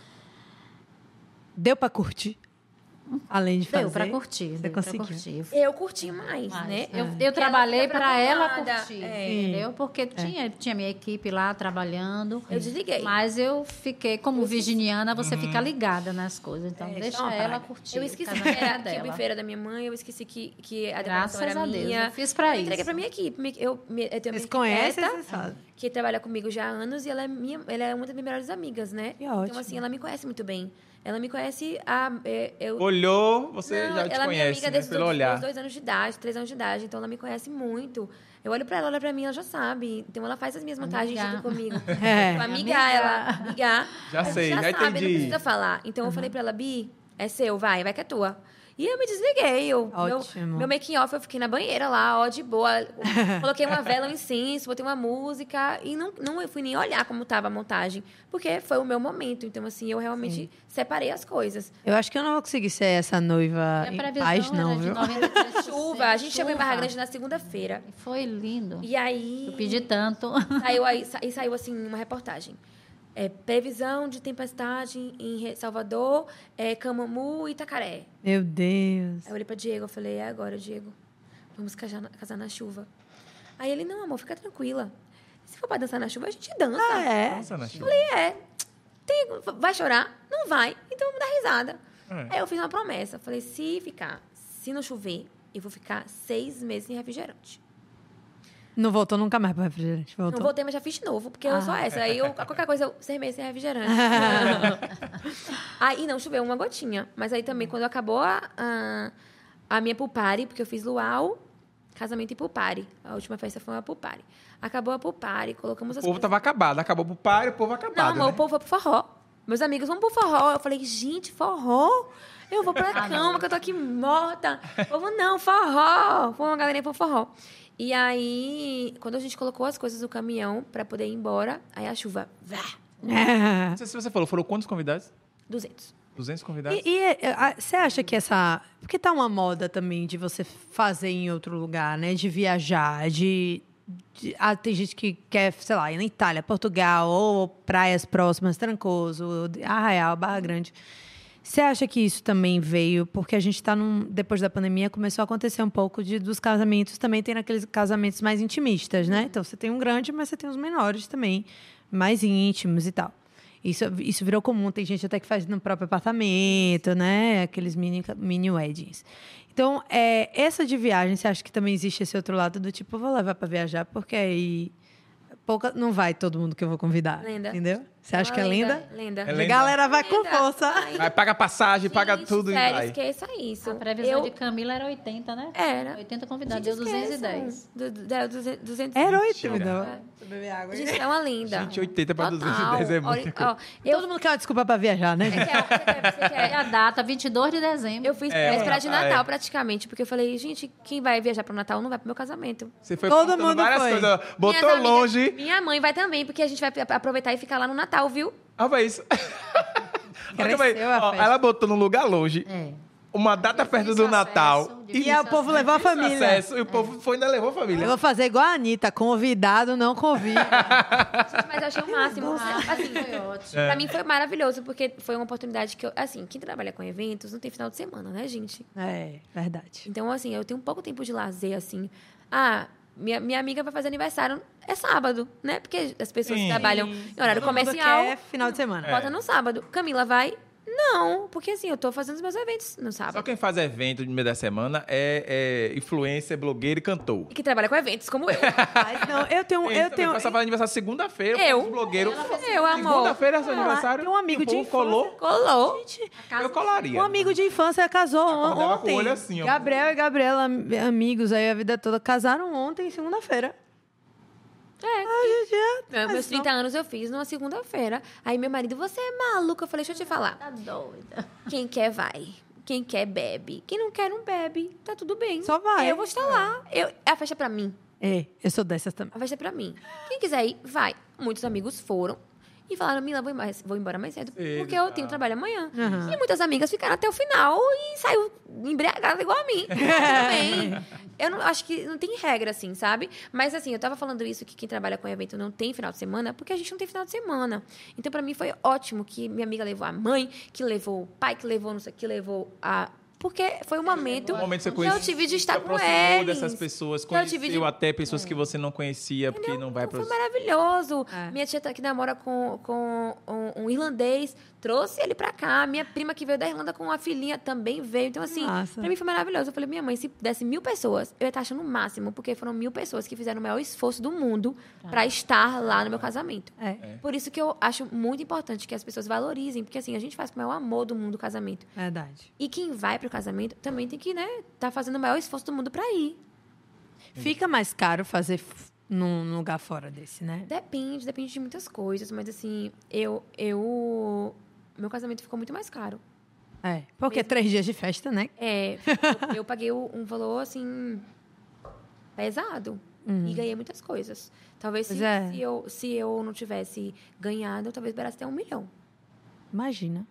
Deu pra curtir? Além de fazer? Deu pra curtir. Você deu pra conseguiu? curtir. Eu curti mais, Mas né? eu trabalhei Porque para ela preocupada. curtir, entendeu? Porque tinha minha equipe lá trabalhando. Eu desliguei. Mas eu fiquei, como virginiana, você fica ligada nas coisas. Então, deixa uma ela praga. curtir. Eu esqueci o que casamento o dela. buffet era da minha mãe, eu esqueci que a Graças decoração era a Deus, minha. eu fiz pra Eu entreguei isso. pra minha equipe. Eu tenho Vocês uma conhecem, arquiteta vocês sabem. que trabalha comigo já há anos e ela é uma das minhas melhores amigas, né? Que ótimo. Então, assim, ela me conhece muito bem. Ela me conhece Olhou, você Não, já te ela é minha conhece, amiga né? desde Pelo os olhar. 2 anos de idade, 3 anos de idade. Então, ela me conhece muito. Eu olho pra ela, olha pra mim, ela já sabe. Então, ela faz as minhas montagens Amigar. junto comigo. É. Tipo, amigar. Já A gente sei, já sabe, não entendi. precisa falar. Então, eu falei pra ela, Bi, é seu, vai que é tua. E eu me desliguei. Ótimo. Meu making off, eu fiquei na banheira lá, ó, de boa. Coloquei uma vela, um incenso, botei uma música. E não eu fui nem olhar como tava a montagem. Porque foi o meu momento. Então, assim, eu realmente separei as coisas. Eu acho que eu não vou conseguir ser essa noiva E a em previsão paz, não, era de viu? 93%. Chuva. A gente chegou em Barra Chuva. Grande na segunda-feira. E foi lindo. E aí... Eu pedi tanto. Saiu assim, uma reportagem. Previsão de tempestade em Salvador, Camamu e Itacaré. Meu Deus. Aí eu olhei pra Diego, eu falei, é agora, Diego. Vamos casar na chuva. Aí ele, não, amor, fica tranquila. Se for pra dançar na chuva, a gente dança. Ah, é? Nossa, Ana Chico. Vai chorar? Não vai. Então vamos dar risada. É. Aí eu fiz uma promessa. Falei, se não chover, eu vou ficar 6 meses sem refrigerante. Não voltou nunca mais pro refrigerante. Voltou. Não voltei, mas já fiz de novo, porque eu sou essa. Aí qualquer coisa, 6 meses sem refrigerante. Aí não choveu uma gotinha. Mas aí também, quando acabou a minha pool party, porque eu fiz luau, casamento e pool party. A última festa foi uma pool party. Acabou a pool party, colocamos O as povo coisas. tava acabado. Acabou pro páreo, o povo acabado. Não, amor, né? o povo foi pro forró. Meus amigos, vamos pro forró. Eu falei, gente, forró? Eu vou pra cama, que eu tô aqui morta. O povo, não, forró. Foi uma galerinha pro forró. E aí, quando a gente colocou as coisas no caminhão pra poder ir embora, aí a chuva, vá, Não sei se você falou, foram quantos convidados? 200. 200 convidados? Você acha que essa... Porque tá uma moda também de você fazer em outro lugar, né? De viajar, tem gente que quer, sei lá, ir na Itália, Portugal, ou praias próximas, Trancoso, Arraial, Barra Grande. Você acha que isso também veio porque a gente está depois da pandemia começou a acontecer um pouco dos casamentos também tem aqueles casamentos mais intimistas, né? Então você tem um grande, mas você tem os menores também, mais íntimos e tal. Isso virou comum, tem gente até que faz no próprio apartamento, né? Aqueles mini weddings. Então, essa de viagem, você acha que também existe esse outro lado do tipo, vou levar para viajar porque aí não vai todo mundo que eu vou convidar, Lenda. entendeu? Você acha que é lenda? Lenda. É A lenda. galera vai com Lenda. força. Ai, Vai, paga passagem, paga gente, tudo sério, e vai. esqueça isso. A previsão de Camila era 80, né? Era. 80 convidados, Gente, deu 210. Deu 200. Era 8, Mentira. me dá. É. Beber água. Gente, é uma linda. Gente, 80 pra Total. 210 é muita Olha, coisa. ó, eu, Todo mundo quer uma desculpa para viajar, né? você E quer a data, 22 de dezembro. Eu fiz véspera de Natal, praticamente, porque eu falei, gente, quem vai viajar pro Natal não vai pro meu casamento. Você foi Todo contando mundo várias foi. coisas. Botou Minhas amigas- longe. Minha mãe vai também, porque a gente vai aproveitar e ficar lá no Natal, viu? Ah, vai isso. Cresceu Olha, a ó, festa. ela botou num lugar longe. É. Uma data perto do Difícil Natal. acesso, E difícil E o povo levou a família. acesso, e o povo ainda levou a Eu família. vou fazer igual a Anitta, convidado, não convida. Gente, mas eu achei o máximo. Assim, Foi ótimo. pra mim foi maravilhoso, porque foi uma oportunidade que eu... Assim, quem trabalha com eventos não tem final de semana, né, gente? É, verdade. Então, assim, eu tenho pouco tempo de lazer, assim. Minha amiga vai fazer aniversário, é sábado, né? Porque as pessoas Sim. trabalham em horário Todo mundo comercial, quer final de semana. bota no sábado. Camila vai? Não, porque assim, eu tô fazendo os meus eventos no Só sábado. quem faz evento no meio da semana é influencer, blogueiro e cantor. E que trabalha com eventos, como eu. Mas não, eu tenho Você faz aniversário segunda-feira, Eu. os blogueiros. Eu, amor. Segunda-feira é seu aniversário. tem um amigo e o de povo colou. Colou. Eu colaria. Um amigo de infância casou Acordava com ontem. o olho assim, ó. Gabriel e Gabriela, amigos aí a vida toda, casaram ontem, segunda-feira. Meus 30 anos eu fiz numa segunda-feira. Aí meu marido, você é maluca? Eu falei, deixa eu te falar. Tá doida. Quem quer, vai. Quem quer, bebe. Quem não quer, não bebe. Tá tudo bem. Só vai. Eu vou estar lá. A festa é pra mim. Eu sou dessas também. A festa é pra mim. Quem quiser ir, vai. Muitos amigos foram. E falaram, Mila, vou embora mais cedo. Porque eu tenho trabalho amanhã. Uhum. E muitas amigas ficaram até o final e saiu embriagada igual a mim. Tudo bem. Eu não, acho que não tem regra, assim, sabe? Mas, assim, eu tava falando isso, que quem trabalha com evento não tem final de semana, porque a gente não tem final de semana. Então, pra mim, foi ótimo que minha amiga levou a mãe, que levou o pai, que levou não sei o que, levou a... Porque foi um momento que que eu tive de estar se com aproximou eles. dessas pessoas, Que eu tive conheceu de- até pessoas que você não conhecia, porque não vai para Foi maravilhoso. É. Minha tia que namora com um irlandês, trouxe ele pra cá. Minha prima que veio da Irlanda com uma filhinha também veio. Então, assim, Massa. pra mim foi maravilhoso. Eu falei, minha mãe, se desse 1.000 pessoas, eu ia estar achando o máximo, porque foram 1.000 pessoas que fizeram o maior esforço do mundo pra estar lá no meu casamento. Por isso que eu acho muito importante que as pessoas valorizem, porque, assim, a gente faz com o maior amor do mundo o casamento. Verdade. E quem vai pro casamento também tem que, né, tá fazendo o maior esforço do mundo pra ir. Fica mais caro fazer num lugar fora desse, né? Depende de muitas coisas, mas assim, meu casamento ficou muito mais caro. Porque 3 dias de festa, né? Eu paguei um valor, assim, pesado. E ganhei muitas coisas. Talvez Pois se eu não tivesse ganhado, eu talvez esperasse até 1 milhão. Imagina.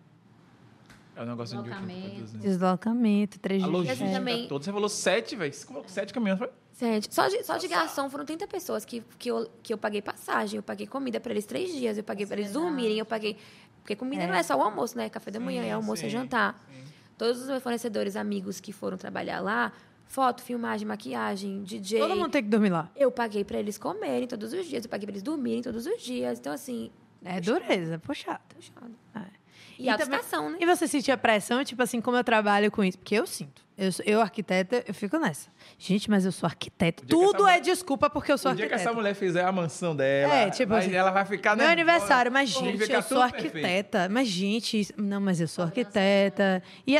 É um negócio de Deslocamento. último. Né? Deslocamento, 3 A dias de logística festa. também- toda. Você falou 7, velho. Você falou 7 caminhões, foi? 7. Só de garçom foram 30 pessoas que eu paguei passagem, eu paguei comida para eles 3 dias, eu paguei para eles dormirem, eu paguei. Porque comida não é só o almoço, né? Café da manhã, é almoço, é jantar. Todos os meus fornecedores, amigos que foram trabalhar lá, foto, filmagem, maquiagem, DJ. Todo mundo tem que dormir lá. Eu paguei para eles comerem todos os dias, eu paguei para eles dormirem todos os dias. Então, assim, É dureza, puxado. puxado. É. E alta também- estação, né? E você sentia pressão, tipo assim, como eu trabalho com isso? Porque eu sinto. Eu arquiteta, eu fico nessa. Gente, mas eu sou arquiteta. O dia que Tudo essa é desculpa porque eu sou O dia que arquiteta. essa mulher fizer a mansão dela, assim, ela vai ficar... Meu nervosa. aniversário, mas Vai gente, ficar eu sou tudo perfeito. arquiteta. Mas gente, não, mas eu sou arquiteta.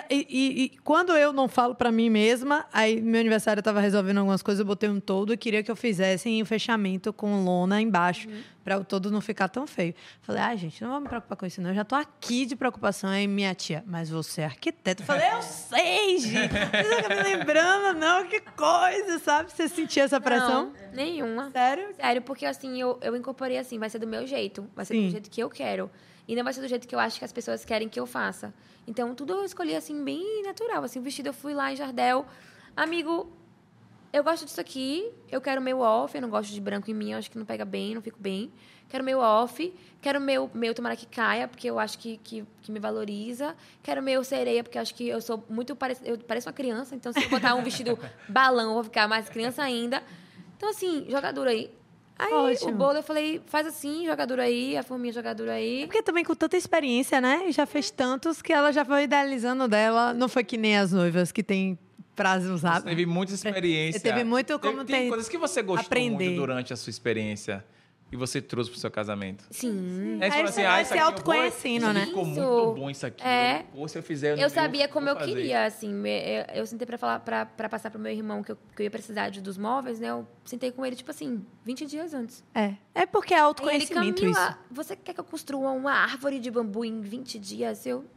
E quando eu não falo pra mim mesma, aí meu aniversário eu tava resolvendo algumas coisas, eu botei um toldo e queria que eu fizesse um fechamento com lona embaixo, pra o todo não ficar tão feio. Falei, gente, não vou me preocupar com isso não, eu já tô aqui de preocupação. Aí minha tia, mas você é arquiteta. Eu falei, eu sei, gente. Você tá me lembrando, não? Que coisa, sabe? Você sentia essa pressão? Não, nenhuma. Sério? Sério, porque assim, eu incorporei assim, vai ser do meu jeito, vai ser Sim. do jeito que eu quero. E não vai ser do jeito que eu acho que as pessoas querem que eu faça. Então, tudo eu escolhi assim, bem natural. Assim, o vestido eu fui lá em Jardel. Amigo, eu gosto disso aqui, eu quero meu off, eu não gosto de branco em mim, eu acho que não pega bem, não fico bem. Quero meu off, quero meu tomara que caia, porque eu acho que me valoriza. Quero meu sereia, porque eu acho que eu sou muito eu pareço uma criança, então se eu botar um vestido balão, eu vou ficar mais criança ainda. Então, assim, jogadura aí. Aí, Ótimo. o bolo eu falei, faz assim, jogadura aí, a forminha jogadura aí. Porque também com tanta experiência, né? Já fez tantos que ela já foi idealizando dela. Não foi que nem as noivas que tem prazo Você usado. teve muita experiência. Você teve muito como tem ter- coisas que você gostou aprender. muito durante a sua experiência e você trouxe pro seu casamento. Sim. Aí você Aí fala você assim, vai isso se aqui eu autoconhecendo, vou- né? Ficou Isso. muito bom isso aqui. É. Ou se eu fizer... Eu sabia como eu vou fazer. queria, assim. Eu sentei pra falar, pra passar pro meu irmão que eu ia precisar dos móveis, né? Eu sentei com ele, tipo assim, 20 dias antes. É porque é Aí ele, autoconhecimento Camila, isso. você quer que eu construa uma árvore de bambu em 20 dias? Eu,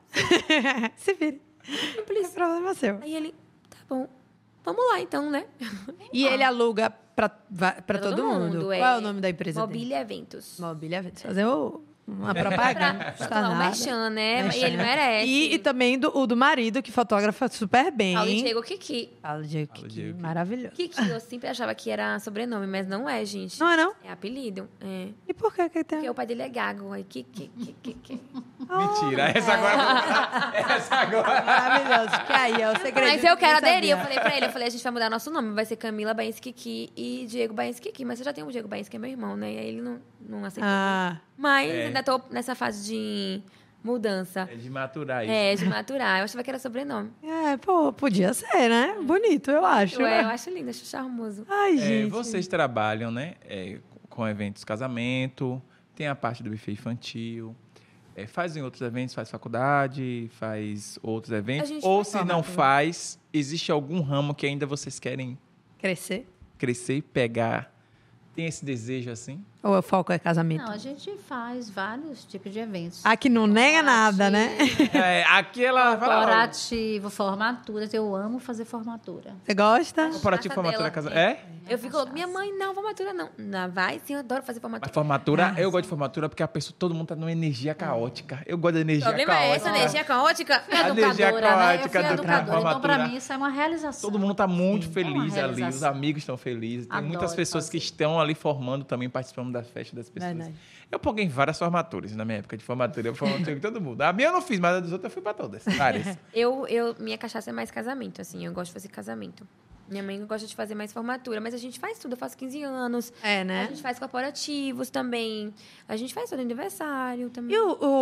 Se vira. simples. É problema seu. Aí ele, tá bom. Vamos lá, então, né? E ele aluga pra todo mundo. Qual é o nome da empresa dele? Mobília Eventos. Mobília Eventos. Fazer uma propaganda. Pra Custa falar o nada. merchan, né? Merchan. E ele merece. E também o do marido, que fotografa super bem. Paulo e Diego Kiki. Paulo Diego Paulo Kiki, Diego Kiki. maravilhoso. Kiki, eu sempre achava que era sobrenome, mas não é, gente. Não é não? É apelido. É. E por que tem? Porque o pai dele é gago. Aí, Kiki. Mentira, essa agora... essa agora... Maravilhoso. Que aí é o segredo. Mas eu quero que ninguém aderir. Eu sabia. falei pra ele, a gente vai mudar nosso nome. Vai ser Camila Baense Kiki e Diego Baense Kiki. Mas você já tem o Diego Baense, que é meu irmão, né? E aí ele não aceitou. Ah, Mas É. ainda tô nessa fase de mudança. É de maturar isso. É, de maturar. Eu achava que era sobrenome. podia ser, né? Bonito, eu acho. Eu acho lindo, acho charmoso. Ai, É, gente. vocês trabalham, né? Com eventos casamento, tem a parte do buffet infantil, fazem outros eventos, faz faculdade, faz outros A eventos. gente Ou faz se não faz, existe algum ramo que ainda vocês querem Crescer. crescer e pegar tem esse desejo assim? Ou o foco é casamento? Não, a gente faz vários tipos de eventos. Aqui não nega nada, né? Aqui ela fala. Corporativo, formaturas. Eu amo fazer formatura. Você gosta? Corporativo, Gosta formatura, dela. casa. É? Eu fico, minha mãe, não, formatura não. Não, vai sim, eu adoro fazer formatura. Mas formatura, eu gosto de formatura porque a pessoa, todo mundo tá numa energia caótica. Eu gosto da O energia problema caótica. é essa, energia caótica. A energia Educadora, né? Eu fui caótica do educadora. Então, para formatura. mim, isso é uma realização. Todo mundo tá muito Sim, feliz é uma ali, os realização. amigos estão felizes. Tem muitas Adoro pessoas que fazer. estão ali formando também, participando da festa das pessoas. Verdade. Eu paguei em várias formaturas na minha época de formatura. Eu formatei com todo mundo. A minha eu não fiz, mas a dos outros eu fui pra todas. Várias. Minha cachaça é mais casamento, assim. Eu gosto de fazer casamento. Minha mãe gosta de fazer mais formatura, mas a gente faz tudo. Eu faço 15 anos. É, né? A gente faz corporativos também. A gente faz todo aniversário também. E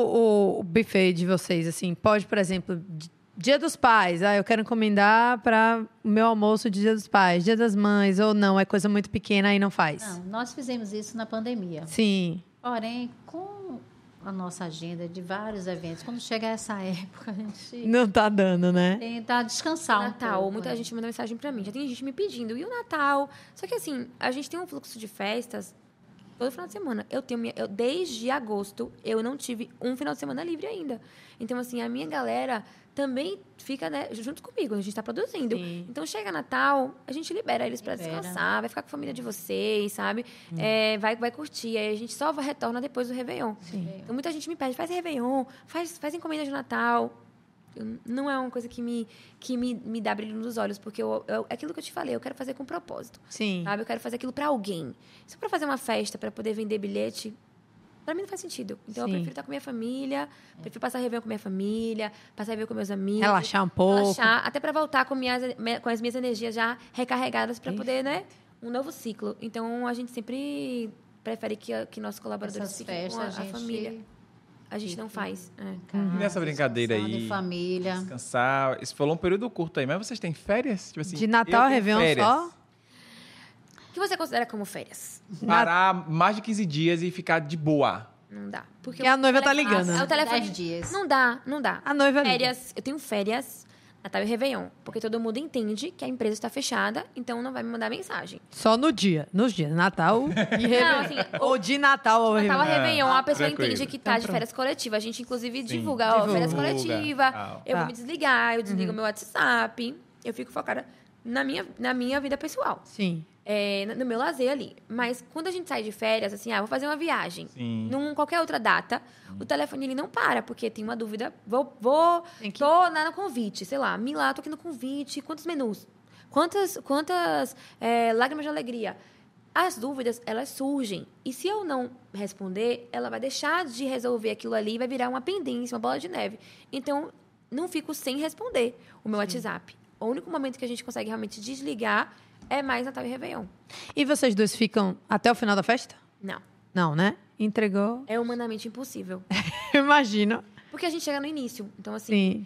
o buffet de vocês, assim, pode, por exemplo, Dia dos Pais, eu quero encomendar para o meu almoço de Dia dos Pais, Dia das Mães, ou não, é coisa muito pequena aí não faz? Não, nós fizemos isso na pandemia. Sim. Porém, com a nossa agenda de vários eventos, quando chega essa época, a gente Não tá dando, né? tenta descansar Natal, um pouco. muita gente manda mensagem pra mim. Já tem gente me pedindo. E o Natal? Só que assim, a gente tem um fluxo de festas todo final de semana. Desde agosto, eu não tive um final de semana livre ainda. Então, assim, a minha galera também fica, né, junto comigo. A gente tá produzindo. Sim. Então, chega Natal, a gente libera eles pra Libera. descansar. Vai ficar com a família de vocês, sabe? Vai curtir. Aí a gente só retorna depois do Réveillon. Então, muita gente me pede, faz Réveillon, faz encomenda de Natal. Não é uma coisa que me dá brilho nos olhos, porque é aquilo que eu te falei, eu quero fazer com propósito. Sim. Sabe? Eu quero fazer aquilo pra alguém. Se for pra fazer uma festa, pra poder vender bilhete, pra mim não faz sentido. Então, Sim. eu prefiro estar com minha família, prefiro passar Réveillon com minha família, passar Réveillon com meus amigos. Relaxar um pouco. Relaxar, até pra voltar com as minhas energias já recarregadas pra poder, né? Um novo ciclo. Então, a gente sempre prefere que nossos colaboradores Essas fiquem com festas, a família. A gente não faz. Nessa brincadeira descansando aí. em família. Descansar. Isso falou um período curto aí, mas vocês têm férias? Tipo assim, De Natal eu a tenho Réveillon férias. só? O que você considera como férias? Parar mais de 15 dias e ficar de boa. Não dá. Porque a noiva tá ligando. É o telefone. 10 dias. Não dá. A noiva liga. Férias, eu tenho férias, Natal e Réveillon. Porque todo mundo entende que a empresa está fechada, então não vai me mandar mensagem. Só nos dias. Natal e Réveillon. assim, Ou de Natal ao Natal a Réveillon. Réveillon, a pessoa tranquilo. entende que tá de férias coletivas. A gente, inclusive, divulga, Divulga. férias coletivas. Eu Tá. vou me desligar, eu desligo meu WhatsApp. Eu fico focada na minha vida pessoal. Sim. No meu lazer ali. Mas quando a gente sai de férias, assim, vou fazer uma viagem. Sim. Num qualquer outra data, o telefone ele não para, porque tem uma dúvida. Tem que- Tô lá no convite, sei lá, Milá, tô aqui no convite, quantos menus? Quantas lágrimas de alegria? As dúvidas, elas surgem. E se eu não responder, ela vai deixar de resolver aquilo ali e vai virar uma pendência, uma bola de neve. Então, não fico sem responder o meu WhatsApp. O único momento que a gente consegue realmente desligar é mais Natal e Réveillon. E vocês dois ficam até o final da festa? Não. Não, né? Entregou. É humanamente impossível. Imagino. Porque a gente chega no início. Então, assim, Sim.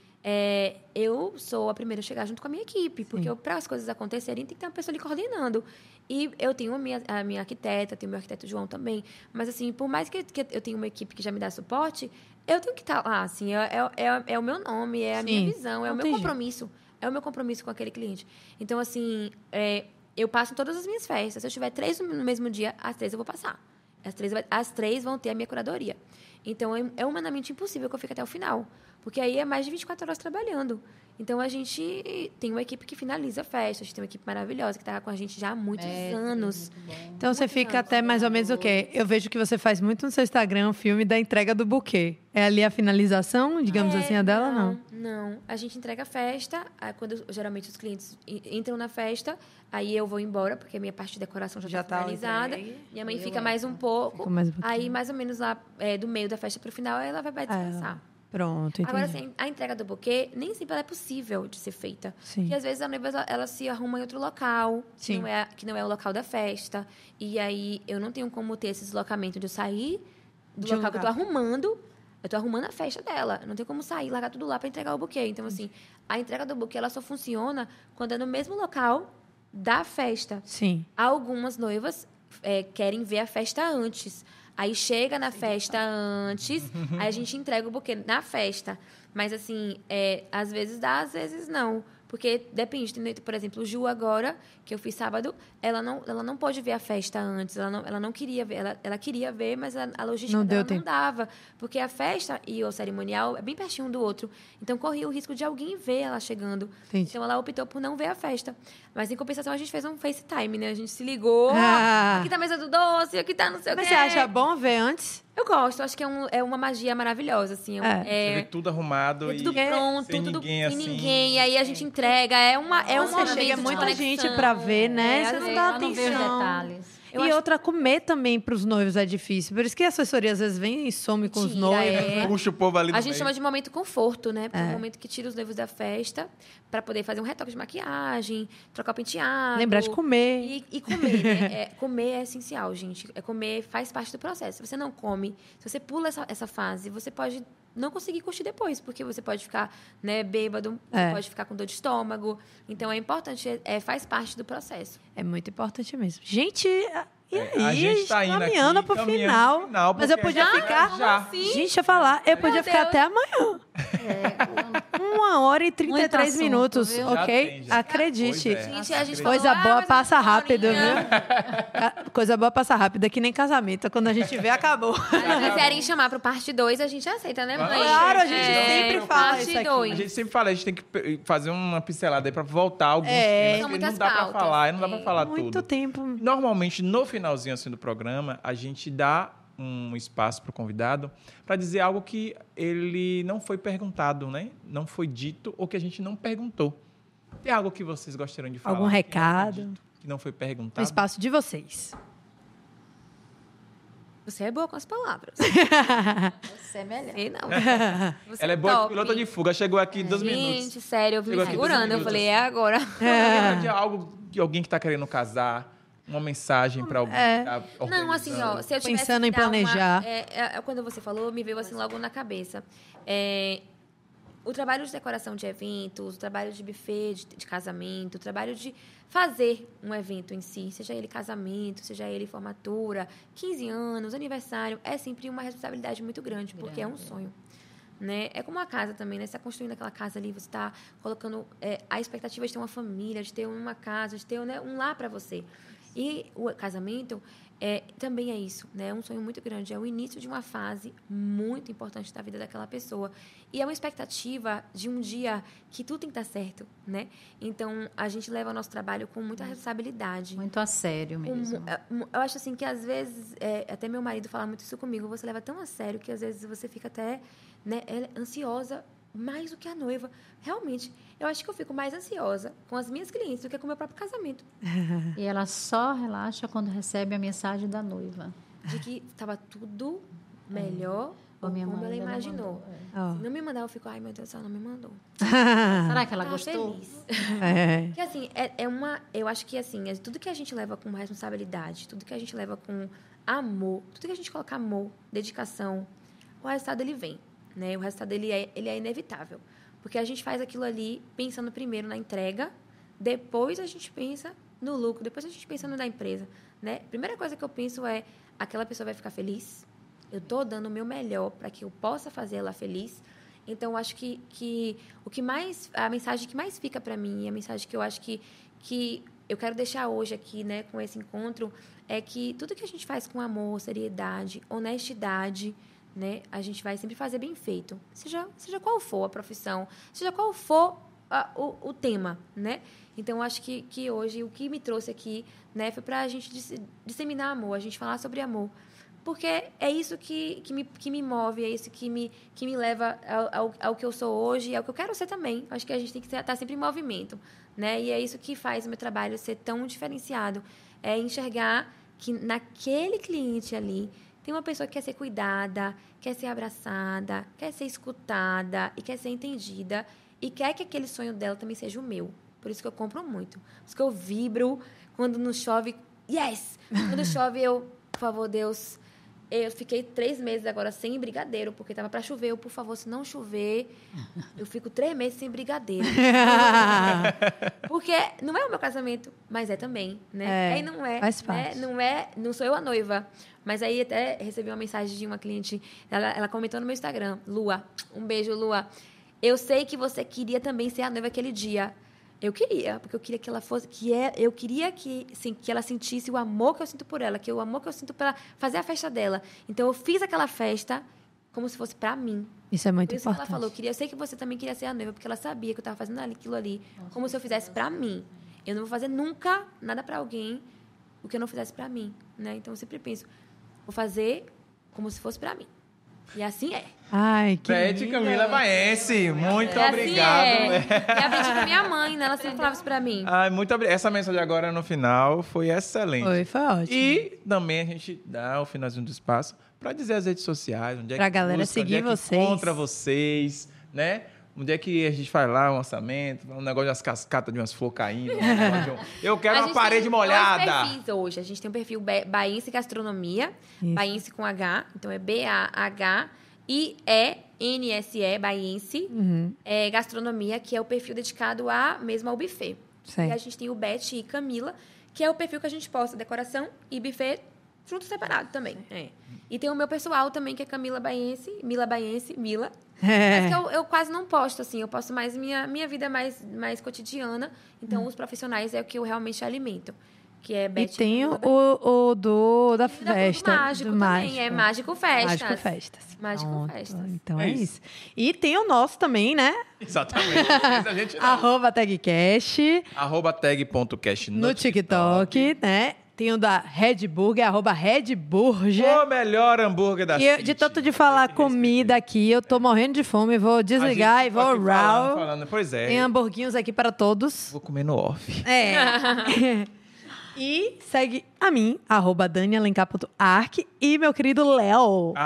eu sou a primeira a chegar junto com a minha equipe. Porque para as coisas acontecerem, tem que ter uma pessoa ali coordenando. E eu tenho a minha arquiteta, tenho o meu arquiteto João também. Mas, assim, por mais que eu tenha uma equipe que já me dá suporte, eu tenho que estar lá, assim. É o meu nome, é a minha Sim. visão, é Não o meu tem jeito. compromisso. É o meu compromisso com aquele cliente. Então, assim, eu passo em todas as minhas festas. Se eu tiver 3 no mesmo dia, as 3 eu vou passar. As 3 vão ter a minha curadoria. Então, é humanamente impossível que eu fique até o final. Porque aí é mais de 24 horas trabalhando. Então, a gente tem uma equipe que finaliza a festa. A gente tem uma equipe maravilhosa que está com a gente já há muitos anos. Então você fica até mais ou menos o quê? Eu vejo que você faz muito no seu Instagram o filme da entrega do buquê. É ali a finalização, digamos assim, a dela, não? Não. A gente entrega a festa. Aí quando geralmente os clientes entram na festa, aí eu vou embora, porque a minha parte de decoração já está finalizada. entregue. Minha mãe fica mais um pouco. Fica mais um pouquinho. Aí, mais ou menos lá do meio da festa para o final, ela vai descansar. Pronto, entendi. Agora, assim, a entrega do buquê nem sempre ela é possível de ser feita. Sim. Porque, às vezes, a noiva ela se arruma em outro local, Sim. que não é o local da festa. E aí, eu não tenho como ter esse deslocamento de eu sair do De um local que eu tô lugar. arrumando. Eu tô arrumando a festa dela. Eu não tenho como sair, largar tudo lá para entregar o buquê. Então, assim, a entrega do buquê, ela só funciona quando é no mesmo local da festa. Sim. Algumas noivas querem ver a festa antes. Aí chega na festa antes, aí a gente entrega o buquê na festa. Mas, assim, às vezes dá, às vezes não. Porque depende, por exemplo, o Ju agora, que eu fiz sábado, ela não pôde ver a festa antes, ela não queria ver, ela queria ver, mas a logística Não dela deu tempo. não dava, porque a festa e o cerimonial é bem pertinho um do outro, então corria o risco de alguém ver ela chegando. Entendi. Então ela optou por não ver a festa. Mas em compensação a gente fez um FaceTime, né? A gente se ligou, aqui tá a mesa do doce, aqui tá não sei o Mas quê. você acha bom ver antes? Eu gosto, acho que é uma magia maravilhosa, assim. Você vê tudo arrumado É tudo e pronto, sem tudo ninguém sem assim. ninguém. E aí a gente entrega. É um Você momento chega de muita conexão. gente pra ver, né? É, Você às não vezes dá Eu não vejo atenção. detalhes. E outra, comer também pros noivos é difícil. Por isso que a assessoria às vezes vem e some com os Tira, noivos. é. Puxa o povo ali no A gente meio. chama de momento conforto, né? Porque é um momento que tira os noivos da festa pra poder fazer um retoque de maquiagem, trocar o penteado. Lembrar de comer. E comer, né? Comer é essencial, gente. Comer faz parte do processo. Se você não come, se você pula essa fase, você pode não conseguir curtir depois, porque você pode ficar, né, bêbado, você pode ficar com dor de estômago. Então, é importante, faz parte do processo. É muito importante mesmo. Gente, e aí? A gente tá indo caminhando aqui, pro caminhando final. pro final, Mas eu porque podia já- ficar... já. Gente, deixa eu falar. Eu podia ficar Deus. até amanhã. 1h e 33 assunto, minutos, viu? ok? Já tem, já. Acredite. Pois é. Gente, a gente Coisa falou, boa mas passa uma rápido, horinha. viu? Coisa boa passa rápido, é que nem casamento. Quando a gente vê, acabou. Se quiserem chamar pro parte 2, a gente aceita, né, mãe? Claro, a gente sempre fala parte isso aqui. 2. A gente sempre fala, a gente tem que fazer uma pincelada aí pra voltar alguns É. temas, São porque muitas não dá pra pautas. falar, não dá pra falar Muito tudo. tempo. Normalmente, no finalzinho assim do programa, a gente dá um espaço para o convidado para dizer algo que ele não foi perguntado, né? Não foi dito ou que a gente não perguntou. Tem algo que vocês gostariam de falar? Algum que não foi recado? dito, que não foi No perguntado? espaço de vocês. Você é boa com as palavras. Você é melhor. Sei não. Você Ela é boa top. pilota de fuga, chegou aqui em 2 minutos. Gente, sério, eu vim Chegou me aqui 2 segurando. Eu minutos. falei, é agora. Lembra de algo de alguém que está querendo casar? Uma mensagem para alguém que tá Não, assim, ó, se eu tivesse Pensando que em dar uma- planejar. quando você falou, me veio assim logo na cabeça. O trabalho de decoração de eventos, o trabalho de buffet de casamento, o trabalho de fazer um evento em si, seja ele casamento, seja ele formatura, 15 anos, aniversário, é sempre uma responsabilidade muito grande, porque é um sonho. Né? É como uma casa também, né? Você está construindo aquela casa ali, você está colocando a expectativa de ter uma família, de ter uma casa, de ter, né, um lar para você. E o casamento também é isso, né? É um sonho muito grande, é o início de uma fase muito importante da vida daquela pessoa. E é uma expectativa de um dia que tudo tem que estar certo, né? Então, a gente leva o nosso trabalho com muita responsabilidade. Muito a sério mesmo. Eu acho assim que, às vezes, até meu marido fala muito isso comigo, você leva tão a sério que, às vezes, você fica até, né, ansiosa mais do que a noiva. Realmente, eu acho que eu fico mais ansiosa com as minhas clientes do que com o meu próprio casamento. E ela só relaxa quando recebe a mensagem da noiva. De que estava tudo melhor Ou minha como mãe ela ainda não imaginou. Ó. Se não me mandar, eu fico, ai, meu Deus, ela não me mandou. Será que ela Tá gostou? feliz. É. Porque, assim, eu acho que, assim, tudo que a gente leva com responsabilidade, tudo que a gente leva com amor, tudo que a gente coloca amor, dedicação, o resultado, ele vem, né? O resultado, ele é inevitável. Porque a gente faz aquilo ali pensando primeiro na entrega, depois a gente pensa no lucro, depois a gente pensa no da empresa, né? Primeira coisa que eu penso é, aquela pessoa vai ficar feliz? Eu estou dando o meu melhor para que eu possa fazer ela feliz. Então, eu acho que o que mais, a mensagem que mais fica para mim, a mensagem que eu acho que eu quero deixar hoje aqui, né, com esse encontro, é que tudo que a gente faz com amor, seriedade, honestidade, né, a gente vai sempre fazer bem feito. Seja qual for a profissão, seja qual for o tema, né? Então, eu acho que hoje o que me trouxe aqui, né, foi para a gente disseminar amor, a gente falar sobre amor. Porque é isso que me move, é isso que me leva ao que eu sou hoje e ao que eu quero ser também. Acho que a gente tem que estar sempre em movimento, né? E é isso que faz o meu trabalho ser tão diferenciado. É enxergar que naquele cliente ali tem uma pessoa que quer ser cuidada, quer ser abraçada, quer ser escutada e quer ser entendida e quer que aquele sonho dela também seja o meu. Por isso que eu compro muito. Por isso que eu vibro quando não chove. Yes! Quando chove, por favor, Deus... Eu fiquei 3 meses agora sem brigadeiro, porque estava para chover. Eu, por favor, se não chover, eu fico 3 meses sem brigadeiro. Porque não é o meu casamento, mas é também, né? Aí não é. Faz parte. Né? Não sou eu a noiva. Mas aí até recebi uma mensagem de uma cliente, ela comentou no meu Instagram, Lua, um beijo, Lua. Eu sei que você queria também ser a noiva aquele dia, Eu queria, porque eu queria que ela fosse... eu queria que ela sentisse o amor que eu sinto por ela, o amor que eu sinto para fazer a festa dela. Então, eu fiz aquela festa como se fosse para mim. Isso é muito Por isso importante. que ela falou, eu sei que você também queria ser a noiva, porque ela sabia que eu estava fazendo aquilo ali, como se eu fizesse para mim. Eu não vou fazer nunca nada para alguém o que eu não fizesse para mim, né? Então, eu sempre penso, vou fazer como se fosse para mim. E assim é. Ai, que Beth linda. Camila Baense, muito E obrigado. assim é. E aprendi com a minha mãe, né? Ela sempre falava isso para mim. Ai, muito obrigado. Essa mensagem agora no final foi excelente. Foi ótimo. E também a gente dá o finalzinho do espaço para dizer as redes sociais, onde é Pra que galera busca, seguir onde é que vocês. encontra vocês, né? Onde é que a gente faz lá um lançamento, um negócio de umas cascatas de umas flores caindo. Eu quero A uma gente parede tem molhada. dois perfis hoje. A gente tem um perfil Baense Gastronomia, Isso. Baense com H, então é BAHIENSE, Baense, Gastronomia, que é o perfil dedicado mesmo ao buffet. Certo. E a gente tem o Beth e Camila, que é o perfil que a gente posta decoração e buffet junto separado também. É. E tem o meu pessoal também, que é Camila Baense, Mila Baense, Mila. Mas que eu quase não posto, assim. Eu posto mais minha vida mais cotidiana. Então, os profissionais é o que eu realmente alimento. Que é E Beth tem Camila, o da do festa. Mágico do também. É Mágico Festas. Mágico Festas. Mágico Pronto. Festas. Então É é isso. isso. E tem o nosso também, né? Exatamente. Esse a gente não. @tagcast @tag.cast no TikTok, né? Tem o da Red Burger, @redburger. O melhor hambúrguer da E eu, City. de tanto de falar Tem que respeitar. comida aqui, eu tô morrendo de fome, vou A desligar gente e vou ficou aqui raw. falando. Pois é. Tem hamburguinhos aqui para todos. Vou comer no off. É. E segue a mim, @danialencar.arc e meu querido Léo.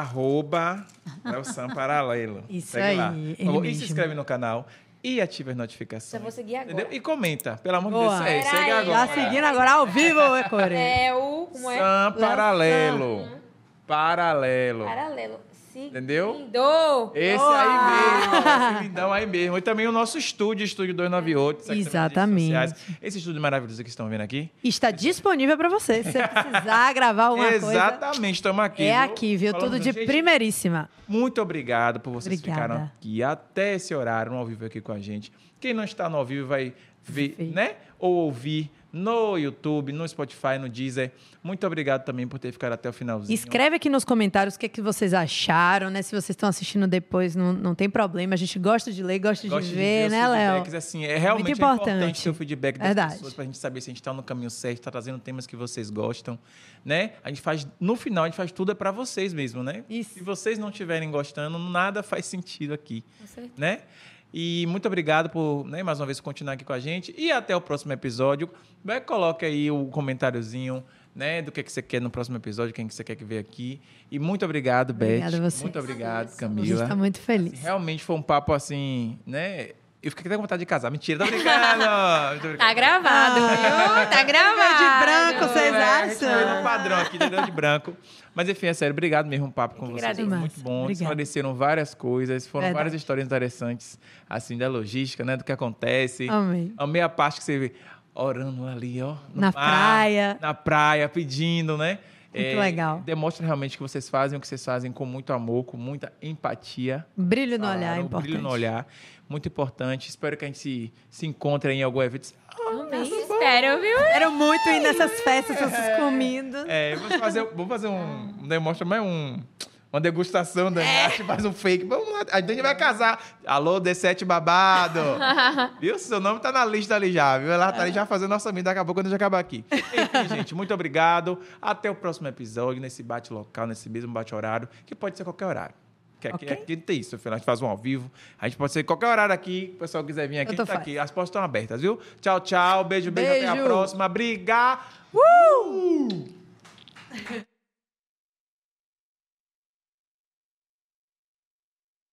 @LeoSam Paralelo. Isso Segue aí, lá. ele Por favor, e mesmo. se inscreve no canal e ativa as notificações. Já vou seguir agora. Entendeu? E comenta, pelo amor de Boa. Deus. Segue Peraí. agora. Tá seguindo agora ao vivo, Core. É o... Como é? Sam Paralelo. Paralelo. Paralelo. Entendeu? Seguindo. Esse aí mesmo, esse lindão aí mesmo. E também o nosso estúdio 298. segue também nas redes Exatamente. sociais. Esse estúdio maravilhoso que estão vendo aqui. Está disponível para você. Se você precisar gravar alguma coisa, Exatamente, estamos aqui. é aqui, viu? Falando Tudo com de gente. primeiríssima. Muito obrigado por vocês Obrigada. ficaram aqui até esse horário no ao vivo aqui com a gente. Quem não está no ao vivo vai ver, Perfeito. né? Ou ouvir no YouTube, no Spotify, no Deezer. Muito obrigado também por ter ficado até o finalzinho. Escreve aqui nos comentários o que, é que vocês acharam, né? Se vocês estão assistindo depois, não tem problema. A gente gosta de ler, gosta Gosto de ver, os né, Léo? feedbacks, assim, é realmente Muito importante importante. ter o feedback das Verdade. pessoas pra gente saber se a gente está no caminho certo, está trazendo temas que vocês gostam, né? A gente faz, no final, a gente faz tudo é para vocês mesmo, né? Isso. Se vocês não estiverem gostando, nada faz sentido aqui, Com certeza. né? E muito obrigado por, né, mais uma vez, continuar aqui com a gente. E até o próximo episódio. Coloca aí o comentáriozinho, né, do que você quer no próximo episódio, quem que você quer que veja aqui. E muito obrigado, Obrigada Beth. a vocês. Muito obrigado, A gente Camila. está muito feliz. Realmente foi um papo assim, né? Eu fiquei até com vontade de casar. Mentira, tô brincando. Tô brincando. Tá gravado, viu? Tá gravado. de branco, vocês A gente acham? veio no padrão aqui, entendeu? De branco. Mas enfim, é sério, obrigado mesmo, um papo com que vocês. agradeço. Foi muito bom. Obrigada. Esclareceram várias coisas, foram Verdade. várias histórias interessantes, assim, da logística, né? Do que acontece. Amei. Amei a parte que você vê orando ali, ó. no Na mar, praia. Na praia, pedindo, né? Muito legal. Demonstra realmente que vocês fazem o que vocês fazem com muito amor, com muita empatia. Brilho no olhar é Falaram, importante. Brilho no olhar. Muito importante. Espero que a gente se encontre em algum evento. Também espero, viu? Quero muito ir nessas festas, essas comidas. Vamos fazer um demonstra mais uma degustação da a gente faz um fake. Vamos lá, a gente vai casar. Alô, D7 babado. Viu? Seu nome tá na lista ali já, viu? Ela tá ali já fazendo nossa vida, acabou quando a gente acabar aqui. Enfim, gente, muito obrigado. Até o próximo episódio, nesse bate local, nesse mesmo bate horário, que pode ser qualquer horário. Que Ok. aqui não tem isso, afinal, a gente faz um ao vivo. A gente pode ser qualquer horário aqui. O pessoal quiser vir aqui, Tanto tá faz. aqui. As portas estão abertas, viu? Tchau, tchau. Beijo, beijo. Até a Beijo. próxima. Obrigado.